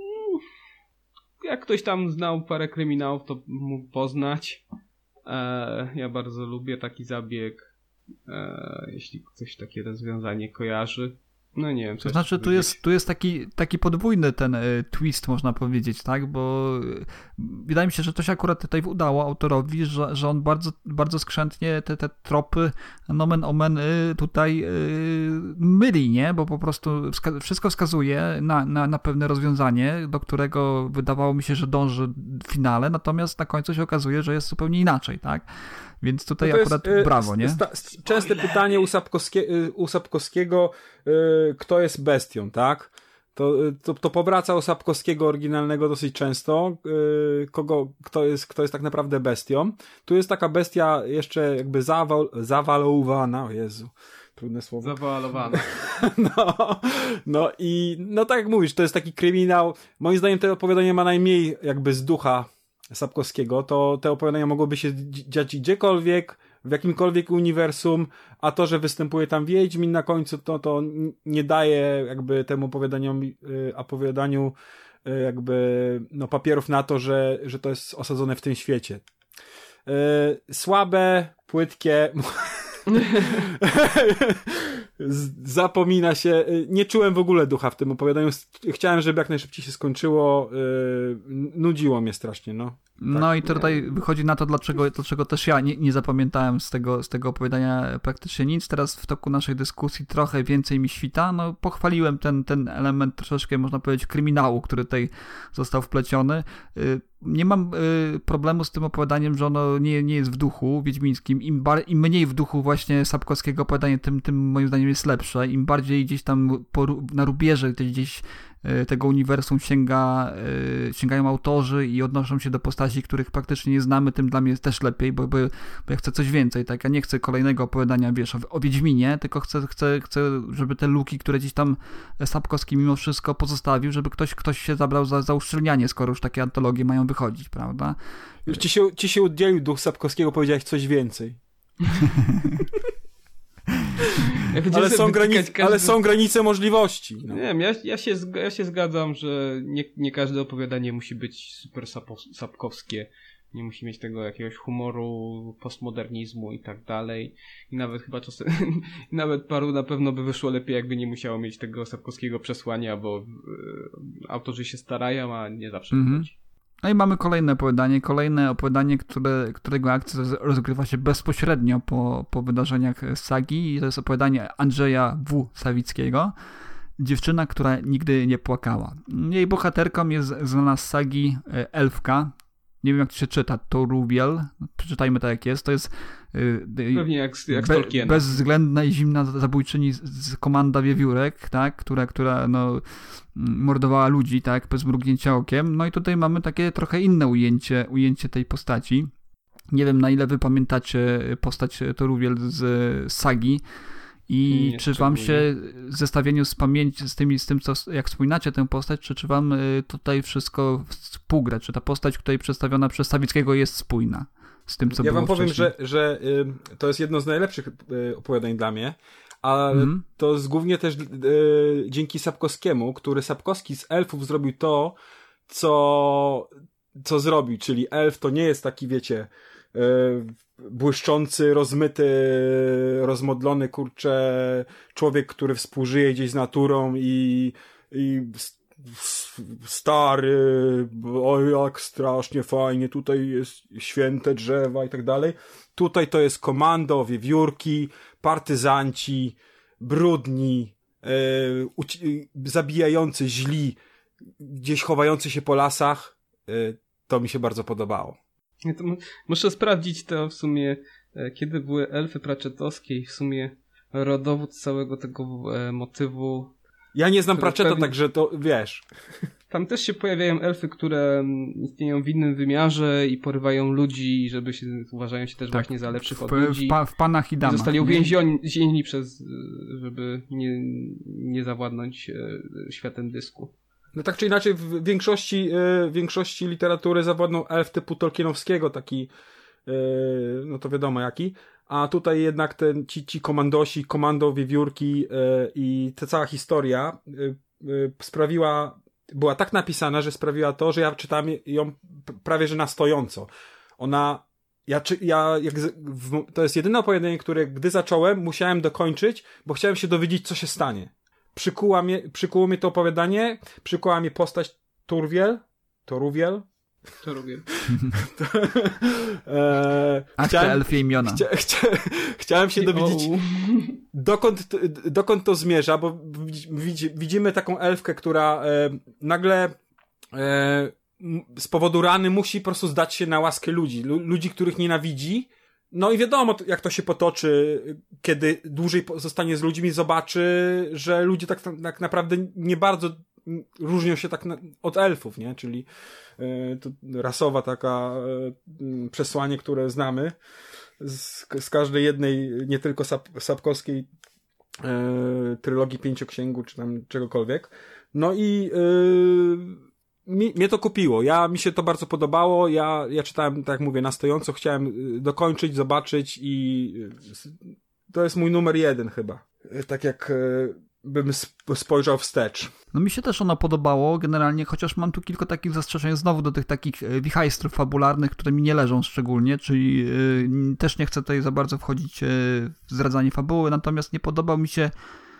Jak ktoś tam znał parę kryminałów, to mógł poznać. Ja bardzo lubię taki zabieg, jeśli ktoś takie rozwiązanie kojarzy. No nie wiem. To znaczy tu jest taki podwójny ten twist, można powiedzieć, tak? Bo wydaje mi się, że to się akurat tutaj udało autorowi, że on bardzo, bardzo skrzętnie te tropy nomen omen tutaj myli, nie? Bo po prostu wszystko wskazuje na pewne rozwiązanie, do którego wydawało mi się, że dąży w finale, natomiast na końcu się okazuje, że jest zupełnie inaczej, tak? Więc tutaj akurat brawo, nie? Częste pytanie u Sapkowskiego, kto jest bestią, tak? To powraca u Sapkowskiego oryginalnego dosyć często, kto jest tak naprawdę bestią. Tu jest taka bestia jeszcze jakby zawalowana, o Jezu, trudne słowo. Zawalowana. No i tak jak mówisz, to jest taki kryminał. Moim zdaniem to opowiadanie ma najmniej jakby z ducha Sapkowskiego, to te opowiadania mogłyby się dziać gdziekolwiek, w jakimkolwiek uniwersum, a to, że występuje tam Wiedźmin na końcu, to nie daje jakby temu opowiadaniu jakby papierów na to, że to jest osadzone w tym świecie. Słabe, płytkie... Zapomina się, nie czułem w ogóle ducha w tym opowiadaniu, chciałem, żeby jak najszybciej się skończyło, nudziło mnie strasznie, no. No i tutaj wychodzi na to, dlaczego też ja nie zapamiętałem z tego opowiadania praktycznie nic. Teraz w toku naszej dyskusji trochę więcej mi świta. No, pochwaliłem ten element troszeczkę, można powiedzieć, kryminału, który tutaj został wpleciony. Nie mam problemu z tym opowiadaniem, że ono nie jest w duchu wiedźmińskim. Im mniej w duchu właśnie Sapkowskiego opowiadanie, tym moim zdaniem jest lepsze. Im bardziej gdzieś tam na rubieże gdzieś tego uniwersum sięgają autorzy i odnoszą się do postaci, których praktycznie nie znamy, tym dla mnie jest też lepiej, bo ja chcę coś więcej, tak? Ja nie chcę kolejnego opowiadania, wiesz, o Wiedźminie, tylko chcę, żeby te luki, które gdzieś tam Sapkowski mimo wszystko pozostawił, żeby ktoś się zabrał za uszczelnianie, skoro już takie antologie mają wychodzić, prawda? Już ci się oddzielił duch Sapkowskiego, powiedziałeś coś więcej. Ale są granice możliwości. No. Nie wiem, ja się zgadzam, że nie każde opowiadanie musi być super sapkowskie. Nie musi mieć tego jakiegoś humoru, postmodernizmu i tak dalej. I nawet chyba czasem, nawet paru na pewno by wyszło lepiej, jakby nie musiało mieć tego sapkowskiego przesłania, bo autorzy się starają, a nie zawsze wychodzi. No i mamy kolejne opowiadanie, którego akcja rozgrywa się bezpośrednio po wydarzeniach sagi i to jest opowiadanie Andrzeja W. Sawickiego. Dziewczyna, która nigdy nie płakała. Jej bohaterką jest znana z sagi elfka. Nie wiem, jak to się czyta, Toruviel. Przeczytajmy tak, jak jest. To jest pewnie jak Tolkiena. Bezwzględna i zimna zabójczyni z komanda wiewiórek, tak? która mordowała ludzi, tak? Bez mrugnięcia okiem. No i tutaj mamy takie trochę inne ujęcie tej postaci. Nie wiem, na ile wy pamiętacie postać Toruviel z sagi. I czy wam się w zestawieniu z pamięci, z tym, co, jak wspominacie tę postać, czy wam tutaj wszystko współgra? Czy ta postać, która jest przedstawiona przez Sawickiego, jest spójna z tym, co było wam powiem, wcześniej? że to jest jedno z najlepszych opowiadań dla mnie, ale to jest głównie też dzięki Sapkowskiemu, który Sapkowski z elfów zrobił to, co zrobił, czyli elf to nie jest taki, wiecie, błyszczący, rozmyty, rozmodlony, kurczę, człowiek, który współżyje gdzieś z naturą i stary, oj jak strasznie fajnie, tutaj jest święte drzewa i tak dalej. Tutaj to jest komando, wiewiórki, partyzanci, brudni, zabijający źli, gdzieś chowający się po lasach. To mi się bardzo podobało. Ja to muszę sprawdzić to w sumie, kiedy były elfy pratchettowskie i w sumie rodowód całego tego motywu. Ja nie znam Pratchetta, także to wiesz. Tam też się pojawiają elfy, które istnieją w innym wymiarze i porywają ludzi, żeby się uważają się też właśnie za lepszych od ludzi. W Panach i Damach. Zostali uwięzieni żeby nie zawładnąć światem dysku. No tak czy inaczej w większości literatury zawładnął elf typu Tolkienowskiego, taki no to wiadomo jaki. A tutaj jednak ci komandosi, komando, wiewiórki i ta cała historia była tak napisana, że sprawiła to, że ja czytałem ją prawie że na stojąco. To jest jedyne opowiadanie, które gdy zacząłem, musiałem dokończyć, bo chciałem się dowiedzieć, co się stanie. Przykuło mnie to opowiadanie, przykuła mnie postać Toruwiel. Te elfie imiona. Chciałem się dowiedzieć, dokąd to zmierza, bo widzimy taką elfkę, która nagle z powodu rany musi po prostu zdać się na łaskę ludzi, których nienawidzi. No i wiadomo, jak to się potoczy, kiedy dłużej zostanie z ludźmi, zobaczy, że ludzie tak naprawdę nie bardzo różnią się tak od elfów, nie? Czyli to rasowa taka przesłanie, które znamy z każdej jednej, nie tylko sapkowskiej trylogii Pięcioksięgu, czy tam czegokolwiek. No i mnie to kupiło. Mi się to bardzo podobało. Ja czytałem, tak jak mówię, na stojąco. Chciałem dokończyć, zobaczyć i to jest mój numer 1 chyba. Tak jak bym spojrzał wstecz. No mi się też ono podobało generalnie, chociaż mam tu kilka takich zastrzeżeń znowu do tych takich wichajstrów fabularnych, które mi nie leżą szczególnie, czyli też nie chcę tutaj za bardzo wchodzić w zdradzanie fabuły, natomiast nie podobał mi się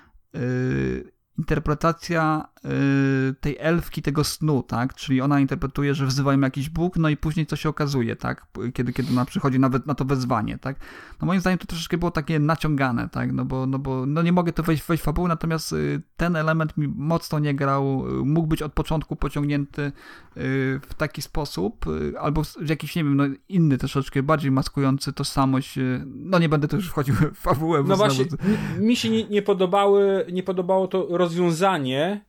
interpretacja tej elfki, tego snu, tak? Czyli ona interpretuje, że wzywa ją jakiś Bóg, no i później co się okazuje, tak? Kiedy ona przychodzi nawet na to wezwanie, tak? No moim zdaniem to troszeczkę było takie naciągane, tak? No bo nie mogę to wejść w fabułę, natomiast ten element mi mocno nie grał, mógł być od początku pociągnięty w taki sposób, albo w jakiś, nie wiem, no inny troszeczkę, bardziej maskujący tożsamość, no nie będę tu już wchodził w fabułę. No właśnie, mi się nie podobało to rozwiązanie,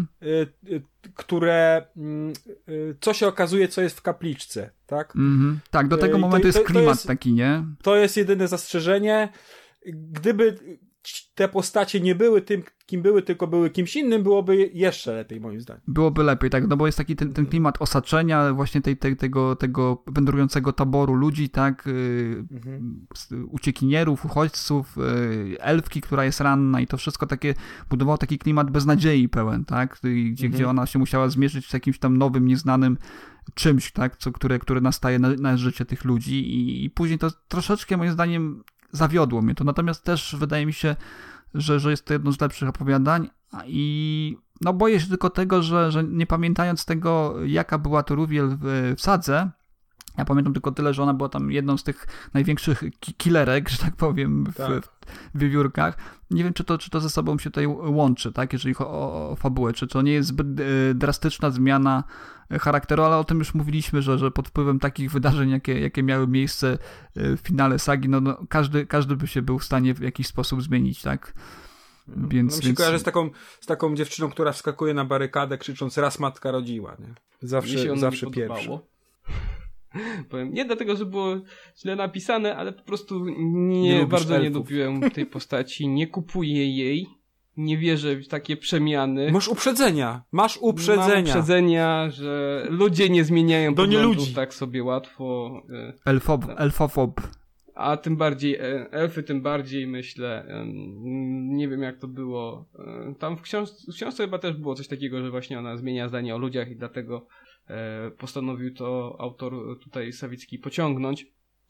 które co się okazuje, co jest w kapliczce, tak? Tak, do tego momentu jest klimat taki, nie? To jest jedyne zastrzeżenie. Gdyby te postacie nie były tym, kim były, tylko były kimś innym, byłoby jeszcze lepiej, moim zdaniem. Byłoby lepiej, tak, no bo jest taki ten klimat osaczenia, właśnie tego wędrującego taboru ludzi, tak, uciekinierów, uchodźców, elfki, która jest ranna i to wszystko takie, budowało taki klimat beznadziei pełen, tak, gdzie ona się musiała zmierzyć z jakimś tam nowym, nieznanym czymś, tak, które nastaje na życie tych ludzi i później to troszeczkę, moim zdaniem, zawiodło mnie to, natomiast też wydaje mi się, że jest to jedno z lepszych opowiadań i no boję się tylko tego, że nie pamiętając tego, jaka była Toruwiel w Sadze, ja pamiętam tylko tyle, że ona była tam jedną z tych największych killerek, że tak powiem, w wiewiórkach. Nie wiem, czy to ze sobą się tutaj łączy, tak, jeżeli chodzi o fabułę, czy to nie jest zbyt drastyczna zmiana charakteru, ale o tym już mówiliśmy, że pod wpływem takich wydarzeń, jakie miały miejsce w finale sagi, no każdy by się był w stanie w jakiś sposób zmienić, tak. Więc mi się kojarzy z taką dziewczyną, która wskakuje na barykadę, krzycząc raz matka rodziła, nie? Zawsze pierwsza. Powiem, nie dlatego, że było źle napisane, ale po prostu bardzo nie lubiłem tej postaci, nie kupuję jej, nie wierzę w takie przemiany. Masz uprzedzenia. Mam uprzedzenia, że ludzie nie zmieniają poglądów tak sobie łatwo. Elfofob. A tym bardziej elfy, tym bardziej myślę, nie wiem jak to było. Tam w książce chyba też było coś takiego, że właśnie ona zmienia zdanie o ludziach i dlatego postanowił to autor tutaj Sawicki pociągnąć.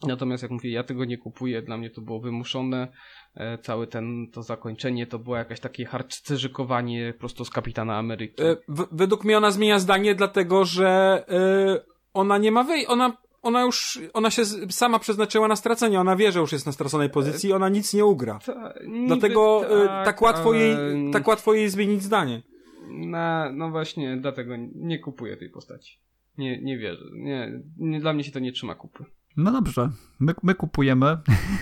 Natomiast jak mówię, ja tego nie kupuję, dla mnie to było wymuszone. Całe to zakończenie to było jakieś takie harcerzykowanie prosto z Kapitana Ameryki. Według mnie ona zmienia zdanie, dlatego że ona nie ma ona się sama przeznaczyła na stracenie, ona wie, że już jest na straconej pozycji i ona nic nie ugra. Dlatego tak łatwo jej zmienić zdanie. No właśnie, dlatego nie kupuję tej postaci. Nie wierzę. Nie, dla mnie się to nie trzyma kupy. No dobrze, my kupujemy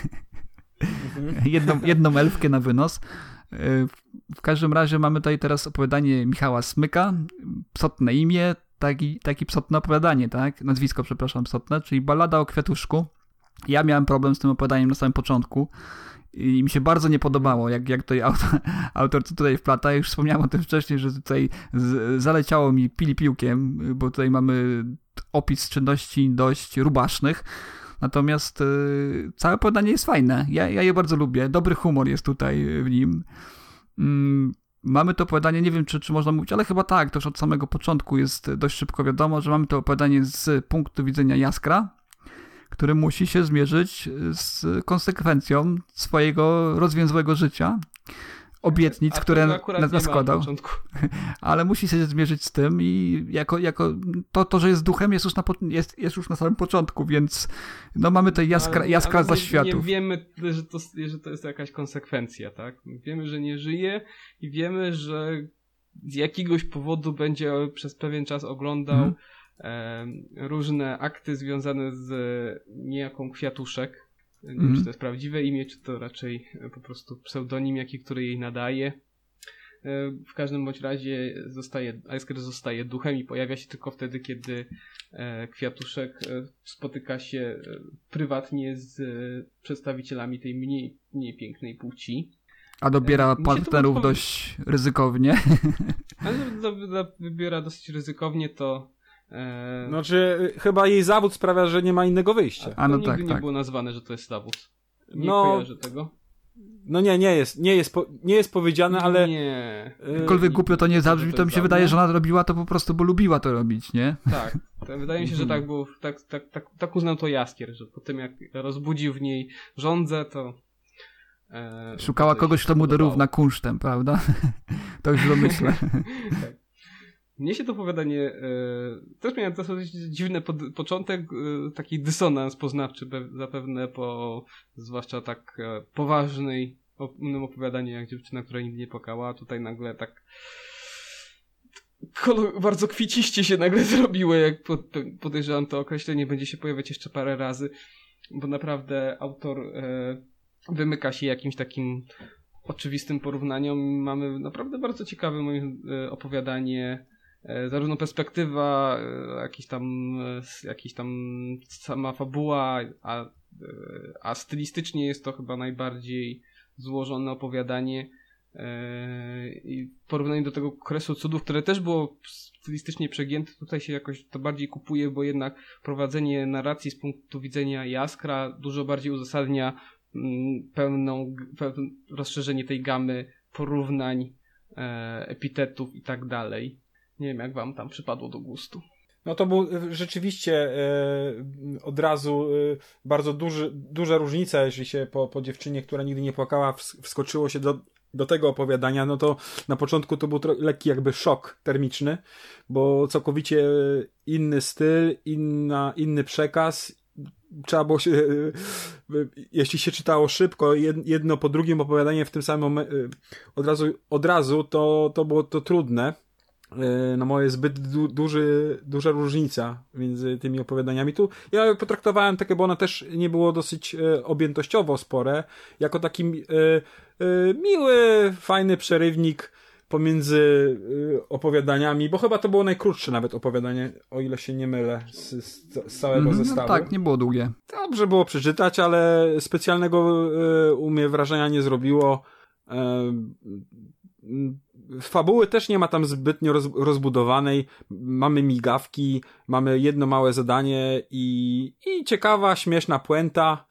jedną elfkę na wynos. W każdym razie mamy tutaj teraz opowiadanie Michała Smyka, psotne imię, taki psotne opowiadanie, tak? Nazwisko, przepraszam, psotne, czyli Ballada o kwiatuszku. Ja miałem problem z tym opowiadaniem na samym początku i mi się bardzo nie podobało, jak tutaj autor co tutaj wplata. Już wspomniałem o tym wcześniej, że tutaj zaleciało mi piłkiem, bo tutaj mamy opis czynności dość rubasznych. Natomiast całe opowiadanie jest fajne. Ja je bardzo lubię. Dobry humor jest tutaj w nim. Mamy to opowiadanie, nie wiem czy można mówić, ale chyba tak, to już od samego początku jest dość szybko wiadomo, że mamy to opowiadanie z punktu widzenia Jaskra, który musi się zmierzyć z konsekwencją swojego rozwiązłego życia, obietnic, które składał, ale musi się zmierzyć z tym i jako to, że jest duchem jest już na samym początku, więc no mamy tutaj jaskra za światów. Nie wiemy, że to jest jakaś konsekwencja, tak? Wiemy, że nie żyje i wiemy, że z jakiegoś powodu będzie przez pewien czas oglądał różne akty związane z niejaką Kwiatuszek. Nie wiem, czy to jest prawdziwe imię, czy to raczej po prostu pseudonim, który jej nadaje. W każdym bądź razie Jaskier zostaje duchem i pojawia się tylko wtedy, kiedy Kwiatuszek spotyka się prywatnie z przedstawicielami tej mniej pięknej płci. A dobiera partnerów dość ryzykownie. Ale wybiera dosyć ryzykownie, to znaczy, chyba jej zawód sprawia, że nie ma innego wyjścia. A to nigdy nie było nazwane, że to jest zawód. Nie kojarzę tego. No nie jest powiedziane, ale... Nie. Jakkolwiek głupio to nie zabrzmi, to mi się wydaje, że ona robiła to po prostu, bo lubiła to robić, nie? Tak. Wydaje mi się, że tak było. Tak uznał to Jaskier, że po tym jak rozbudził w niej żądzę, to... Szukała kogoś, kto mu dorówna kunsztem, prawda? To już domyślę. Tak. Mnie się to opowiadanie też miałem dosyć dziwny początek, taki dysonans poznawczy zapewne po zwłaszcza tak poważnym opowiadaniu jak Dziewczyna, która nigdy nie płakała, a tutaj nagle tak bardzo kwieciście się nagle zrobiło, jak podejrzewam to określenie będzie się pojawiać jeszcze parę razy, bo naprawdę autor wymyka się jakimś takim oczywistym porównaniom. Mamy naprawdę bardzo ciekawe opowiadanie, zarówno perspektywa, jakiś tam sama fabuła, a stylistycznie jest to chyba najbardziej złożone opowiadanie. I w porównaniu do tego Kresu Cudów, które też było stylistycznie przegięte, tutaj się jakoś to bardziej kupuje, bo jednak prowadzenie narracji z punktu widzenia Jaskra dużo bardziej uzasadnia pełne rozszerzenie tej gamy porównań, epitetów i tak dalej. Nie wiem, jak wam tam przypadło do gustu. No to był rzeczywiście od razu bardzo duża różnica, jeżeli się po dziewczynie, która nigdy nie płakała, wskoczyło się do tego opowiadania, no to na początku to był lekki jakby szok termiczny, bo całkowicie inny styl, inny przekaz. Trzeba było się, jeśli się czytało szybko, jedno po drugim opowiadanie w tym samym momencie, od razu, to było to trudne. No moje zbyt duża różnica między tymi opowiadaniami. Tu ja potraktowałem takie, bo ono też nie było dosyć objętościowo spore, jako taki miły, fajny przerywnik pomiędzy opowiadaniami, bo chyba to było najkrótsze nawet opowiadanie, o ile się nie mylę, z całego zestawu. No tak, nie było długie. Dobrze było przeczytać, ale specjalnego u mnie wrażenia nie zrobiło. Fabuły też nie ma tam zbytnio rozbudowanej. Mamy migawki, mamy jedno małe zadanie i ciekawa, śmieszna puenta.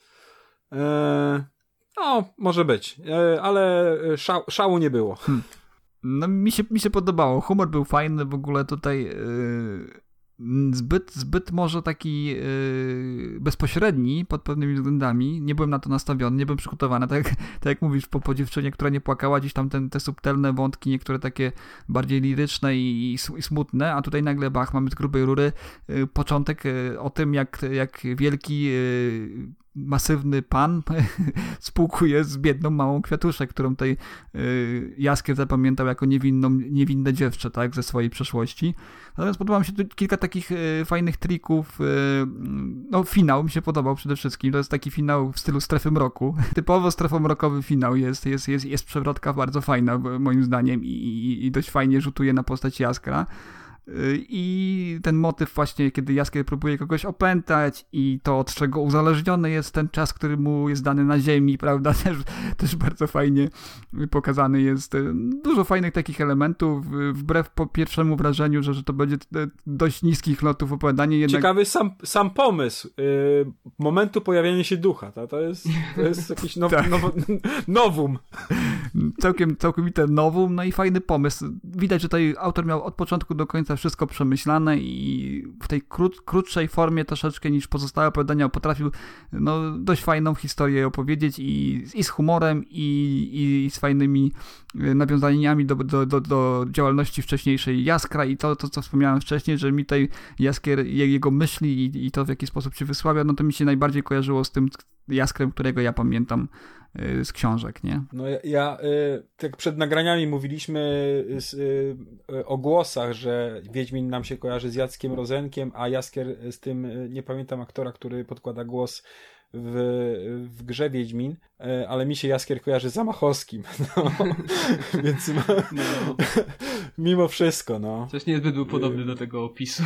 No, może być, ale szału nie było. No mi się podobało. Humor był fajny, w ogóle tutaj zbyt może taki bezpośredni pod pewnymi względami. Nie byłem na to nastawiony, nie byłem przygotowany. Tak jak mówisz, po dziewczynie, która nie płakała, gdzieś tam te subtelne wątki, niektóre takie bardziej liryczne i smutne, a tutaj nagle bach, mamy z grubej rury początek o tym, jak wielki masywny pan spółkuje z biedną małą Kwiatuszek, którą tutaj Jaskier zapamiętał jako niewinne dziewczę, tak, ze swojej przeszłości. Natomiast podoba mi się tu kilka takich fajnych trików. No, finał mi się podobał przede wszystkim. To jest taki finał w stylu Strefy Mroku. Typowo strefomrokowy finał jest przewrotka bardzo fajna, moim zdaniem, i dość fajnie rzutuje na postać Jaskra. I ten motyw właśnie, kiedy Jaskier próbuje kogoś opętać i to, od czego uzależniony jest ten czas, który mu jest dany na ziemi, prawda, też bardzo fajnie pokazany jest. Dużo fajnych takich elementów, wbrew pierwszemu wrażeniu, że to będzie dość niskich lotów opowiadanie. Jednak... Ciekawy sam pomysł momentu pojawiania się ducha. To jest jakiś nowum. Całkowite nowum, no i fajny pomysł. Widać, że tutaj autor miał od początku do końca wszystko przemyślane i w tej krótszej formie troszeczkę niż pozostałe opowiadania potrafił dość fajną historię opowiedzieć i z humorem i z fajnymi nawiązaniami do działalności wcześniejszej Jaskra i to, co wspomniałem wcześniej, że mi tutaj Jaskier, jego myśli i to, w jaki sposób się wysławia, no to mi się najbardziej kojarzyło z tym Jaskrem, którego ja pamiętam z książek, nie? No ja tak przed nagraniami mówiliśmy o głosach, że Wiedźmin nam się kojarzy z Jackiem Rozenkiem, a Jaskier z tym, nie pamiętam aktora, który podkłada głos w grze Wiedźmin, ale mi się Jaskier kojarzy z Zamachowskim. No. Więc mimo wszystko, no. Coś niezbyt był podobny do tego opisu.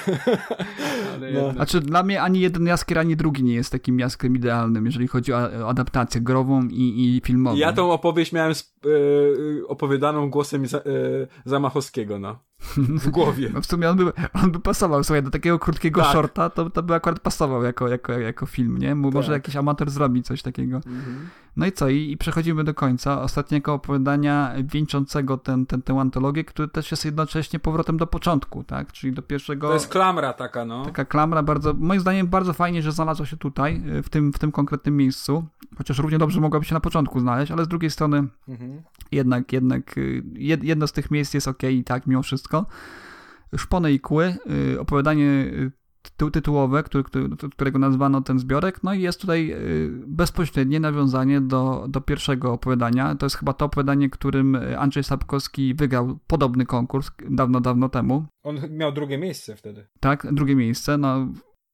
No. Znaczy dla mnie ani jeden Jaskier, ani drugi nie jest takim Jaskrem idealnym, jeżeli chodzi o adaptację grową i filmową. Ja tą opowieść miałem opowiadaną głosem Zamachowskiego, no. W głowie. No w sumie on by pasował, słuchaj, do takiego krótkiego shorta, to by akurat pasował jako film, nie? Może jakiś amator zrobi coś takiego. Mhm. No i co? I przechodzimy do końca ostatniego opowiadania wieńczącego tę antologię, który też jest jednocześnie powrotem do początku, tak? Czyli do pierwszego... To jest klamra taka, no. Taka klamra bardzo, moim zdaniem bardzo fajnie, że znalazła się tutaj, w tym konkretnym miejscu, chociaż równie dobrze mogłaby się na początku znaleźć, ale z drugiej strony jednak jedno z tych miejsc jest okej i tak, mimo wszystko. Szpony i kły, opowiadanie tytułowe, którego nazwano ten zbiorek, no i jest tutaj bezpośrednie nawiązanie do pierwszego opowiadania. To jest chyba to opowiadanie, którym Andrzej Sapkowski wygrał podobny konkurs dawno temu. On miał drugie miejsce wtedy. Tak, drugie miejsce, no...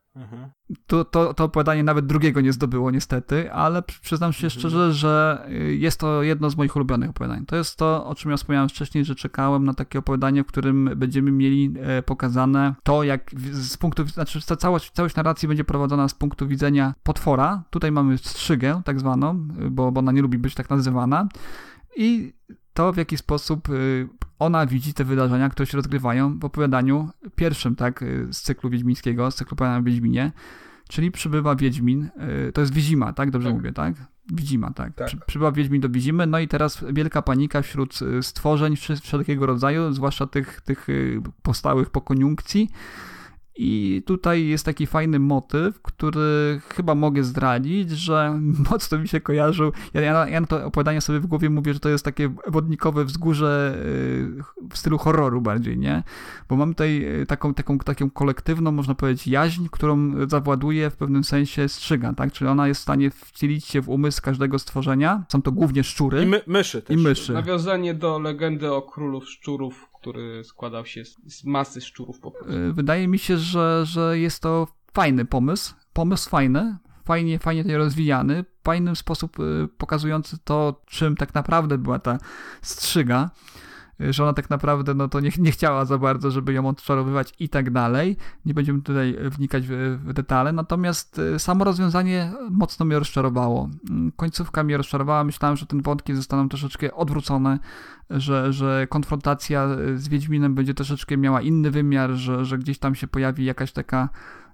To opowiadanie nawet drugiego nie zdobyło niestety, ale przyznam się szczerze, że jest to jedno z moich ulubionych opowiadań. To jest to, o czym ja wspomniałem wcześniej, że czekałem na takie opowiadanie, w którym będziemy mieli pokazane to, jak z punktu, znaczy całość narracji będzie prowadzona z punktu widzenia potwora. Tutaj mamy strzygę tak zwaną, bo ona nie lubi być tak nazywana. I to, w jaki sposób ona widzi te wydarzenia, które się rozgrywają w opowiadaniu pierwszym, tak, z cyklu wiedźmińskiego, z cyklu opowiadania o Wiedźminie, czyli przybywa Wiedźmin, to jest Wizima, tak? Dobrze mówię, tak? Wizima, tak. Przybywa Wiedźmin do Wizimy, no i teraz wielka panika wśród stworzeń wszelkiego rodzaju, zwłaszcza tych powstałych po koniunkcji. I tutaj jest taki fajny motyw, który chyba mogę zdradzić, że mocno mi się kojarzył. Ja na to opowiadanie sobie w głowie mówię, że to jest takie wodnikowe wzgórze w stylu horroru bardziej, nie? Bo mam tutaj taką kolektywną, można powiedzieć, jaźń, którą zawładuje w pewnym sensie strzyga, tak? Czyli ona jest w stanie wcielić się w umysł każdego stworzenia. Są to głównie szczury. I myszy też. I myszy. Nawiązanie do legendy o królu szczurów, który składał się z masy szczurów po prostu. Wydaje mi się, że jest to fajny pomysł. Pomysł fajny, fajnie tutaj rozwijany, fajny sposób pokazujący to, czym tak naprawdę była ta strzyga. Że ona tak naprawdę no to nie chciała za bardzo, żeby ją odczarowywać i tak dalej. Nie będziemy tutaj wnikać w detale, natomiast samo rozwiązanie mocno mnie rozczarowało. Końcówka mnie rozczarowała, myślałem, że te wątki zostaną troszeczkę odwrócone, że konfrontacja z Wiedźminem będzie troszeczkę miała inny wymiar, że gdzieś tam się pojawi jakaś taka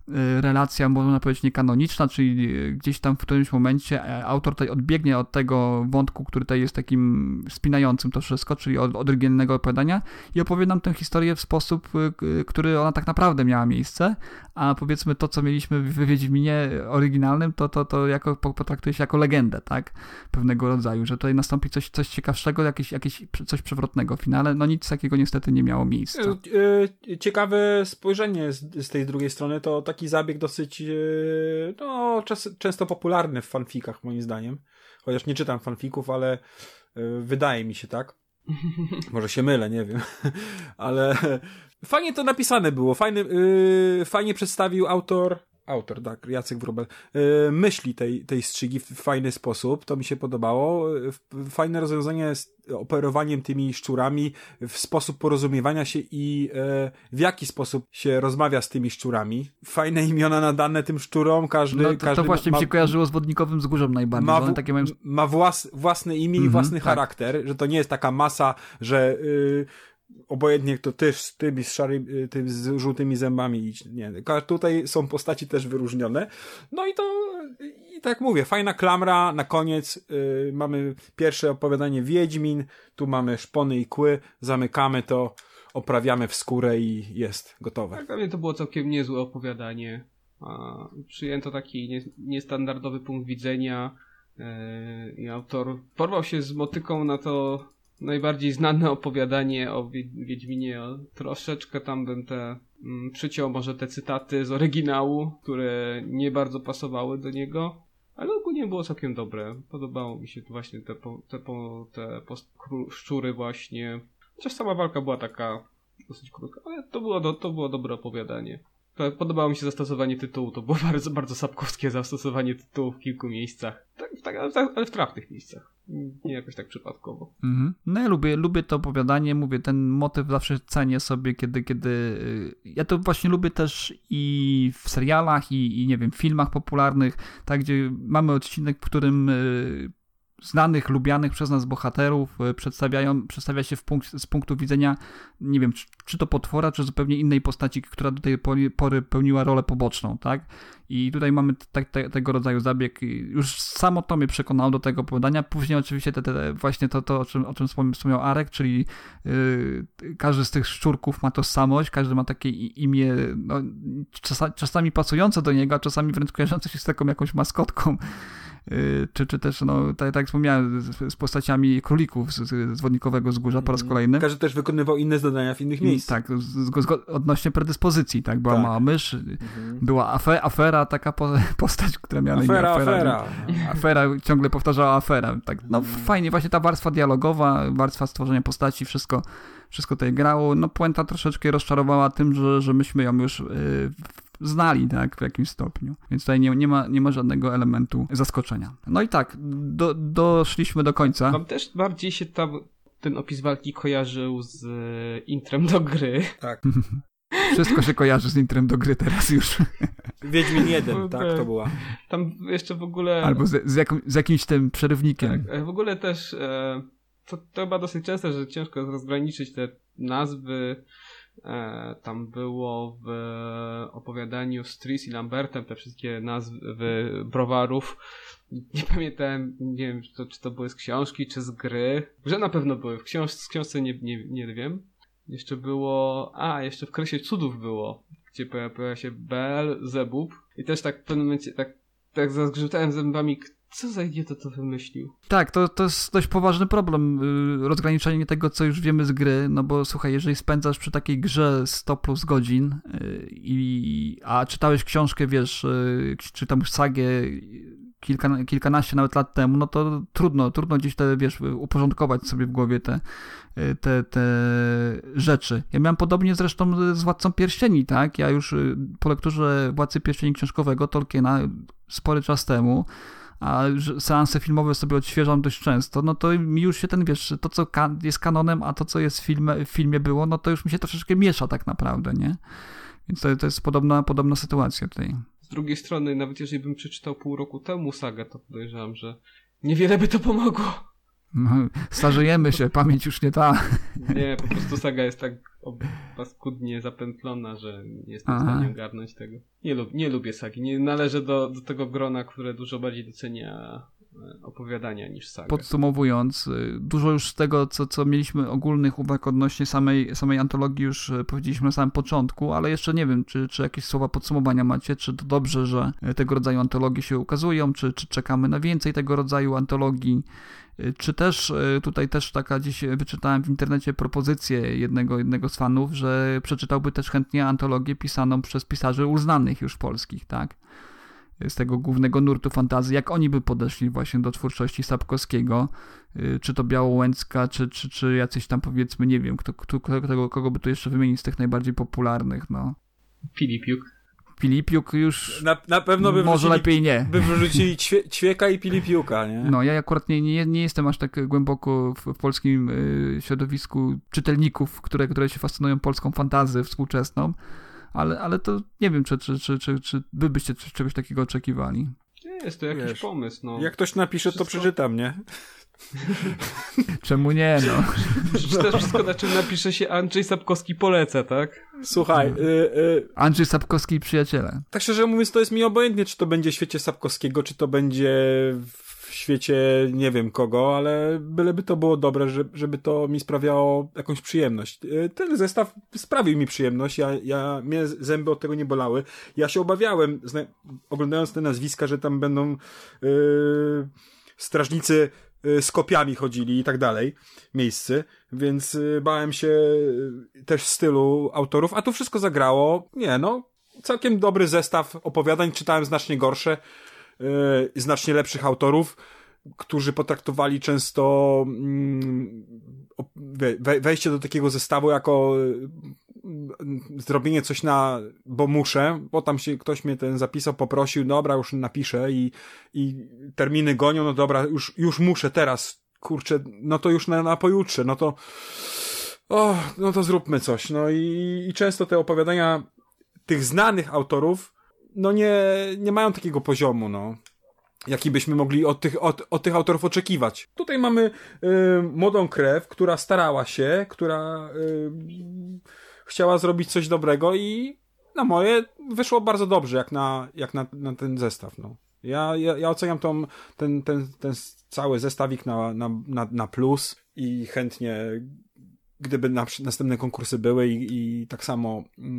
relacja, można powiedzieć, niekanoniczna, czyli gdzieś tam w którymś momencie autor tutaj odbiegnie od tego wątku, który tutaj jest takim spinającym to wszystko, czyli od oryginalnego opowiadania i opowie nam tę historię w sposób, który ona tak naprawdę miała miejsce, a powiedzmy to, co mieliśmy w Wiedźminie oryginalnym, to jako potraktuje się jako legendę, tak? Pewnego rodzaju, że tutaj nastąpi coś ciekawszego, jakieś coś przewrotnego w finale. No nic takiego niestety nie miało miejsca. Ciekawe spojrzenie z tej drugiej strony, to taki zabieg dosyć często popularny w fanfikach, moim zdaniem. Chociaż nie czytam fanfików, ale wydaje mi się tak. Może się mylę, nie wiem. Ale fajnie to napisane było. Fajnie przedstawił autor, tak, Jacek Wróbel, myśli tej strzygi w fajny sposób. To mi się podobało. Fajne rozwiązanie z operowaniem tymi szczurami, w sposób porozumiewania się i w jaki sposób się rozmawia z tymi szczurami. Fajne imiona nadane tym szczurom. Każdy właśnie mi się kojarzyło z Wodnikowym Wzgórzem najbardziej. Ma własne imię i własny charakter, że to nie jest taka masa, że obojętnie kto też z tymi z żółtymi zębami. Nie, tutaj są postaci też wyróżnione. No i tak mówię, fajna klamra, na koniec mamy pierwsze opowiadanie Wiedźmin, tu mamy szpony i kły, zamykamy to, oprawiamy w skórę i jest gotowe. Tak, dla mnie to było całkiem niezłe opowiadanie. Przyjęto taki niestandardowy punkt widzenia i autor porwał się z motyką na to najbardziej znane opowiadanie o Wiedźminie. Troszeczkę tam bym przyciął może te cytaty z oryginału, które nie bardzo pasowały do niego, ale ogólnie było całkiem dobre. Podobało mi się właśnie te szczury właśnie. Chociaż sama walka była taka dosyć krótka, ale to było dobre opowiadanie. Podobało mi się zastosowanie tytułu, to było bardzo, bardzo sapkowskie zastosowanie tytułu w kilku miejscach. Ale w trafnych miejscach. Nie jakoś tak przypadkowo. No ja lubię to opowiadanie, mówię, ten motyw zawsze cenię sobie, kiedy ja to właśnie lubię też i w serialach, i nie wiem, w filmach popularnych, tak, gdzie mamy odcinek, w którym znanych, lubianych przez nas bohaterów przedstawia się z punktu widzenia, nie wiem, czy to potwora, czy zupełnie innej postaci, która do tej pory pełniła rolę poboczną, tak? I tutaj mamy tego rodzaju zabieg. Już samo to mnie przekonało do tego opowiadania. Później oczywiście właśnie to o czym wspomniał Arek, czyli każdy z tych szczurków ma tożsamość, każdy ma takie imię, no, czasami pasujące do niego, a czasami wręcz kojarzące się z taką jakąś maskotką. Czy też, no, tak jak wspomniałem, z postaciami królików z Wodnikowego Wzgórza po raz kolejny. Każdy też wykonywał inne zadania w innych miejscach. Tak, odnośnie predyspozycji, tak, była mała mysz, była afera, taka postać, która miała na imię Afera ciągle powtarzała afera. Tak, no fajnie, właśnie ta warstwa dialogowa, warstwa stworzenia postaci, wszystko tutaj grało. No puenta troszeczkę rozczarowała tym, że myśmy ją już znali, tak, w jakimś stopniu. Więc tutaj nie ma żadnego elementu zaskoczenia. No i tak, doszliśmy do końca. Wam też bardziej się ten opis walki kojarzył z intrem do gry. Tak. Wszystko się kojarzy z intrem do gry teraz już. Wiedźmin 1, tak, to była. Tam jeszcze w ogóle... Albo z jakimś tym przerywnikiem. Tak, w ogóle też to chyba dosyć często, że ciężko jest rozgraniczyć te nazwy. Tam było w opowiadaniu z Tris i Lambertem te wszystkie nazwy browarów. Nie pamiętałem, nie wiem, czy to były z książki, czy z gry. W grze na pewno były, w książce nie wiem. Jeszcze było, jeszcze w Kresie Cudów było, gdzie pojawia się Beelzebub. I też tak w pewnym momencie tak zazgrzytałem zębami, co za idiota to wymyślił? Tak, to jest dość poważny problem, rozgraniczenie tego, co już wiemy z gry, no bo słuchaj, jeżeli spędzasz przy takiej grze 100 plus godzin, a czytałeś książkę, wiesz, czy tam sagę kilkanaście nawet lat temu, no to trudno gdzieś uporządkować sobie w głowie te rzeczy. Ja miałem podobnie zresztą z Władcą Pierścieni, tak? Ja już po lekturze Władcy Pierścieni książkowego Tolkiena spory czas temu, a seanse filmowe sobie odświeżam dość często, no to mi już się to co jest kanonem, a to co jest w filmie było, no to już mi się troszeczkę miesza tak naprawdę, nie? Więc to jest podobna sytuacja tutaj. Z drugiej strony, nawet jeżeli bym przeczytał pół roku temu sagę, to podejrzewam, że niewiele by to pomogło. No, starzejemy się, pamięć już nie ta. Nie, po prostu saga jest tak paskudnie zapętlona, że nie jestem w stanie ogarnąć tego. Nie lubię sagi. Nie należę do tego grona, które dużo bardziej docenia opowiadania niż sagę. Podsumowując, dużo już z tego, co mieliśmy ogólnych uwag odnośnie samej antologii już powiedzieliśmy na samym początku, ale jeszcze nie wiem, czy jakieś słowa podsumowania macie, czy to dobrze, że tego rodzaju antologie się ukazują, czy czekamy na więcej tego rodzaju antologii, czy też tutaj też taka gdzieś wyczytałem w internecie propozycję jednego z fanów, że przeczytałby też chętnie antologię pisaną przez pisarzy uznanych już polskich, tak? Z tego głównego nurtu fantazji, jak oni by podeszli właśnie do twórczości Sapkowskiego, czy to Białołęcka, czy jacyś tam powiedzmy, nie wiem, kogo by tu jeszcze wymienić z tych najbardziej popularnych, no. Filipiuk już na pewno by może lepiej nie. By wyrzucili Ćwieka i Filipiuka, nie? No, ja akurat nie jestem aż tak głęboko w polskim środowisku czytelników, które się fascynują polską fantazję współczesną, ale to nie wiem, czy wy byście czegoś takiego oczekiwali. Jest to jakiś pomysł, no. Jak ktoś napisze, to przeczytam, nie? Czemu nie, no? Przeczytasz wszystko, na czym napisze się Andrzej Sapkowski poleca, tak? Słuchaj. Andrzej Sapkowski i przyjaciele. Tak szczerze mówiąc, to jest mi obojętnie, czy to będzie w świecie Sapkowskiego, czy to będzie w świecie nie wiem kogo, ale byleby to było dobre, żeby to mi sprawiało jakąś przyjemność. Ten zestaw sprawił mi przyjemność, mnie zęby od tego nie bolały. Ja się obawiałem, oglądając te nazwiska, że tam będą strażnicy z kopiami chodzili i tak dalej, miejscy, więc bałem się też stylu autorów, a tu wszystko zagrało. Nie, no, całkiem dobry zestaw opowiadań, czytałem znacznie gorsze, znacznie lepszych autorów, którzy potraktowali często wejście do takiego zestawu jako zrobienie coś bo muszę, bo tam się ktoś mnie ten zapisał, poprosił, dobra, już napiszę i terminy gonią, no dobra, już muszę teraz, kurczę, no to już na pojutrze, no to zróbmy coś, no i często te opowiadania tych znanych autorów, no nie mają takiego poziomu, no, jaki byśmy mogli od tych autorów oczekiwać. Tutaj mamy młodą krew, która starała się, która chciała zrobić coś dobrego i na moje wyszło bardzo dobrze, jak na ten zestaw. No. Ja oceniam ten cały zestawik na plus i chętnie, gdyby następne konkursy były i tak samo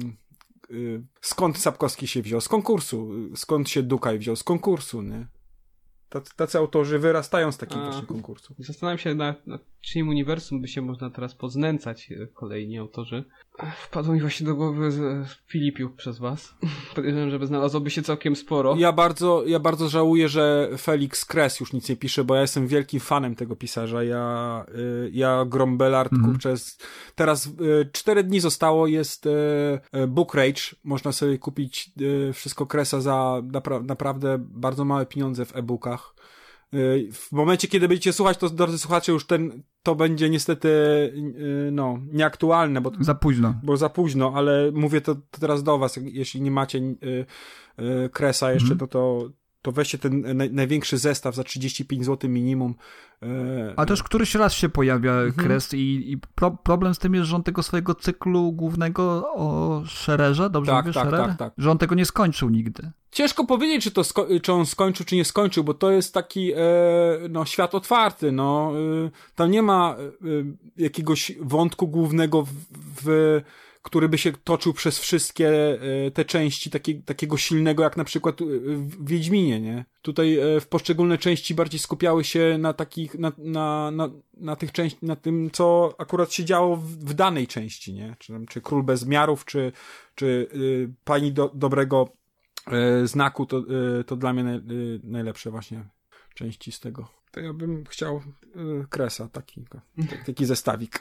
skąd Sapkowski się wziął? Z konkursu. Skąd się Dukaj wziął? Z konkursu, nie? Tacy autorzy wyrastają z takich właśnie konkursów. Zastanawiam się, nad czyim uniwersum by się można teraz poznęcać kolejni autorzy. Wpadło mi właśnie do głowy Filipiuk przez was. Podejrzewam, że znalazłoby się całkiem sporo. Ja bardzo żałuję, że Felix Kres już nic nie pisze, bo ja jestem wielkim fanem tego pisarza. Ja Grombellard, kurczę, teraz 4 dni zostało, jest Book Rage. Można sobie kupić wszystko Kresa za naprawdę bardzo małe pieniądze w e-bookach. W momencie, kiedy będziecie słuchać, to drodzy słuchacze, już to będzie niestety nieaktualne, bo za późno, ale mówię to teraz do was, jeśli nie macie Kresa jeszcze, to weźcie ten największy zestaw za 35 zł minimum. A też któryś raz się pojawia Kres i problem z tym jest, że on tego swojego cyklu głównego o Schererze, dobrze mówię, Scherer? Tak. Że on tego nie skończył nigdy. Ciężko powiedzieć, czy on skończył, czy nie skończył, bo to jest taki świat otwarty. Tam nie ma jakiegoś wątku głównego który by się toczył przez wszystkie te części takiego silnego, jak na przykład w Wiedźminie, nie? Tutaj w poszczególne części bardziej skupiały się na takich, na tych części, na tym, co akurat się działo w danej części, nie? Czy Król Bezmiarów, czy Pani dobrego znaku, to dla mnie najlepsze właśnie części z tego. To ja bym chciał Kresa, taki zestawik.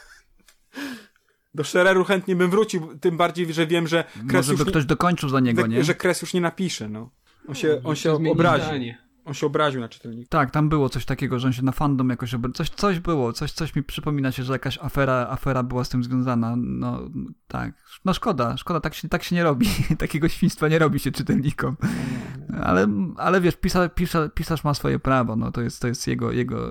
Do Schereru chętnie bym wrócił, tym bardziej, że wiem, że Kres może by ktoś dokończył za niego, nie? Że Kres już nie napisze, no. On się obraził. On się obraził na czytelnika. Tak, tam było coś takiego, że on się na fandom jakoś coś było, coś mi przypomina się, że jakaś afera była z tym związana. No tak. No szkoda, tak się nie robi. Takiego świństwa nie robi się czytelnikom. Ale wiesz, pisarz ma swoje prawo, no to jest jego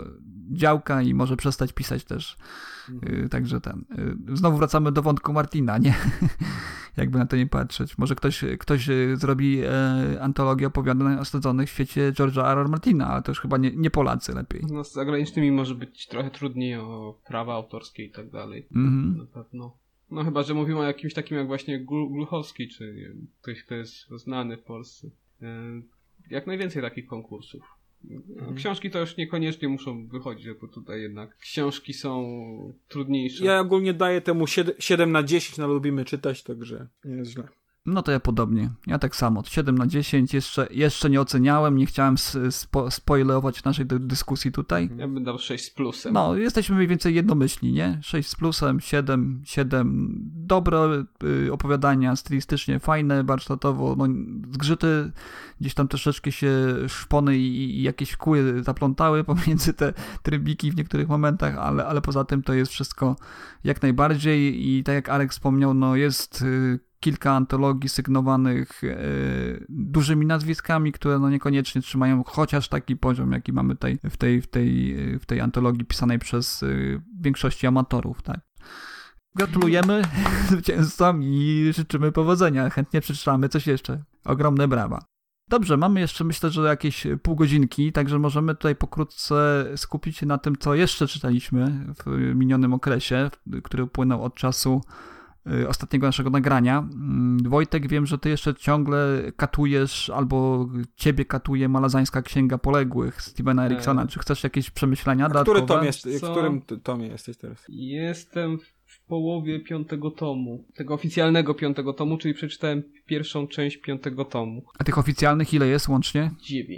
działka i może przestać pisać też. Także znowu wracamy do wątku Martina, nie? Jakby na to nie patrzeć. Może ktoś zrobi antologię opowiadań osadzonych w świecie George'a R.R. Martina, ale to już chyba nie Polacy lepiej. No z zagranicznymi może być trochę trudniej o prawa autorskie i tak dalej. Na pewno. No chyba, że mówimy o jakimś takim jak właśnie Gluchowski, czy ktoś, kto jest znany w Polsce. Jak najwięcej takich konkursów. Książki to już niekoniecznie muszą wychodzić, bo tutaj jednak książki są trudniejsze. Ja ogólnie daję temu 7/10, no lubimy czytać, także nie jest źle. No to ja podobnie. Ja tak samo. 7/10. Jeszcze nie oceniałem, nie chciałem spoilerować naszej dyskusji tutaj. Ja bym dał 6 z plusem. No, jesteśmy mniej więcej jednomyślni, nie? 6 z plusem, 7. Dobre opowiadania, stylistycznie fajne, warsztatowo, no zgrzyty, gdzieś tam troszeczkę się szpony i jakieś kły zaplątały pomiędzy te trybiki w niektórych momentach, ale poza tym to jest wszystko jak najbardziej i tak jak Arek wspomniał, no jest kilka antologii sygnowanych dużymi nazwiskami, które no niekoniecznie trzymają chociaż taki poziom, jaki mamy tutaj w tej antologii pisanej przez większości amatorów, tak. Gratulujemy zwycięzcom i życzymy powodzenia. Chętnie przeczytamy coś jeszcze. Ogromne brawa. Dobrze, mamy jeszcze myślę, że jakieś pół godzinki, także możemy tutaj pokrótce skupić się na tym, co jeszcze czytaliśmy w minionym okresie, który upłynął od czasu ostatniego naszego nagrania. Wojtek, wiem, że ty jeszcze ciągle katujesz, albo ciebie katuje Malazańska Księga Poległych Stevena Eriksona. Czy chcesz jakieś przemyślenia dodatkowe? W którym tomie jesteś teraz? Jestem w połowie 5. tomu. Tego oficjalnego 5. tomu, czyli przeczytałem pierwszą część 5. tomu. A tych oficjalnych ile jest łącznie?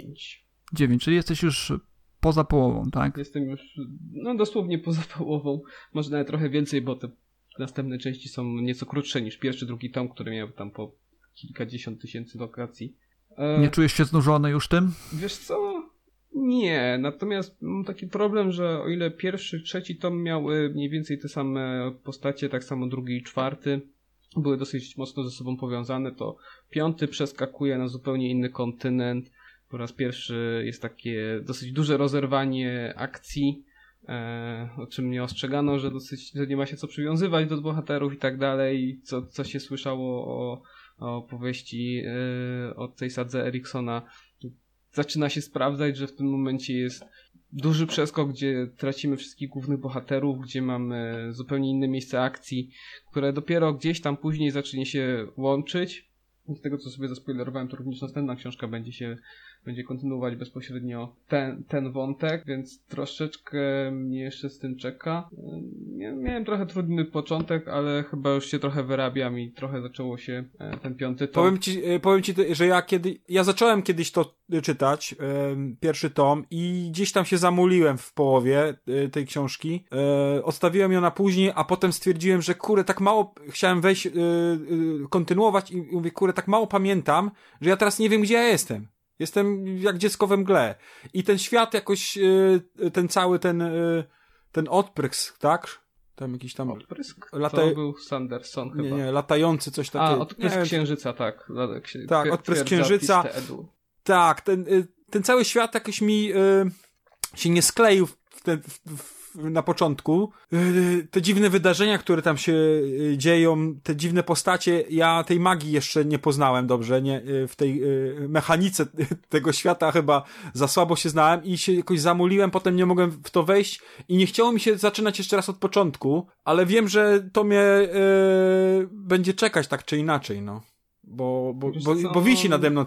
9, czyli jesteś już poza połową, tak? Jestem już, no dosłownie poza połową. Może nawet trochę więcej, bo te następne części są nieco krótsze niż pierwszy, drugi tom, który miał tam po kilkadziesiąt tysięcy lokacji. Nie czujesz się znużony już tym? Wiesz co? Nie, natomiast mam taki problem, że o ile pierwszy, trzeci tom miały mniej więcej te same postacie, tak samo drugi i czwarty były dosyć mocno ze sobą powiązane, to 5. przeskakuje na zupełnie inny kontynent. Po raz pierwszy jest takie dosyć duże rozerwanie akcji, o czym mnie ostrzegano, że nie ma się co przywiązywać do bohaterów i tak dalej, co się słyszało o powieści o tej sadze Eriksona. Zaczyna się sprawdzać, że w tym momencie jest duży przeskok, gdzie tracimy wszystkich głównych bohaterów, gdzie mamy zupełnie inne miejsce akcji, które dopiero gdzieś tam później zacznie się łączyć. Z tego, co sobie zaspoilerowałem, to również następna książka będzie kontynuować bezpośrednio ten wątek, więc troszeczkę mnie jeszcze z tym czeka. Miałem trochę trudny początek, ale chyba już się trochę wyrabiam i trochę zaczęło się ten 5. tom. Powiem ci, że ja zacząłem kiedyś to czytać, pierwszy tom, i gdzieś tam się zamuliłem w połowie tej książki. Odstawiłem ją na później, a potem stwierdziłem, że tak mało chciałem wejść, kontynuować i mówię, tak mało pamiętam, że ja teraz nie wiem, gdzie ja jestem. Jestem jak dziecko we mgle. I ten świat jakoś, ten cały, ten odprysk, tak? Tam jakiś tam... Odprysk? To był Sanderson chyba. Nie, latający coś takiego. Odprysk księżyca, tak. Tak, odprysk księżyca. Tak, ten cały świat jakoś mi się nie skleił na początku. Te dziwne wydarzenia, które tam się dzieją, te dziwne postacie, ja tej magii jeszcze nie poznałem dobrze, nie, w tej mechanice tego świata chyba za słabo się znałem i się jakoś zamuliłem, potem nie mogłem w to wejść i nie chciało mi się zaczynać jeszcze raz od początku, ale wiem, że to mnie będzie czekać tak czy inaczej, no. Bo wisi nade mną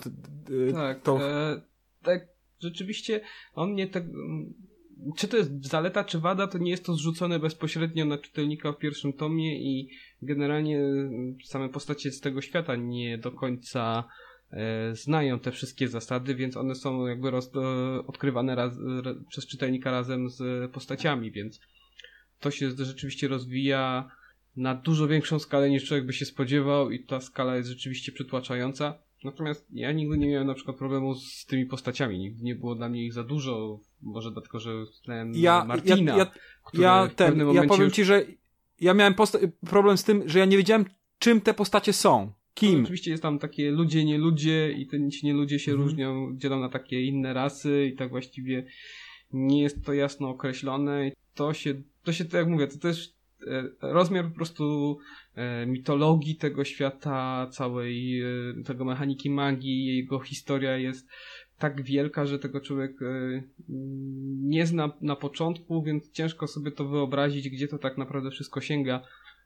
tak, rzeczywiście on mnie tak... Czy to jest zaleta, czy wada, to nie jest to zrzucone bezpośrednio na czytelnika w pierwszym tomie i generalnie same postacie z tego świata nie do końca znają te wszystkie zasady, więc one są jakby odkrywane przez czytelnika razem z postaciami, więc to się rzeczywiście rozwija na dużo większą skalę niż człowiek by się spodziewał i ta skala jest rzeczywiście przytłaczająca. Natomiast ja nigdy nie miałem na przykład problemu z tymi postaciami, nigdy nie było dla mnie ich za dużo, może dlatego, że znałem Martina, który w pewnym momencie... Ja powiem ci, że ja miałem problem z tym, że ja nie wiedziałem, czym te postacie są, kim. No, oczywiście jest tam takie ludzie, nie ludzie i ci nie ludzie się różnią, dzielą na takie inne rasy i tak właściwie nie jest to jasno określone. To się tak jak mówię, to też rozmiar po prostu mitologii tego świata, całej tego mechaniki magii, jego historia jest tak wielka, że tego człowiek nie zna na początku, więc ciężko sobie to wyobrazić, gdzie to tak naprawdę wszystko sięga,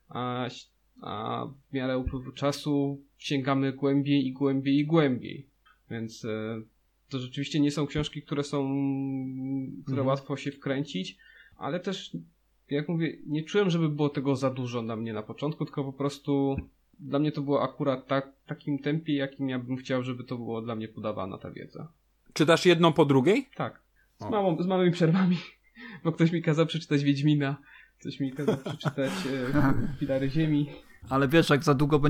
a w miarę upływu czasu sięgamy głębiej i głębiej i głębiej. Więc to rzeczywiście nie są książki, które łatwo się wkręcić, ale też, jak mówię, nie czułem, żeby było tego za dużo dla mnie na początku, tylko po prostu dla mnie to było akurat w takim tempie, jakim ja bym chciał, żeby to było dla mnie podawana ta wiedza. Czytasz jedną po drugiej? Tak. Z małymi przerwami. Bo ktoś mi kazał przeczytać Wiedźmina, ktoś mi kazał przeczytać Filary Ziemi. Ale wiesz, jak za długą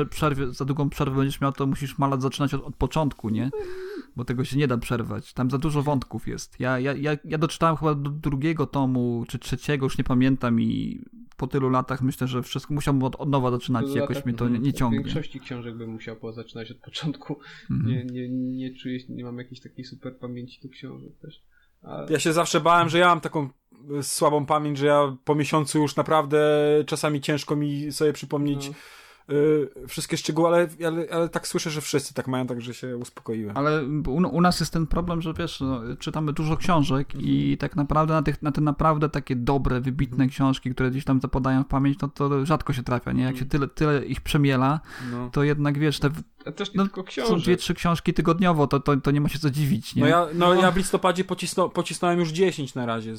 przerwę będziesz miał, to musisz malać zaczynać od początku, nie? Bo tego się nie da przerwać. Tam za dużo wątków jest. Ja doczytałem chyba do 2 tomu, czy 3, już nie pamiętam, i po tylu latach myślę, że wszystko musiałbym od nowa zaczynać. Jakoś mnie to nie ciągnie. W większości książek bym musiał zaczynać od początku. Nie czuję, nie mam jakiejś takiej super pamięci do książek też. Ja się zawsze bałem, że ja mam taką słabą pamięć, że ja po miesiącu już naprawdę czasami ciężko mi sobie przypomnieć wszystkie szczegóły, ale tak słyszę, że wszyscy tak mają, także się uspokoiłem. Ale u nas jest ten problem, że wiesz, czytamy dużo książek i tak naprawdę na te naprawdę takie dobre, wybitne książki, które gdzieś tam zapadają w pamięć, to rzadko się trafia, nie? Jak się tyle ich przemiela, to jednak wiesz, też nie tylko książek. Są 2-3 książki tygodniowo, to nie ma się co dziwić, nie? Ja w listopadzie pocisnąłem już 10 na razie.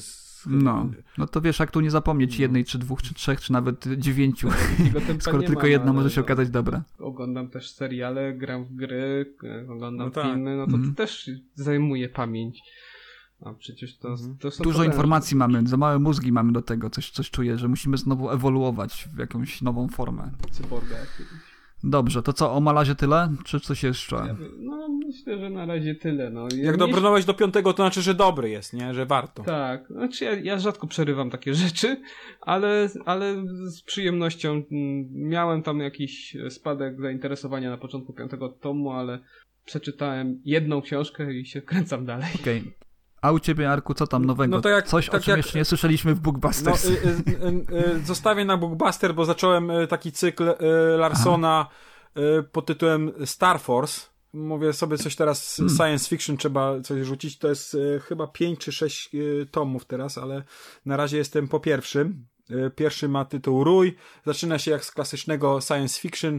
No to wiesz, jak tu nie zapomnieć 1, czy 2, czy 3, czy nawet 9, skoro tylko jedna może się okazać dobra. Oglądam też seriale, gram w gry, oglądam filmy, to też zajmuje pamięć. A przecież to są dużo informacji mamy, za małe mózgi mamy do tego, coś czuję, że musimy znowu ewoluować w jakąś nową formę. Cyborga jakiegoś. Dobrze, to co, o Malazie tyle? Czy coś jeszcze? Myślę, że na razie tyle. Jak dobrnąłeś do 5, to znaczy, że dobry jest, nie? Że warto. Tak, znaczy ja rzadko przerywam takie rzeczy, ale z przyjemnością miałem tam jakiś spadek zainteresowania na początku 5 tomu, ale przeczytałem jedną książkę i się kręcam dalej. Okej. A u ciebie, Arku, co tam nowego? Coś, o czym jeszcze nie słyszeliśmy w Bookbusters. Zostawię na Bookbuster, bo zacząłem taki cykl Larsona pod tytułem Star Force. Mówię sobie coś teraz, science fiction trzeba coś rzucić. To jest chyba 5 czy 6 tomów teraz, ale na razie jestem po pierwszym. Pierwszy ma tytuł Rój. Zaczyna się jak z klasycznego science fiction.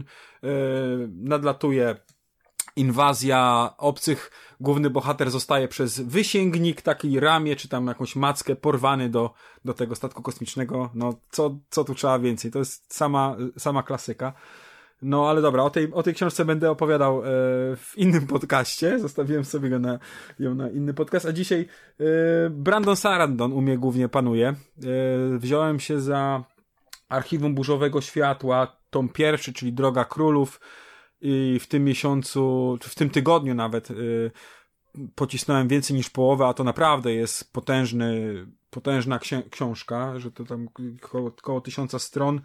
Nadlatuje inwazja obcych, główny bohater zostaje przez wysięgnik, taki ramię, czy tam jakąś mackę porwany do tego statku kosmicznego. Co tu trzeba więcej? To jest sama klasyka. Ale dobra, o tej książce będę opowiadał w innym podcaście. Zostawiłem sobie ją na inny podcast, a dzisiaj Brandon Sarandon u mnie głównie panuje. Wziąłem się za Archiwum Burzowego Światła, tom 1, czyli Droga Królów. I w tym miesiącu, czy w tym tygodniu nawet pocisnąłem więcej niż połowę, a to naprawdę jest potężna książka, że to tam około 1000 stron.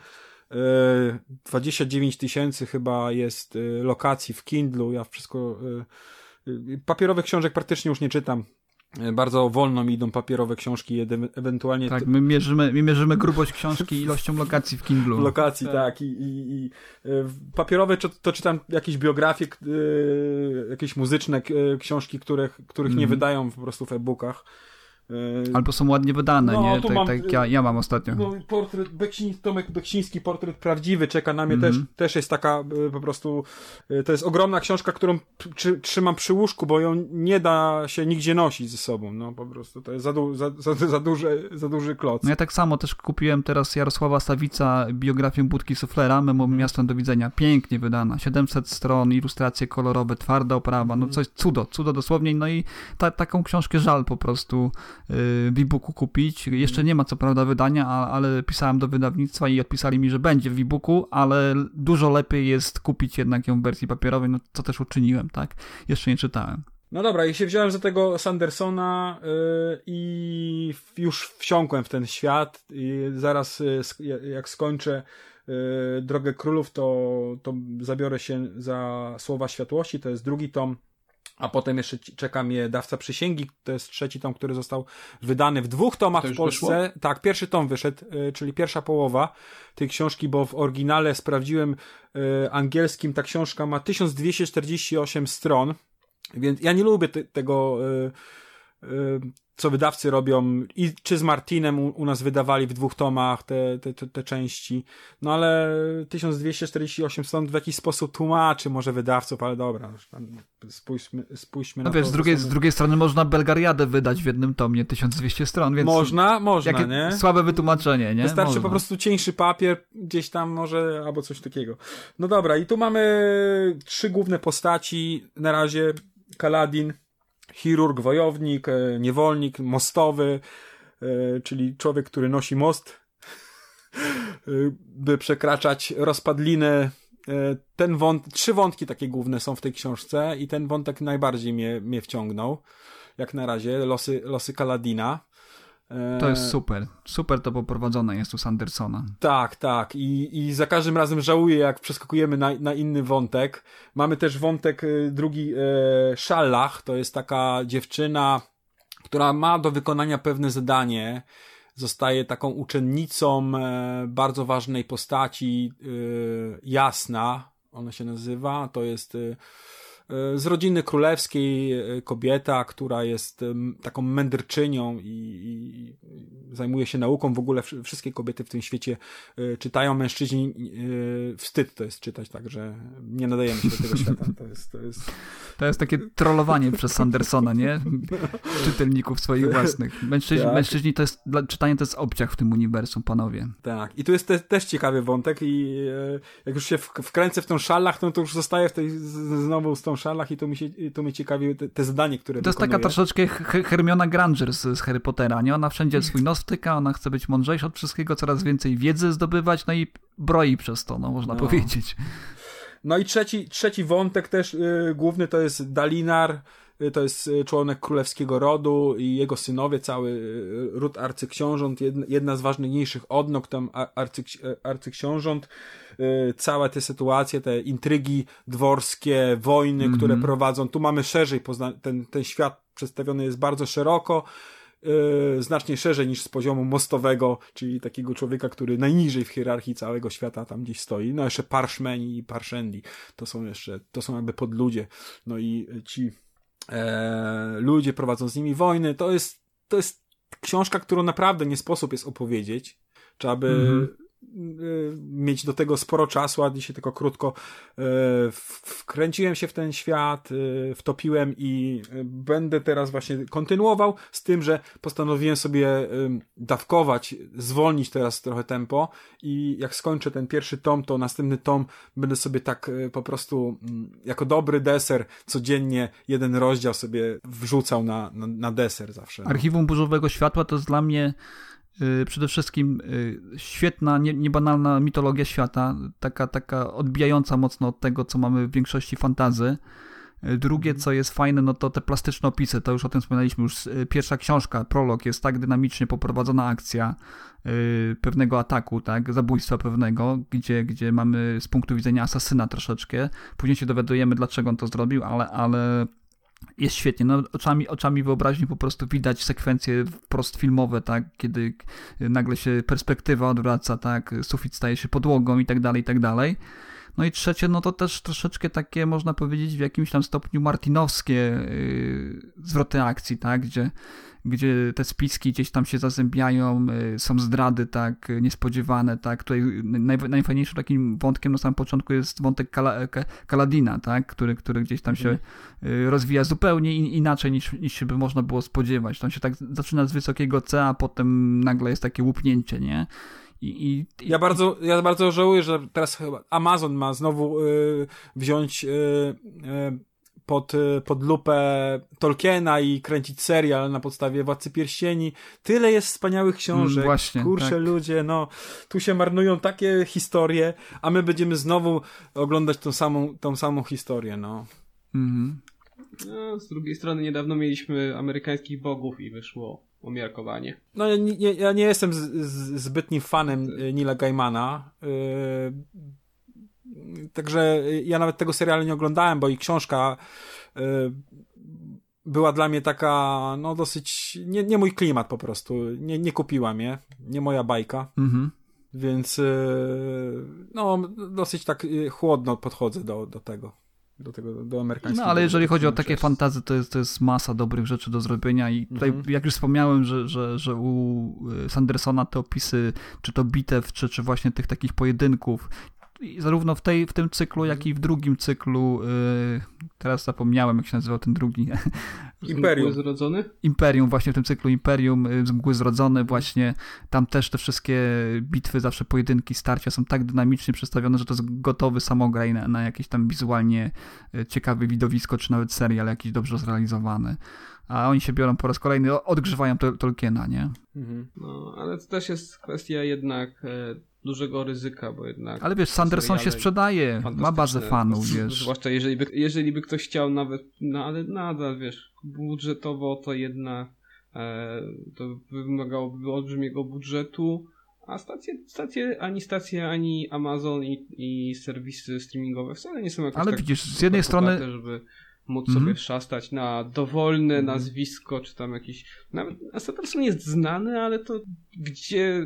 29 000 chyba jest lokacji w Kindlu. Ja wszystko papierowych książek praktycznie już nie czytam. Bardzo wolno mi idą papierowe książki, ewentualnie... Tak, my mierzymy grubość książki ilością lokacji w Kindlu. Lokacji, tak. I papierowe to czytam jakieś biografie, jakieś muzyczne książki, których nie wydają po prostu w e-bookach. Albo są ładnie wydane, nie? Tak ja mam ostatnio. Portret Tomek Beksiński, Portret Prawdziwy czeka na mnie, też jest taka po prostu, to jest ogromna książka, którą trzymam przy łóżku, bo ją nie da się nigdzie nosić ze sobą, po prostu to jest za duży kloc. Ja tak samo też kupiłem teraz Jarosława Sawica, biografię Budki Suflera, Memo Miastem do widzenia, pięknie wydana, 700 stron, ilustracje kolorowe, twarda oprawa, coś cudo dosłownie, i taką książkę żal po prostu w e-booku kupić. Jeszcze nie ma co prawda wydania, ale pisałem do wydawnictwa i odpisali mi, że będzie w e-booku, ale dużo lepiej jest kupić jednak ją w wersji papierowej, co też uczyniłem, tak? Jeszcze nie czytałem. No dobra, i się wziąłem za tego Sandersona i już wsiąkłem w ten świat i zaraz jak skończę Drogę Królów, to zabiorę się za Słowa Światłości, to jest 2 tom. A potem jeszcze czeka mnie Dawca Przysięgi, to jest 3. tom, który został wydany w 2 tomach w Polsce. Wyszło? Tak, 1. tom wyszedł, czyli pierwsza połowa tej książki, bo w oryginale sprawdziłem angielskim, ta książka ma 1248 stron, więc ja nie lubię tego, co wydawcy robią, i czy z Martinem u nas wydawali w 2 tomach te części, no ale 1248 stron w jakiś sposób tłumaczy może wydawców, ale dobra, spójrzmy na to. Z drugiej strony można Belgariadę wydać w 1 tomie, 1200 stron, więc... Można, nie? Słabe wytłumaczenie, nie? Wystarczy można. Po prostu cieńszy papier, gdzieś tam może, albo coś takiego. No dobra, i tu mamy 3 główne postaci, na razie Kaladin, chirurg, wojownik, niewolnik, mostowy, czyli człowiek, który nosi most, by przekraczać rozpadliny. 3 wątki takie główne są w tej książce i ten wątek najbardziej mnie wciągnął. Jak na razie, losy Kaladina. To jest super. Super to poprowadzone jest u Sandersona. Tak. I za każdym razem żałuję, jak przeskakujemy na inny wątek. Mamy też wątek drugi, Szallach. To jest taka dziewczyna, która ma do wykonania pewne zadanie. Zostaje taką uczennicą bardzo ważnej postaci, Jasna. Ona się nazywa. To jest... z rodziny królewskiej kobieta, która jest taką mędrczynią i zajmuje się nauką. W ogóle wszystkie kobiety w tym świecie czytają, mężczyźni wstyd to jest czytać, także nie nadajemy się do tego świata. To jest takie trollowanie przez Sandersona, nie? Czytelników swoich własnych. Mężczyźni to jest, czytanie to jest obciach w tym uniwersum, panowie. Tak. I tu jest też ciekawy wątek i jak już się wkręcę w tą Szallach, no to już zostaję znowu z tą Szallach i to mnie ciekawi te zadanie, które to wykonuje. jest taka troszeczkę Hermiona Granger z Harry Pottera, nie? Ona wszędzie swój nos wtyka, ona chce być mądrzejsza od wszystkiego, coraz więcej wiedzy zdobywać, no i broi przez to, no można powiedzieć. No i trzeci wątek też główny to jest Dalinar, to jest członek królewskiego rodu i jego synowie, cały ród arcyksiążąt, jedna z ważniejszych odnóg tam arcyksiążąt, całe te sytuacje, te intrygi dworskie, wojny, które prowadzą. Tu mamy szerzej, ten świat przedstawiony jest bardzo szeroko, znacznie szerzej niż z poziomu mostowego, czyli takiego człowieka, który najniżej w hierarchii całego świata tam gdzieś stoi. No jeszcze Parszmeni i Parszendi, to są jakby podludzie. No i ci ludzie prowadzą z nimi wojny. To jest książka, którą naprawdę nie sposób jest opowiedzieć. Trzeba by mieć do tego sporo czasu, a dzisiaj tylko krótko. Wkręciłem się w ten świat, wtopiłem i będę teraz właśnie kontynuował, z tym, że postanowiłem sobie dawkować, zwolnić teraz trochę tempo i jak skończę ten 1. tom, to następny tom będę sobie tak po prostu jako dobry deser codziennie 1 rozdział sobie wrzucał na deser zawsze. Archiwum Burzowego Światła to jest dla mnie przede wszystkim świetna, niebanalna mitologia świata, taka odbijająca mocno od tego, co mamy w większości fantasy. Drugie, co jest fajne, no to te plastyczne opisy, to już o tym wspominaliśmy, już pierwsza książka, prolog, jest tak dynamicznie poprowadzona akcja pewnego ataku, tak, zabójstwa pewnego, gdzie mamy z punktu widzenia asasyna troszeczkę. Później się dowiadujemy, dlaczego on to zrobił, ale jest świetnie. No, oczami wyobraźni po prostu widać sekwencje wprost filmowe, tak, kiedy nagle się perspektywa odwraca, tak, sufit staje się podłogą i tak dalej. No i trzecie, no to też troszeczkę takie, można powiedzieć, w jakimś tam stopniu martinowskie zwroty akcji, tak, gdzie te spiski gdzieś tam się zazębiają, są zdrady, tak, niespodziewane, tak. Tutaj najfajniejszym takim wątkiem na samym początku jest wątek Kaladina, tak, który gdzieś tam się rozwija zupełnie inaczej niż się by można było spodziewać. To się tak zaczyna z wysokiego C, a potem nagle jest takie łupnięcie, nie? Ja bardzo żałuję, że teraz chyba Amazon ma znowu wziąć pod lupę Tolkiena i kręcić serial na podstawie Władcy Pierścieni. Tyle jest wspaniałych książek. Właśnie, kurczę, tak. Ludzie, no tu się marnują takie historie, a my będziemy znowu oglądać tą samą historię, no. No, z drugiej strony niedawno mieliśmy amerykańskich bogów i wyszło umiarkowanie. No ja nie jestem zbytnim fanem Neila Gaimana, także ja nawet tego serialu nie oglądałem, bo i książka była dla mnie taka, no dosyć, nie mój klimat po prostu, nie kupiła mnie, nie moja bajka, więc no dosyć tak chłodno podchodzę do amerykańskiego. No ale jeżeli chodzi o takie fantasy, to jest masa dobrych rzeczy do zrobienia i tutaj jak już wspomniałem, że u Sandersona te opisy, czy to bitew, czy właśnie tych takich pojedynków, zarówno w tym cyklu, jak i w drugim cyklu, teraz zapomniałem, jak się nazywał ten drugi. Imperium Zrodzony? Imperium, właśnie w tym cyklu Imperium, z Mgły Zrodzony, właśnie tam też te wszystkie bitwy, zawsze pojedynki, starcia są tak dynamicznie przedstawione, że to jest gotowy samograj na jakieś tam wizualnie ciekawe widowisko, czy nawet serial jakiś dobrze zrealizowany. A oni się biorą po raz kolejny, odgrzewają Tolkiena, nie? No, ale to też jest kwestia jednak dużego ryzyka, bo jednak... Ale wiesz, Sanderson się sprzedaje, ma bazę fanów, wiesz. Zwłaszcza jeżeli by ktoś chciał nawet, no ale nadal, wiesz, budżetowo to jednak to wymagałoby olbrzymiego budżetu, a stacje ani Amazon i serwisy streamingowe wcale nie są jakoś ale tak widzisz, z jednej strony... żeby móc sobie szastać na dowolne nazwisko, czy tam jakiś... Nawet Sanderson jest znany, ale to gdzie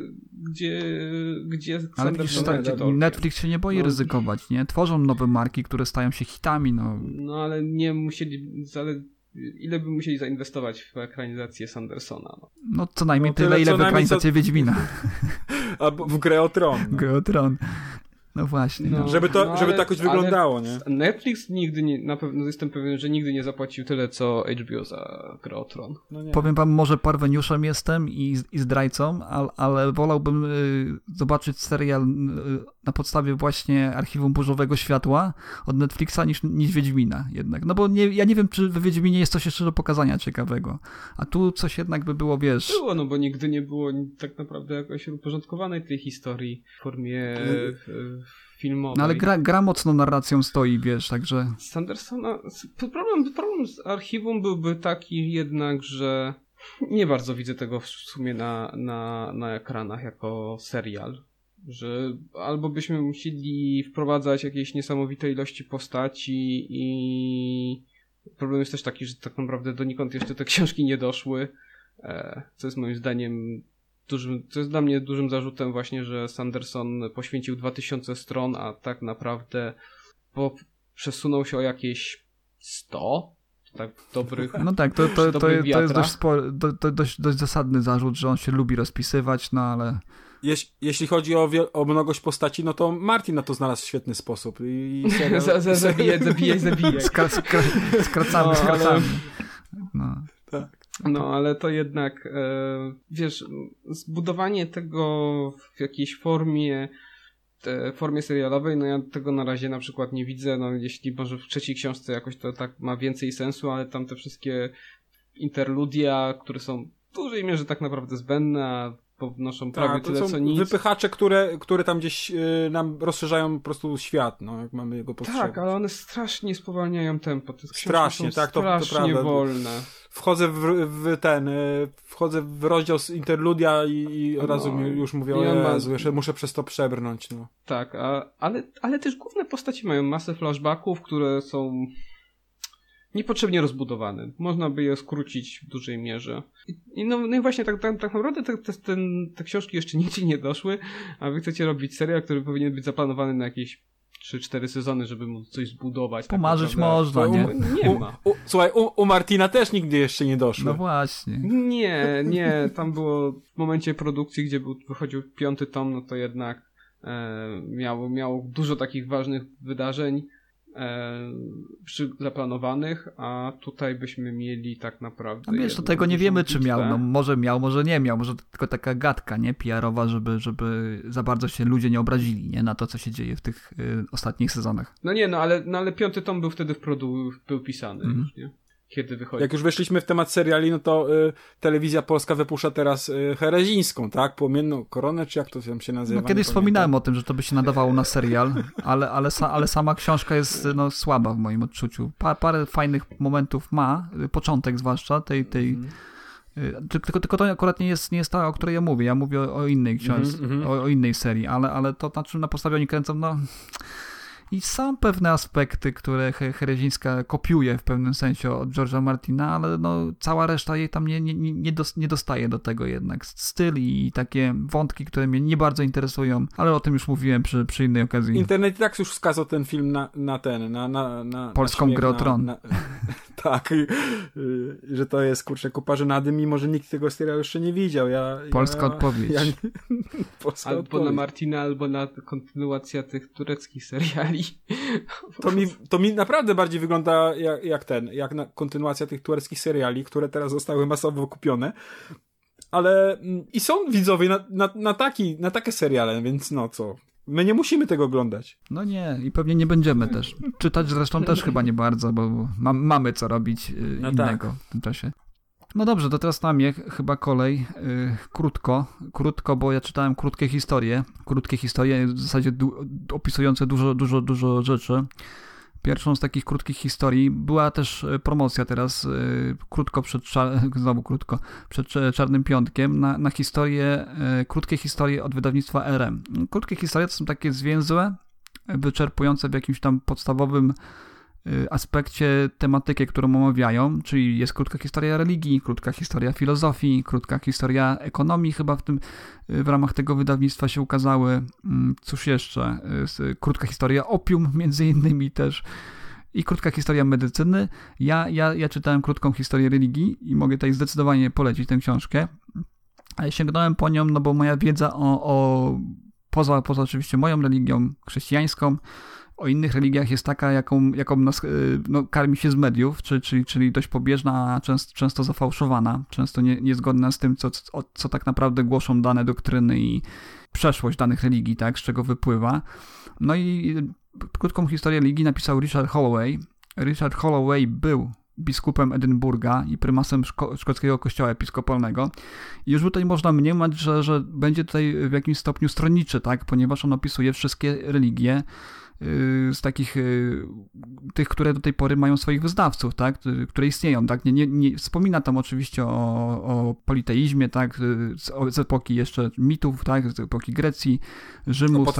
ale widzisz, Netflix się nie boi ryzykować, nie? Tworzą nowe marki, które stają się hitami, no. No ale nie musieli... Ile by musieli zainwestować w ekranizację Sandersona? No co najmniej tyle, ile w ekranizację Wiedźmina. Albo w Grę o Tron. No. Grę o Tron. No właśnie. No. Żeby to jakoś wyglądało, nie? Netflix nigdy nie, na pewno jestem pewien, że nigdy nie zapłacił tyle, co HBO za Grę o Tron. No powiem wam, może parweniuszem jestem i zdrajcą, ale wolałbym zobaczyć serial na podstawie właśnie Archiwum Burzowego Światła od Netflixa niż Wiedźmina jednak. No bo ja nie wiem, czy w Wiedźminie jest coś jeszcze do pokazania ciekawego. A tu coś jednak by było, wiesz... Było, no bo nigdy nie było tak naprawdę jakoś uporządkowanej tej historii w formie... filmowej. No ale gra mocno narracją stoi, wiesz, także... Sandersona... Problem z Archiwum byłby taki jednak, że nie bardzo widzę tego w sumie na ekranach jako serial. Że albo byśmy musieli wprowadzać jakieś niesamowite ilości postaci i problem jest też taki, że tak naprawdę donikąd jeszcze te książki nie doszły, co jest moim zdaniem to jest dla mnie dużym zarzutem właśnie, że Sanderson poświęcił 2000 stron, a tak naprawdę przesunął się o jakieś 100 tak dobrych. No tak, to jest dość zasadny zarzut, że on się lubi rozpisywać, no ale... Jeśli chodzi o mnogość postaci, no to Martin na to znalazł świetny sposób. Zabijaj. Skracamy. No. Tak. No, ale to jednak, wiesz, zbudowanie tego w jakiejś formie serialowej, no ja tego na razie na przykład nie widzę, no jeśli może w trzeciej książce jakoś to tak ma więcej sensu, ale tam te wszystkie interludia, które są w dużej mierze tak naprawdę zbędne, a pownoszą prawie tyle co nic. Wypychacze, które tam gdzieś nam rozszerzają po prostu świat, no, jak mamy jego postrzegać. Tak, ale one strasznie spowalniają tempo. Te strasznie, tak, to prawda. Wolne. Wchodzę w rozdział z interludia i od razu już mówię, o Jezu, jeszcze muszę przez to przebrnąć, no. Tak, ale też główne postaci mają masę flashbacków, które są niepotrzebnie rozbudowane. Można by je skrócić w dużej mierze. No i właśnie tak naprawdę te książki jeszcze nigdzie nie doszły, a wy chcecie robić serial, który powinien być zaplanowany na jakieś 3-4 sezony, żeby móc coś zbudować. Pomarzyć tak można, nie? Nie ma. Słuchaj, u Martina też nigdy jeszcze nie doszło. No właśnie. Nie. Tam było w momencie produkcji, gdzie wychodził 5. tom, no to jednak miało dużo takich ważnych wydarzeń zaplanowanych, a tutaj byśmy mieli tak naprawdę... A wiesz, do tego nie wiemy, czy miał. No może miał, może nie miał. Może to tylko taka gadka, nie? PR-owa, żeby za bardzo się ludzie nie obrazili, nie? Na to, co się dzieje w tych ostatnich sezonach. No nie, ale 5. tom był wtedy był pisany już, nie? Kiedy wychodzi. Jak już weszliśmy w temat seriali, no to Telewizja Polska wypuszcza teraz Herezińską, tak? Płomienną koronę, czy jak to tam się nazywa? No kiedyś wspominałem o tym, że to by się nadawało na serial, ale sama książka jest słaba w moim odczuciu. Parę fajnych momentów ma, początek zwłaszcza tej tylko to akurat nie jest ta, o której ja mówię. Ja mówię o innej książce, o innej serii, ale to na czym na podstawie oni kręcą, no... I są pewne aspekty, które Herezińska kopiuje w pewnym sensie od George'a Martina, ale no, cała reszta jej tam nie dostaje do tego jednak. Styl i takie wątki, które mnie nie bardzo interesują, ale o tym już mówiłem przy innej okazji. Internet i tak już wskazał ten film na Polską Grę o Tron. Tak, że to jest, kurczę, kupa żenady, mimo że nikt tego serialu jeszcze nie widział. Polska odpowiedź. Albo na Martina, albo na kontynuacja tych tureckich seriali. To mi naprawdę bardziej wygląda jak na kontynuacja tych tureckich seriali, które teraz zostały masowo kupione. Ale i są widzowie na takie seriale, więc no co... My nie musimy tego oglądać. No nie, i pewnie nie będziemy też. Czytać zresztą też chyba nie bardzo, bo mamy co robić innego w tym czasie. No dobrze, to teraz na mnie chyba kolej. Krótko, bo ja czytałem krótkie historie w zasadzie opisujące dużo rzeczy. Pierwszą z takich krótkich historii była też promocja teraz, przed Czarnym Piątkiem na historię, krótkie historie od wydawnictwa RM. Krótkie historie to są takie zwięzłe, wyczerpujące w jakimś tam podstawowym aspekcie tematykę, którą omawiają, czyli jest krótka historia religii, krótka historia filozofii, krótka historia ekonomii, chyba w ramach tego wydawnictwa się ukazały. Cóż jeszcze? Krótka historia opium, między innymi też. I krótka historia medycyny. Ja czytałem krótką historię religii i mogę tutaj zdecydowanie polecić tę książkę. Sięgnąłem po nią, no bo moja wiedza poza oczywiście moją religią chrześcijańską, o innych religiach jest taka, jaką nas karmi się z mediów, czyli dość pobieżna, a często zafałszowana, często niezgodna z tym, co tak naprawdę głoszą dane doktryny i przeszłość danych religii, tak, z czego wypływa. No i krótką historię religii napisał Richard Holloway. Richard Holloway był biskupem Edynburga i prymasem szkockiego kościoła episkopalnego. I już tutaj można mniemać, że będzie tutaj w jakimś stopniu stronniczy, tak, ponieważ on opisuje wszystkie religie, z takich tych, które do tej pory mają swoich wyznawców, tak, które istnieją, tak, nie wspomina tam oczywiście o politeizmie, tak, z epoki jeszcze mitów, tak, z epoki Grecji, Rzymu. O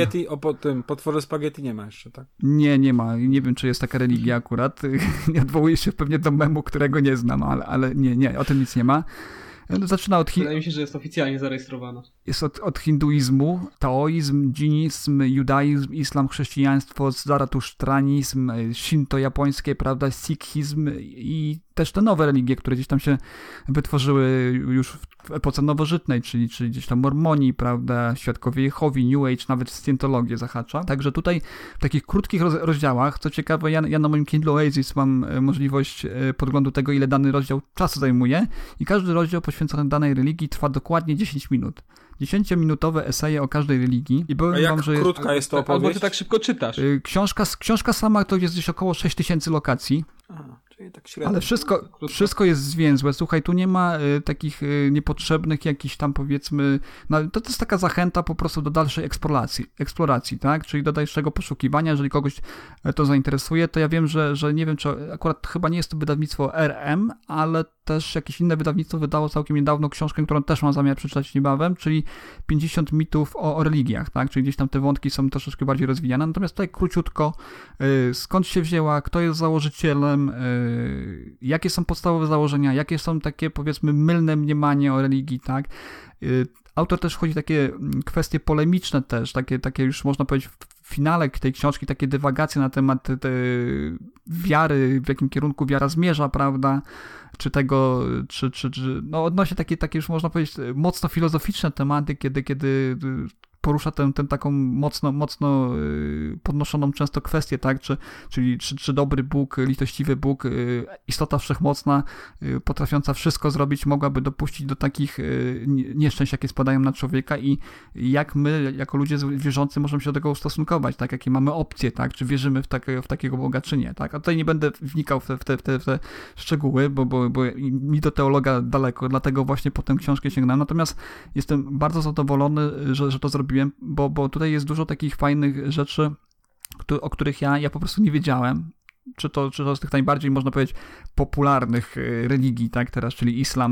potworze spaghetti nie ma jeszcze, tak? Nie ma, nie wiem, czy jest taka religia akurat, nie odwołuję się pewnie do memu, którego nie znam, ale nie, o tym nic nie ma. Zaczyna od Wydaje mi się, że jest oficjalnie zarejestrowana. Jest od hinduizmu, taoizm, dżinizm, judaizm, islam, chrześcijaństwo, zaratusztranizm, shinto japońskie, prawda, sikhizm i też te nowe religie, które gdzieś tam się wytworzyły już w epoce nowożytnej, czyli gdzieś tam mormoni, prawda, świadkowie Jehowi, New Age, nawet Scientologię zahacza. Także tutaj w takich krótkich rozdziałach, co ciekawe, ja na moim Kindle Oasis mam możliwość podglądu tego, ile dany rozdział czasu zajmuje i każdy rozdział poświęcony danej religii trwa dokładnie 10 minut. 10-minutowe eseje o każdej religii. I powiem wam, że krótka jest to opowieść? Albo ty tak szybko czytasz. Książka sama to jest gdzieś około 6000 lokacji. Aha, czyli tak średnio. Ale wszystko jest zwięzłe. Słuchaj, tu nie ma takich niepotrzebnych jakichś tam, powiedzmy, to jest taka zachęta po prostu do dalszej eksploracji, tak? Czyli do dalszego poszukiwania. Jeżeli kogoś to zainteresuje, to ja wiem, że nie wiem, czy akurat chyba nie jest to wydawnictwo RM, ale też jakieś inne wydawnictwo wydało całkiem niedawno książkę, którą też mam zamiar przeczytać niebawem, czyli 50 mitów o religiach, tak? Czyli gdzieś tam te wątki są troszeczkę bardziej rozwijane. Natomiast tutaj króciutko, skąd się wzięła, kto jest założycielem, jakie są podstawowe założenia, jakie są takie, powiedzmy, mylne mniemanie o religii, tak? Autor też wchodzi w takie kwestie polemiczne też, takie już można powiedzieć w finale tej książki, takie dywagacje na temat wiary, w jakim kierunku wiara zmierza, prawda? Czy tego, czy no odnosi takie już można powiedzieć mocno filozoficzne tematy, kiedy porusza tę taką mocno podnoszoną często kwestię, tak? Czy dobry Bóg, litościwy Bóg, istota wszechmocna, potrafiąca wszystko zrobić, mogłaby dopuścić do takich nieszczęść, jakie spadają na człowieka i jak my, jako ludzie wierzący, możemy się do tego ustosunkować, tak? Jakie mamy opcje, tak? Czy wierzymy w takiego Boga, czy nie, tak? A tutaj nie będę wnikał w te szczegóły, bo mi do teologa daleko, dlatego właśnie po tę książkę sięgnąłem. Natomiast jestem bardzo zadowolony, że to zrobiłem, bo tutaj jest dużo takich fajnych rzeczy, o których ja po prostu nie wiedziałem. Czy to z tych najbardziej, można powiedzieć, popularnych religii, tak, teraz, czyli islam,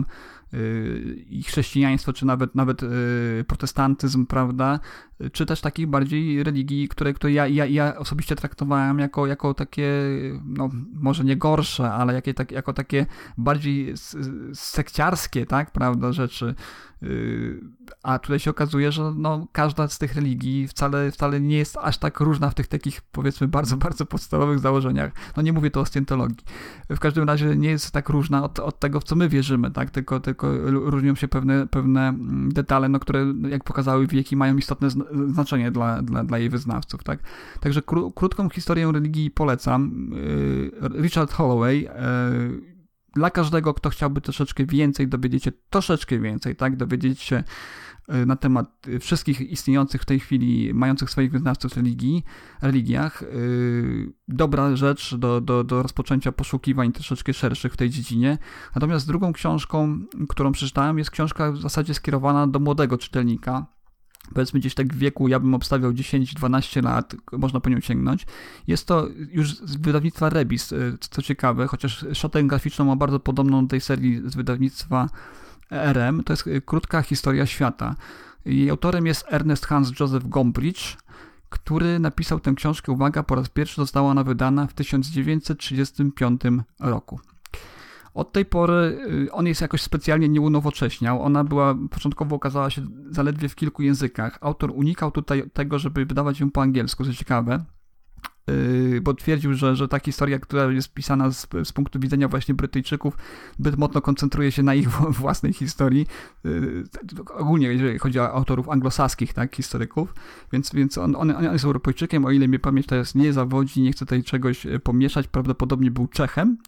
i chrześcijaństwo, czy nawet protestantyzm, prawda, czy też takich bardziej religii, które ja osobiście traktowałem jako takie, no może nie gorsze, ale jako takie bardziej sekciarskie, tak, prawda, rzeczy. A tutaj się okazuje, że no, każda z tych religii wcale nie jest aż tak różna w tych takich, powiedzmy, bardzo, bardzo podstawowych założeniach. No nie mówię tu o Scientologii. W każdym razie nie jest tak różna od tego, w co my wierzymy, tak? Tylko różnią się pewne detale, no, które, jak pokazały wieki, mają istotne znaczenie dla jej wyznawców, tak? Także krótką historię religii polecam. Richard Holloway, dla każdego, kto chciałby troszeczkę więcej, dowiedzieć się troszeczkę więcej, tak? Dowiedzieć się na temat wszystkich istniejących w tej chwili, mających swoich wyznawców religiach. Dobra rzecz do rozpoczęcia poszukiwań troszeczkę szerszych w tej dziedzinie. Natomiast drugą książką, którą przeczytałem, jest książka w zasadzie skierowana do młodego czytelnika. Powiedzmy gdzieś tak w wieku, ja bym obstawiał 10-12 lat, można po nią sięgnąć. Jest to już z wydawnictwa Rebis, co ciekawe, chociaż szatę graficzną ma bardzo podobną do tej serii z wydawnictwa RM. To jest krótka historia świata. Jej autorem jest Ernest Hans Joseph Gombrich, który napisał tę książkę, uwaga, po raz pierwszy została ona wydana w 1935 roku. Od tej pory on jest jakoś specjalnie nie unowocześniał. Ona początkowo okazała się zaledwie w kilku językach. Autor unikał tutaj tego, żeby wydawać ją po angielsku, co ciekawe, bo twierdził, że ta historia, która jest pisana z punktu widzenia właśnie Brytyjczyków, zbyt mocno koncentruje się na ich własnej historii. Ogólnie, jeżeli chodzi o autorów anglosaskich, tak, historyków, więc on jest Europejczykiem, o ile mnie pamięć teraz nie zawodzi, nie chcę tutaj czegoś pomieszać, prawdopodobnie był Czechem.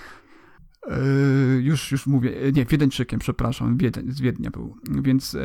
Już mówię, nie, Wiedeńczykiem, przepraszam, z Wiednia był, więc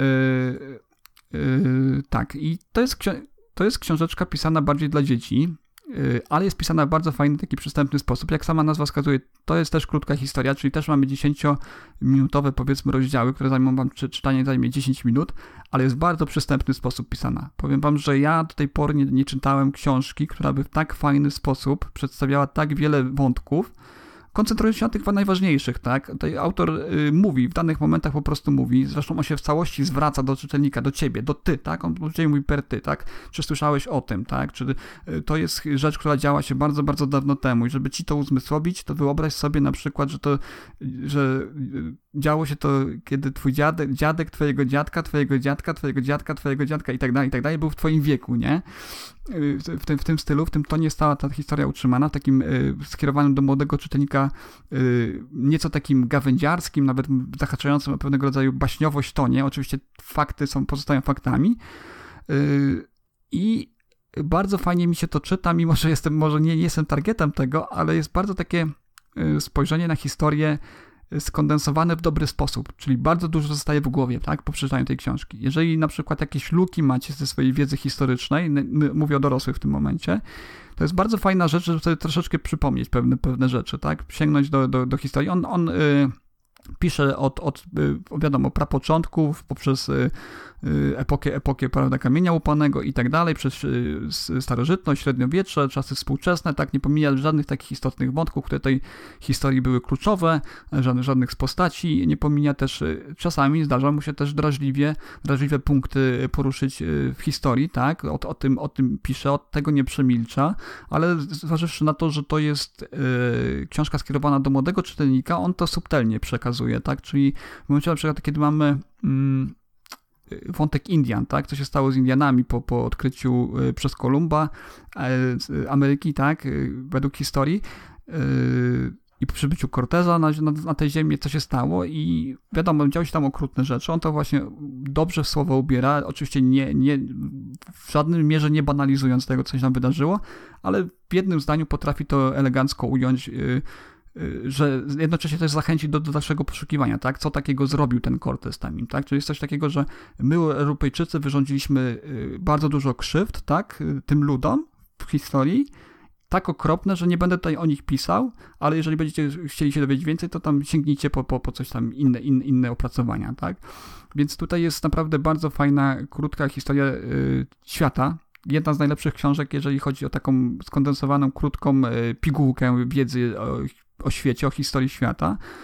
tak, i to jest książeczka pisana bardziej dla dzieci, ale jest pisana w bardzo fajny, taki przystępny sposób. Jak sama nazwa wskazuje, to jest też krótka historia, czyli też mamy 10-minutowe, powiedzmy, rozdziały, które zajmą wam, czytanie zajmie 10 minut, ale jest w bardzo przystępny sposób pisana. Powiem wam, że ja do tej pory nie czytałem książki, która by w tak fajny sposób przedstawiała tak wiele wątków, koncentrując się na tych najważniejszych, tak? Tutaj autor mówi, w danych momentach po prostu mówi, zresztą on się w całości zwraca do czytelnika, do ciebie, do ty, tak? On do ciebie mówi per ty, tak? Czy słyszałeś o tym, tak? Czy to jest rzecz, która działa się bardzo, bardzo dawno temu i żeby ci to uzmysłowić, to wyobraź sobie na przykład, że działo się to, kiedy twój dziadek twojego dziadka, twojego dziadka, twojego dziadka, twojego dziadka i tak dalej, był w twoim wieku, nie? W tym stylu, w tym tonie stała ta historia utrzymana, w takim skierowanym do młodego czytelnika, nieco takim gawędziarskim, nawet zahaczającym o pewnego rodzaju baśniowość tonie. Oczywiście fakty pozostają faktami i bardzo fajnie mi się to czyta, mimo że może nie jestem targetem tego, ale jest bardzo takie spojrzenie na historię skondensowane w dobry sposób, czyli bardzo dużo zostaje w głowie, tak, po przeczytaniu tej książki. Jeżeli na przykład jakieś luki macie ze swojej wiedzy historycznej, mówię o dorosłych w tym momencie, to jest bardzo fajna rzecz, żeby sobie troszeczkę przypomnieć pewne rzeczy, tak, sięgnąć do historii. On pisze od wiadomo, prapoczątków, poprzez epokę, prawda, kamienia łupanego i tak dalej, przez starożytność, średniowiecze, czasy współczesne, tak, nie pomija żadnych takich istotnych wątków, które tej historii były kluczowe, żadnych z postaci, nie pomija też, czasami zdarza mu się też drażliwe punkty poruszyć w historii, tak, o tym pisze, od tego nie przemilcza, ale zważywszy na to, że to jest książka skierowana do młodego czytelnika, on to subtelnie przekazuje, tak, czyli w momencie na przykład, kiedy mamy wątek Indian, tak? Co się stało z Indianami po odkryciu przez Kolumba Ameryki, tak? Według historii i po przybyciu Corteza na tej ziemi, co się stało i wiadomo, działy się tam okrutne rzeczy. On to właśnie dobrze w słowo ubiera, oczywiście nie w żadnym mierze nie banalizując tego, co się tam wydarzyło, ale w jednym zdaniu potrafi to elegancko ująć, że jednocześnie też zachęci do dalszego poszukiwania, tak? Co takiego zrobił ten Cortez tam, tak? Czyli jest coś takiego, że my, Europejczycy, wyrządziliśmy bardzo dużo krzywd, tak? Tym ludom w historii, tak okropne, że nie będę tutaj o nich pisał, ale jeżeli będziecie chcieli się dowiedzieć więcej, to tam sięgnijcie po coś tam, inne opracowania, tak? Więc tutaj jest naprawdę bardzo fajna, krótka historia świata. Jedna z najlepszych książek, jeżeli chodzi o taką skondensowaną, krótką pigułkę wiedzy o świecie, o historii świata.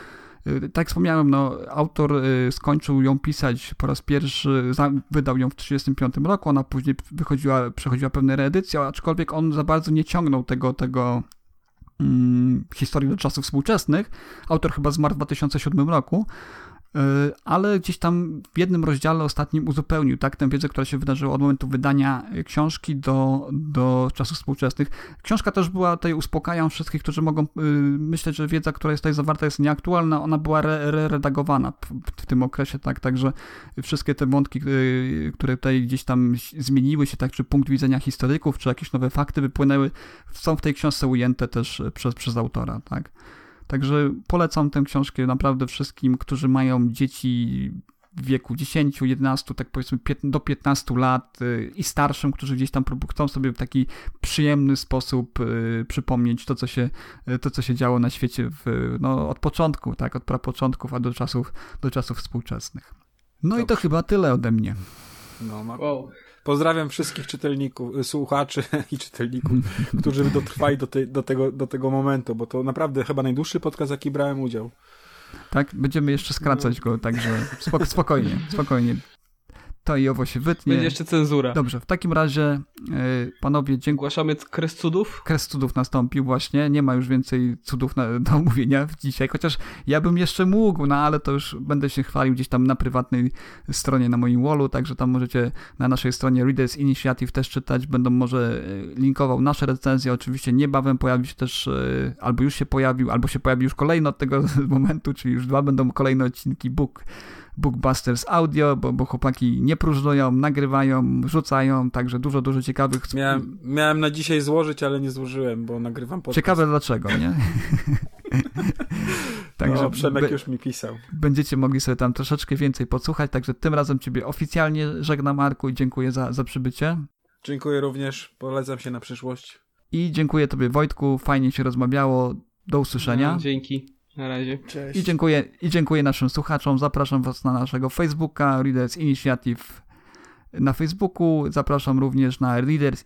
Tak jak wspomniałem, no, autor skończył ją pisać po raz pierwszy, wydał ją w 1935 roku, ona później przechodziła pewne reedycje, aczkolwiek on za bardzo nie ciągnął tego historii do czasów współczesnych. Autor chyba zmarł w 2007 roku, ale gdzieś tam w jednym rozdziale ostatnim uzupełnił tę wiedzę, która się wydarzyła od momentu wydania książki do czasów współczesnych. Książka też była, tutaj uspokajam wszystkich, którzy mogą myśleć, że wiedza, która jest tutaj zawarta, jest nieaktualna, ona była redagowana w tym okresie, tak, także wszystkie te wątki, które tutaj gdzieś tam zmieniły się, tak, czy punkt widzenia historyków, czy jakieś nowe fakty wypłynęły, są w tej książce ujęte też przez autora, tak. Także polecam tę książkę naprawdę wszystkim, którzy mają dzieci w wieku 10, 11, tak powiedzmy do 15 lat i starszym, którzy gdzieś tam chcą sobie w taki przyjemny sposób przypomnieć to, co się działo na świecie od początku, tak, od prapoczątków, a do czasów współczesnych. No dobrze. I to chyba tyle ode mnie. No, pozdrawiam wszystkich słuchaczy i czytelników, którzy dotrwali do tego momentu, bo to naprawdę chyba najdłuższy podcast, jaki brałem udział. Tak, będziemy jeszcze skracać go, także spokojnie. To i owo się wytnie. Będzie jeszcze cenzura. Dobrze, w takim razie panowie, dziękuję. Ogłaszamy kres cudów? Kres cudów nastąpił właśnie, nie ma już więcej cudów do omówienia dzisiaj, chociaż ja bym jeszcze mógł, no ale to już będę się chwalił gdzieś tam na prywatnej stronie na moim wallu, także tam możecie na naszej stronie Readers Initiative też czytać, będą może linkował nasze recenzje, oczywiście niebawem pojawi się też, albo już się pojawił, albo się pojawi już kolejny od tego momentu, czyli już 2 będą kolejne odcinki Bookbusters Audio, bo chłopaki nie próżnują, nagrywają, rzucają, także dużo ciekawych... Miałem na dzisiaj złożyć, ale nie złożyłem, bo nagrywam podcast. Ciekawe dlaczego, nie? Także Przemek już mi pisał. Będziecie mogli sobie tam troszeczkę więcej podsłuchać, także tym razem ciebie oficjalnie żegnam, Marku, i dziękuję za przybycie. Dziękuję również, polecam się na przyszłość. I dziękuję tobie, Wojtku, fajnie się rozmawiało, do usłyszenia. No, dzięki. Na razie. Cześć. I dziękuję naszym słuchaczom. Zapraszam was na naszego Facebooka, Readers Initiative na Facebooku. Zapraszam również na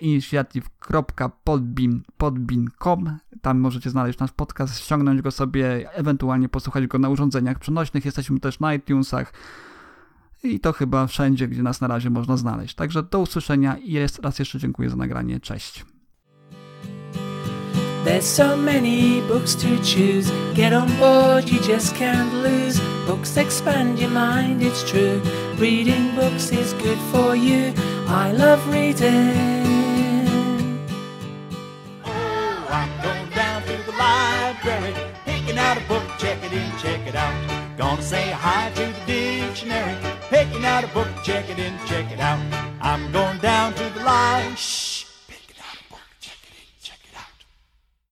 readersinitiative.podbean.com. Tam możecie znaleźć nasz podcast, ściągnąć go sobie, ewentualnie posłuchać go na urządzeniach przenośnych. Jesteśmy też na iTunesach i to chyba wszędzie, gdzie nas na razie można znaleźć. Także do usłyszenia i raz jeszcze dziękuję za nagranie. Cześć. There's so many books to choose. Get on board, you just can't lose. Books expand your mind, it's true. Reading books is good for you. I love reading. Oh, I'm going down to the library, picking out a book, check it in, check it out. Gonna say hi to the dictionary, picking out a book, check it in, check it out. I'm going down to the library.